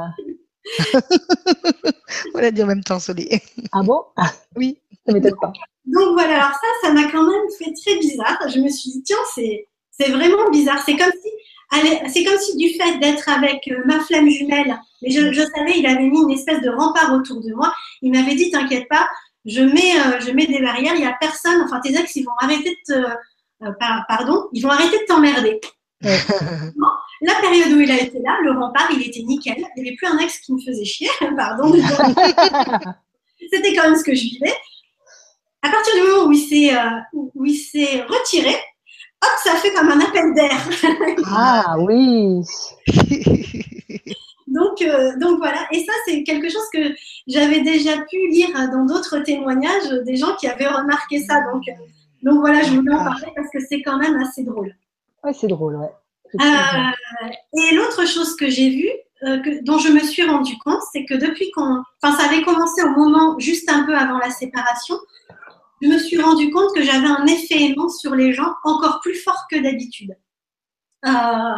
On l'a dit en même temps, Solé.
Ah bon?
Oui.
Ça m'étonne pas.
Donc voilà, alors ça, ça m'a quand même fait très bizarre. Je me suis dit, tiens, c'est, c'est vraiment bizarre. C'est comme si, allez, c'est comme si du fait d'être avec euh, ma flamme jumelle, mais je, je savais, il avait mis une espèce de rempart autour de moi. Il m'avait dit, t'inquiète pas, je mets, euh, je mets des barrières, il n'y a personne, enfin tes ex, ils vont arrêter de te, euh, par, pardon, ils vont arrêter de t'emmerder. Ouais. Non, la période où il a été là, le rempart, il était nickel. Il n'y avait plus un ex qui me faisait chier, pardon. C'était quand même ce que je vivais. À partir du moment où il s'est, euh, où il s'est retiré, hop, ça fait comme un appel d'air.
Ah oui.
Donc, euh, donc voilà. Et ça, c'est quelque chose que j'avais déjà pu lire dans d'autres témoignages des gens qui avaient remarqué ça. Donc, euh, donc voilà, je voulais en parler parce que c'est quand même assez drôle.
Ouais, c'est drôle, ouais.
Euh, et l'autre chose que j'ai vue, euh, que, dont je me suis rendu compte, c'est que depuis qu'on, enfin, ça avait commencé au moment juste un peu avant la séparation, je me suis rendu compte que j'avais un effet aimant sur les gens encore plus fort que d'habitude. Euh,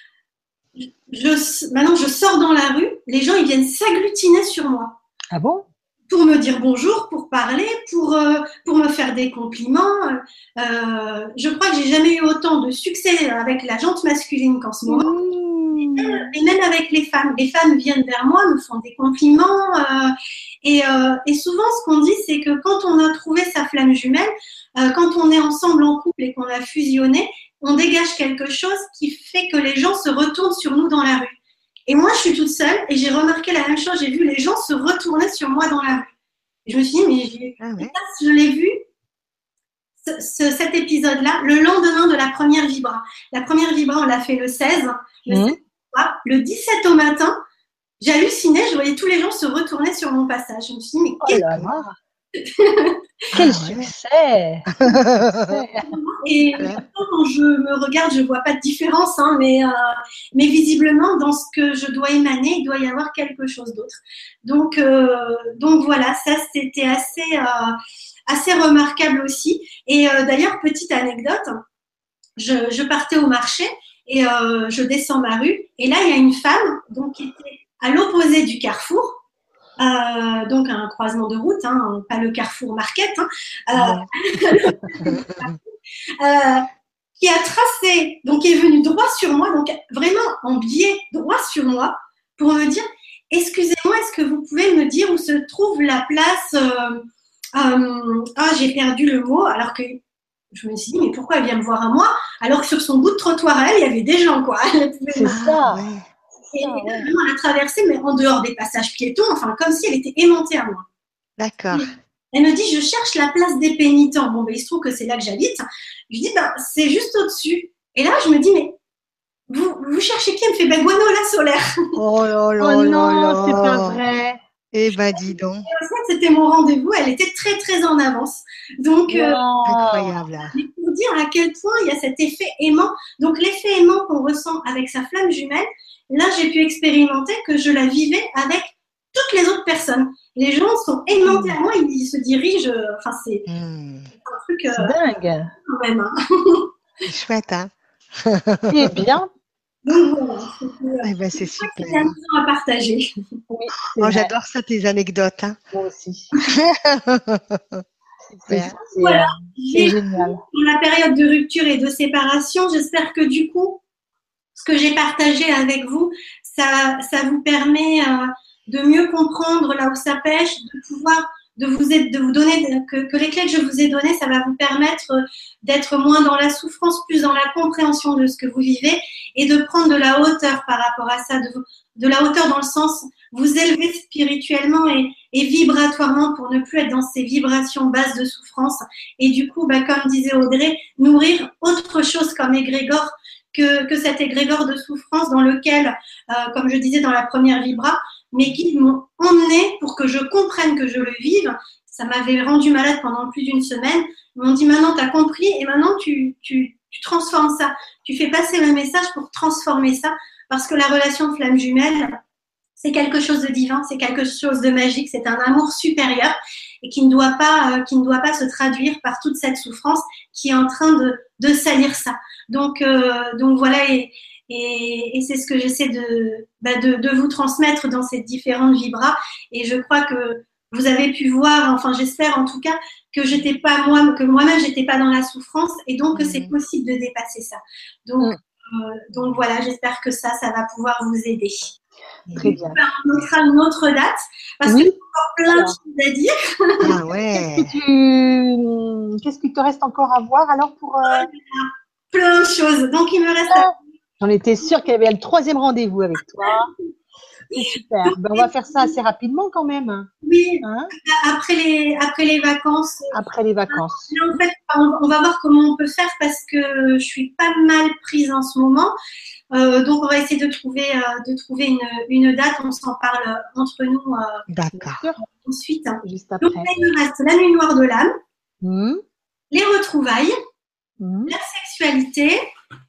je, maintenant, je sors dans la rue, les gens ils viennent s'agglutiner sur moi.
Ah bon?
Pour me dire bonjour, pour parler, pour, euh, pour me faire des compliments. Euh, je crois que j'ai jamais eu autant de succès avec la jante masculine qu'en ce moment. Mmh. Et même avec les femmes. Les femmes viennent vers moi, me font des compliments. Euh, et, euh, et souvent, ce qu'on dit, c'est que quand on a trouvé sa flamme jumelle, euh, quand on est ensemble en couple et qu'on a fusionné, on dégage quelque chose qui fait que les gens se retournent sur nous dans la rue. Et moi, je suis toute seule et j'ai remarqué la même chose. J'ai vu les gens se retourner sur moi dans la rue. Et je me suis dit, mais j'ai... Ah ouais. je l'ai vu, ce, ce, cet épisode-là, le lendemain de la première Vibra. La première Vibra, on l'a fait le seize. Le, mmh. seize, le dix-sept au matin, j'ai halluciné. Je voyais tous les gens se retourner sur mon passage. Je me suis dit, mais
quel, oh là là. Quel succès!
Et quand je me regarde, je vois pas de différence, hein, mais, euh, mais visiblement, dans ce que je dois émaner, il doit y avoir quelque chose d'autre. Donc, euh, donc voilà, ça c'était assez, euh, assez remarquable aussi. Et euh, d'ailleurs, petite anecdote, je, je partais au marché et euh, je descends ma rue, et là il y a une femme donc, qui était à l'opposé du carrefour. Euh, donc un croisement de route, hein, pas le carrefour market, hein, euh, euh, qui a tracé, donc qui est venu droit sur moi, donc vraiment en biais droit sur moi, pour me dire, excusez-moi, est-ce que vous pouvez me dire où se trouve la place euh, euh, ah, j'ai perdu le mot, alors que je me suis dit, mais pourquoi elle vient me voir à moi, alors que sur son bout de trottoir à elle, il y avait des gens, quoi.
C'est ça.
Et ah, ouais. Elle a traversé, mais en dehors des passages piétons, enfin, comme si elle était aimantée à moi.
D'accord.
Elle me dit, je cherche la place des pénitents. Bon, ben, il se trouve que c'est là que j'habite. Je dis, ben, c'est juste au-dessus. Et là, je me dis, mais vous, vous cherchez qui? Elle me fait, ben, Guano, la solaire.
Oh là là
oh
là
non,
là.
c'est pas vrai.
Eh ben, dis donc. Et
en fait, c'était mon rendez-vous. Elle était très, très en avance. Donc,
wow. euh, incroyable.
Pour dire à quel point il y a cet effet aimant. Donc, l'effet aimant qu'on ressent avec sa flamme jumelle, là, j'ai pu expérimenter que je la vivais avec toutes les autres personnes. Les gens sont aimantés à moi, ils se dirigent. Enfin, c'est
mmh.
un truc.
Euh, c'est dingue.
Quand même. Hein.
C'est chouette, hein.
C'est bien.
Donc, voilà.
Eh ben, c'est super.
C'est amusant à partager.
Oui,
oh, j'adore ça, tes anecdotes. Hein.
Moi aussi.
C'est, c'est, voilà.
c'est génial.
Dans la période de rupture et de séparation, j'espère que du coup, ce que j'ai partagé avec vous, ça, ça vous permet euh, de mieux comprendre là où ça pêche, de pouvoir, de vous, aider, de vous donner, que, que les clés que je vous ai données, ça va vous permettre d'être moins dans la souffrance, plus dans la compréhension de ce que vous vivez et de prendre de la hauteur par rapport à ça, de, de la hauteur dans le sens, vous élever spirituellement et, et vibratoirement pour ne plus être dans ces vibrations basses de souffrance et du coup, bah, comme disait Audrey, nourrir autre chose comme égrégore Que, que cet égrégore de souffrance dans lequel, euh, comme je disais dans la première Vibra, mes guides m'ont emmené pour que je comprenne que je le vive. Ça m'avait rendu malade pendant plus d'une semaine. Ils m'ont dit, maintenant, tu as compris et maintenant, tu, tu, tu transformes ça. Tu fais passer le message pour transformer ça parce que la relation flamme jumelle, c'est quelque chose de divin, c'est quelque chose de magique, c'est un amour supérieur et qui ne doit pas, euh, qui ne doit pas se traduire par toute cette souffrance qui est en train de, de salir ça. Donc, euh, donc voilà, et, et, et c'est ce que j'essaie de, bah de, de vous transmettre dans ces différentes vibras. Et je crois que vous avez pu voir, enfin j'espère en tout cas, que j'étais pas moi, que moi-même j'étais pas dans la souffrance et donc que mmh. c'est possible de dépasser ça. Donc, mmh. euh, donc voilà, j'espère que ça, ça va pouvoir vous aider.
Très bien.
On notera une autre date parce
oui.
qu'il y a encore plein de choses à dire.
Ah ouais.
Qu'est-ce, que tu... Qu'est-ce qu'il te reste encore à voir alors pour euh...
plein de choses. Donc il me reste.
Ah, j'en étais sûre qu'il y avait le troisième rendez-vous avec toi. C'est super. Ben, on va faire ça assez rapidement quand même.
Oui.
Hein?
Après les après les vacances.
Après les vacances.
En fait, on va voir comment on peut faire parce que je suis pas mal prise en ce moment. Euh, donc, on va essayer de trouver, euh, de trouver une, une date. On s'en parle entre nous euh,
D'accord.
ensuite.
Juste après.
Donc, il nous reste la nuit noire de l'âme,
mmh.
les retrouvailles, mmh. la sexualité,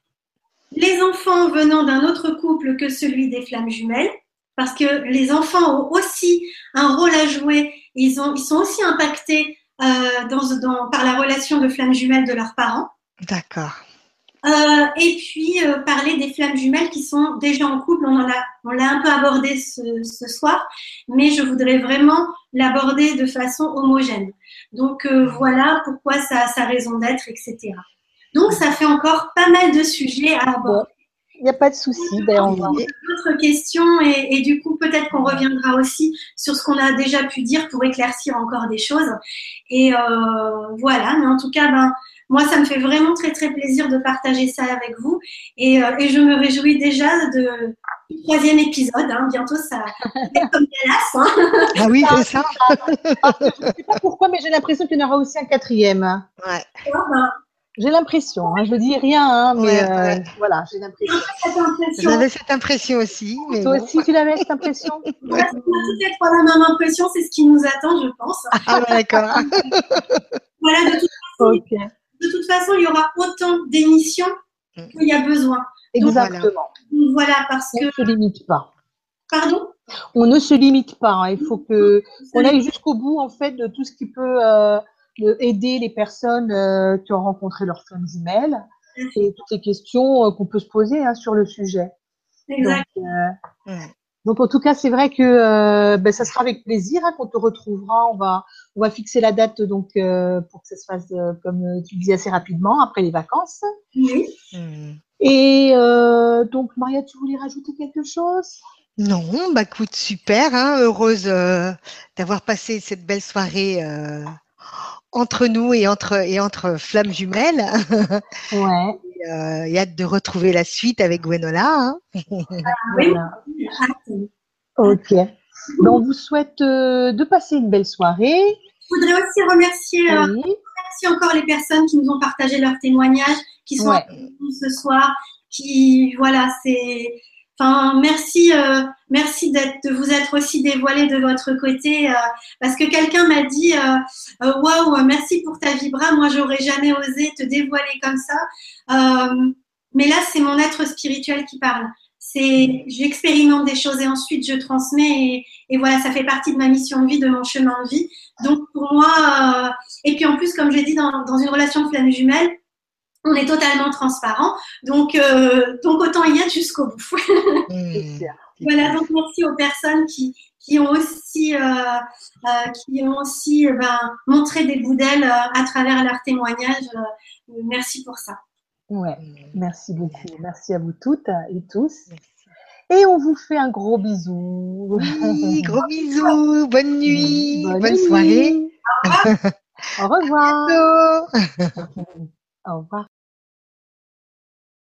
les enfants venant d'un autre couple que celui des flammes jumelles, parce que les enfants ont aussi un rôle à jouer. Ils, ont, ils sont aussi impactés euh, dans, dans, par la relation de flammes jumelles de leurs parents.
D'accord.
Euh, et puis euh, parler des flammes jumelles qui sont déjà en couple. On en a, on l'a un peu abordé ce, ce soir, mais je voudrais vraiment l'aborder de façon homogène. Donc euh, voilà pourquoi ça a sa raison d'être, et cetera. Donc ça fait encore pas mal de sujets à aborder.
Il n'y a pas de souci. Ben, on va.
D'autres questions et, et du coup peut-être qu'on reviendra aussi sur ce qu'on a déjà pu dire pour éclaircir encore des choses. Et euh, voilà. Mais en tout cas, ben moi ça me fait vraiment très très plaisir de partager ça avec vous et, euh, et je me réjouis déjà de du troisième épisode. Hein. Bientôt ça va être comme Dallas. Hein.
Ah oui, c'est ça.
Je ne sais pas pourquoi, mais j'ai l'impression qu'il y en aura aussi un quatrième.
Ouais.
Alors, ben,
J'ai l'impression, hein, je ne dis rien, hein, mais
ouais,
euh,
ouais.
voilà, j'ai l'impression.
J'avais cette impression aussi. Mais
Toi
bon.
aussi, tu l'avais cette impression?
Ouais. On a toutes les trois la même impression, c'est ce qui nous attend, je pense.
Ah, d'accord.
Voilà, de toute façon,
okay.
de toute façon, il y aura autant d'émissions qu'il y a besoin.
Exactement.
Donc, voilà, parce
on
que.
On ne se limite pas.
Pardon?
On ne se limite pas. Hein. Il faut que qu'on aille jusqu'au bout, en fait, de tout ce qui peut euh, aider les personnes euh, qui ont rencontré leurs flammes jumelles et toutes les questions euh, qu'on peut se poser hein, sur le sujet.
Exact.
Donc, euh, ouais. donc, en tout cas, c'est vrai que euh, ben, ça sera avec plaisir hein, qu'on te retrouvera. On va, on va fixer la date donc euh, pour que ça se fasse, euh, comme tu disais, assez rapidement après les vacances.
Oui.
Mmh. Et euh, donc, Maria, tu voulais rajouter quelque chose?
Non, bah écoute, super, hein, heureuse euh, d'avoir passé cette belle soirée euh, entre nous et entre et entre flammes jumelles.
Ouais.
Et, euh, et hâte de retrouver la suite avec Gwenola. Hein.
Voilà. Ok. Donc, on vous souhaite euh, de passer une belle soirée.
Je voudrais aussi remercier, euh,
oui.
remercier encore les personnes qui nous ont partagé leurs témoignages, qui sont
ouais.
avec nous ce soir, qui, voilà, c'est. Enfin, merci, euh, merci d'être, de vous être aussi dévoilé de votre côté, euh, parce que quelqu'un m'a dit, waouh, wow, merci pour ta vibra, moi j'aurais jamais osé te dévoiler comme ça, euh, mais là c'est mon être spirituel qui parle. C'est, j'expérimente des choses et ensuite je transmets et, et voilà, ça fait partie de ma mission de vie, de mon chemin de vie. Donc pour moi, euh, et puis en plus comme j'ai dit dans, dans une relation de flamme jumelle, on est totalement transparent, donc, euh, donc autant y être jusqu'au bout.
Mmh.
Voilà, donc merci aux personnes qui, qui ont aussi, euh, euh, qui ont aussi euh, ben, montré des bouts d'elles euh, à travers leurs témoignages. Euh, merci pour ça.
Ouais, merci beaucoup. Merci à vous toutes et tous. Merci. Et on vous fait un gros bisou.
Oui, gros bisous. Bonne nuit.
Bonne,
Bonne
nuit.
soirée.
Au revoir. Au revoir.
À bientôt.
Au revoir.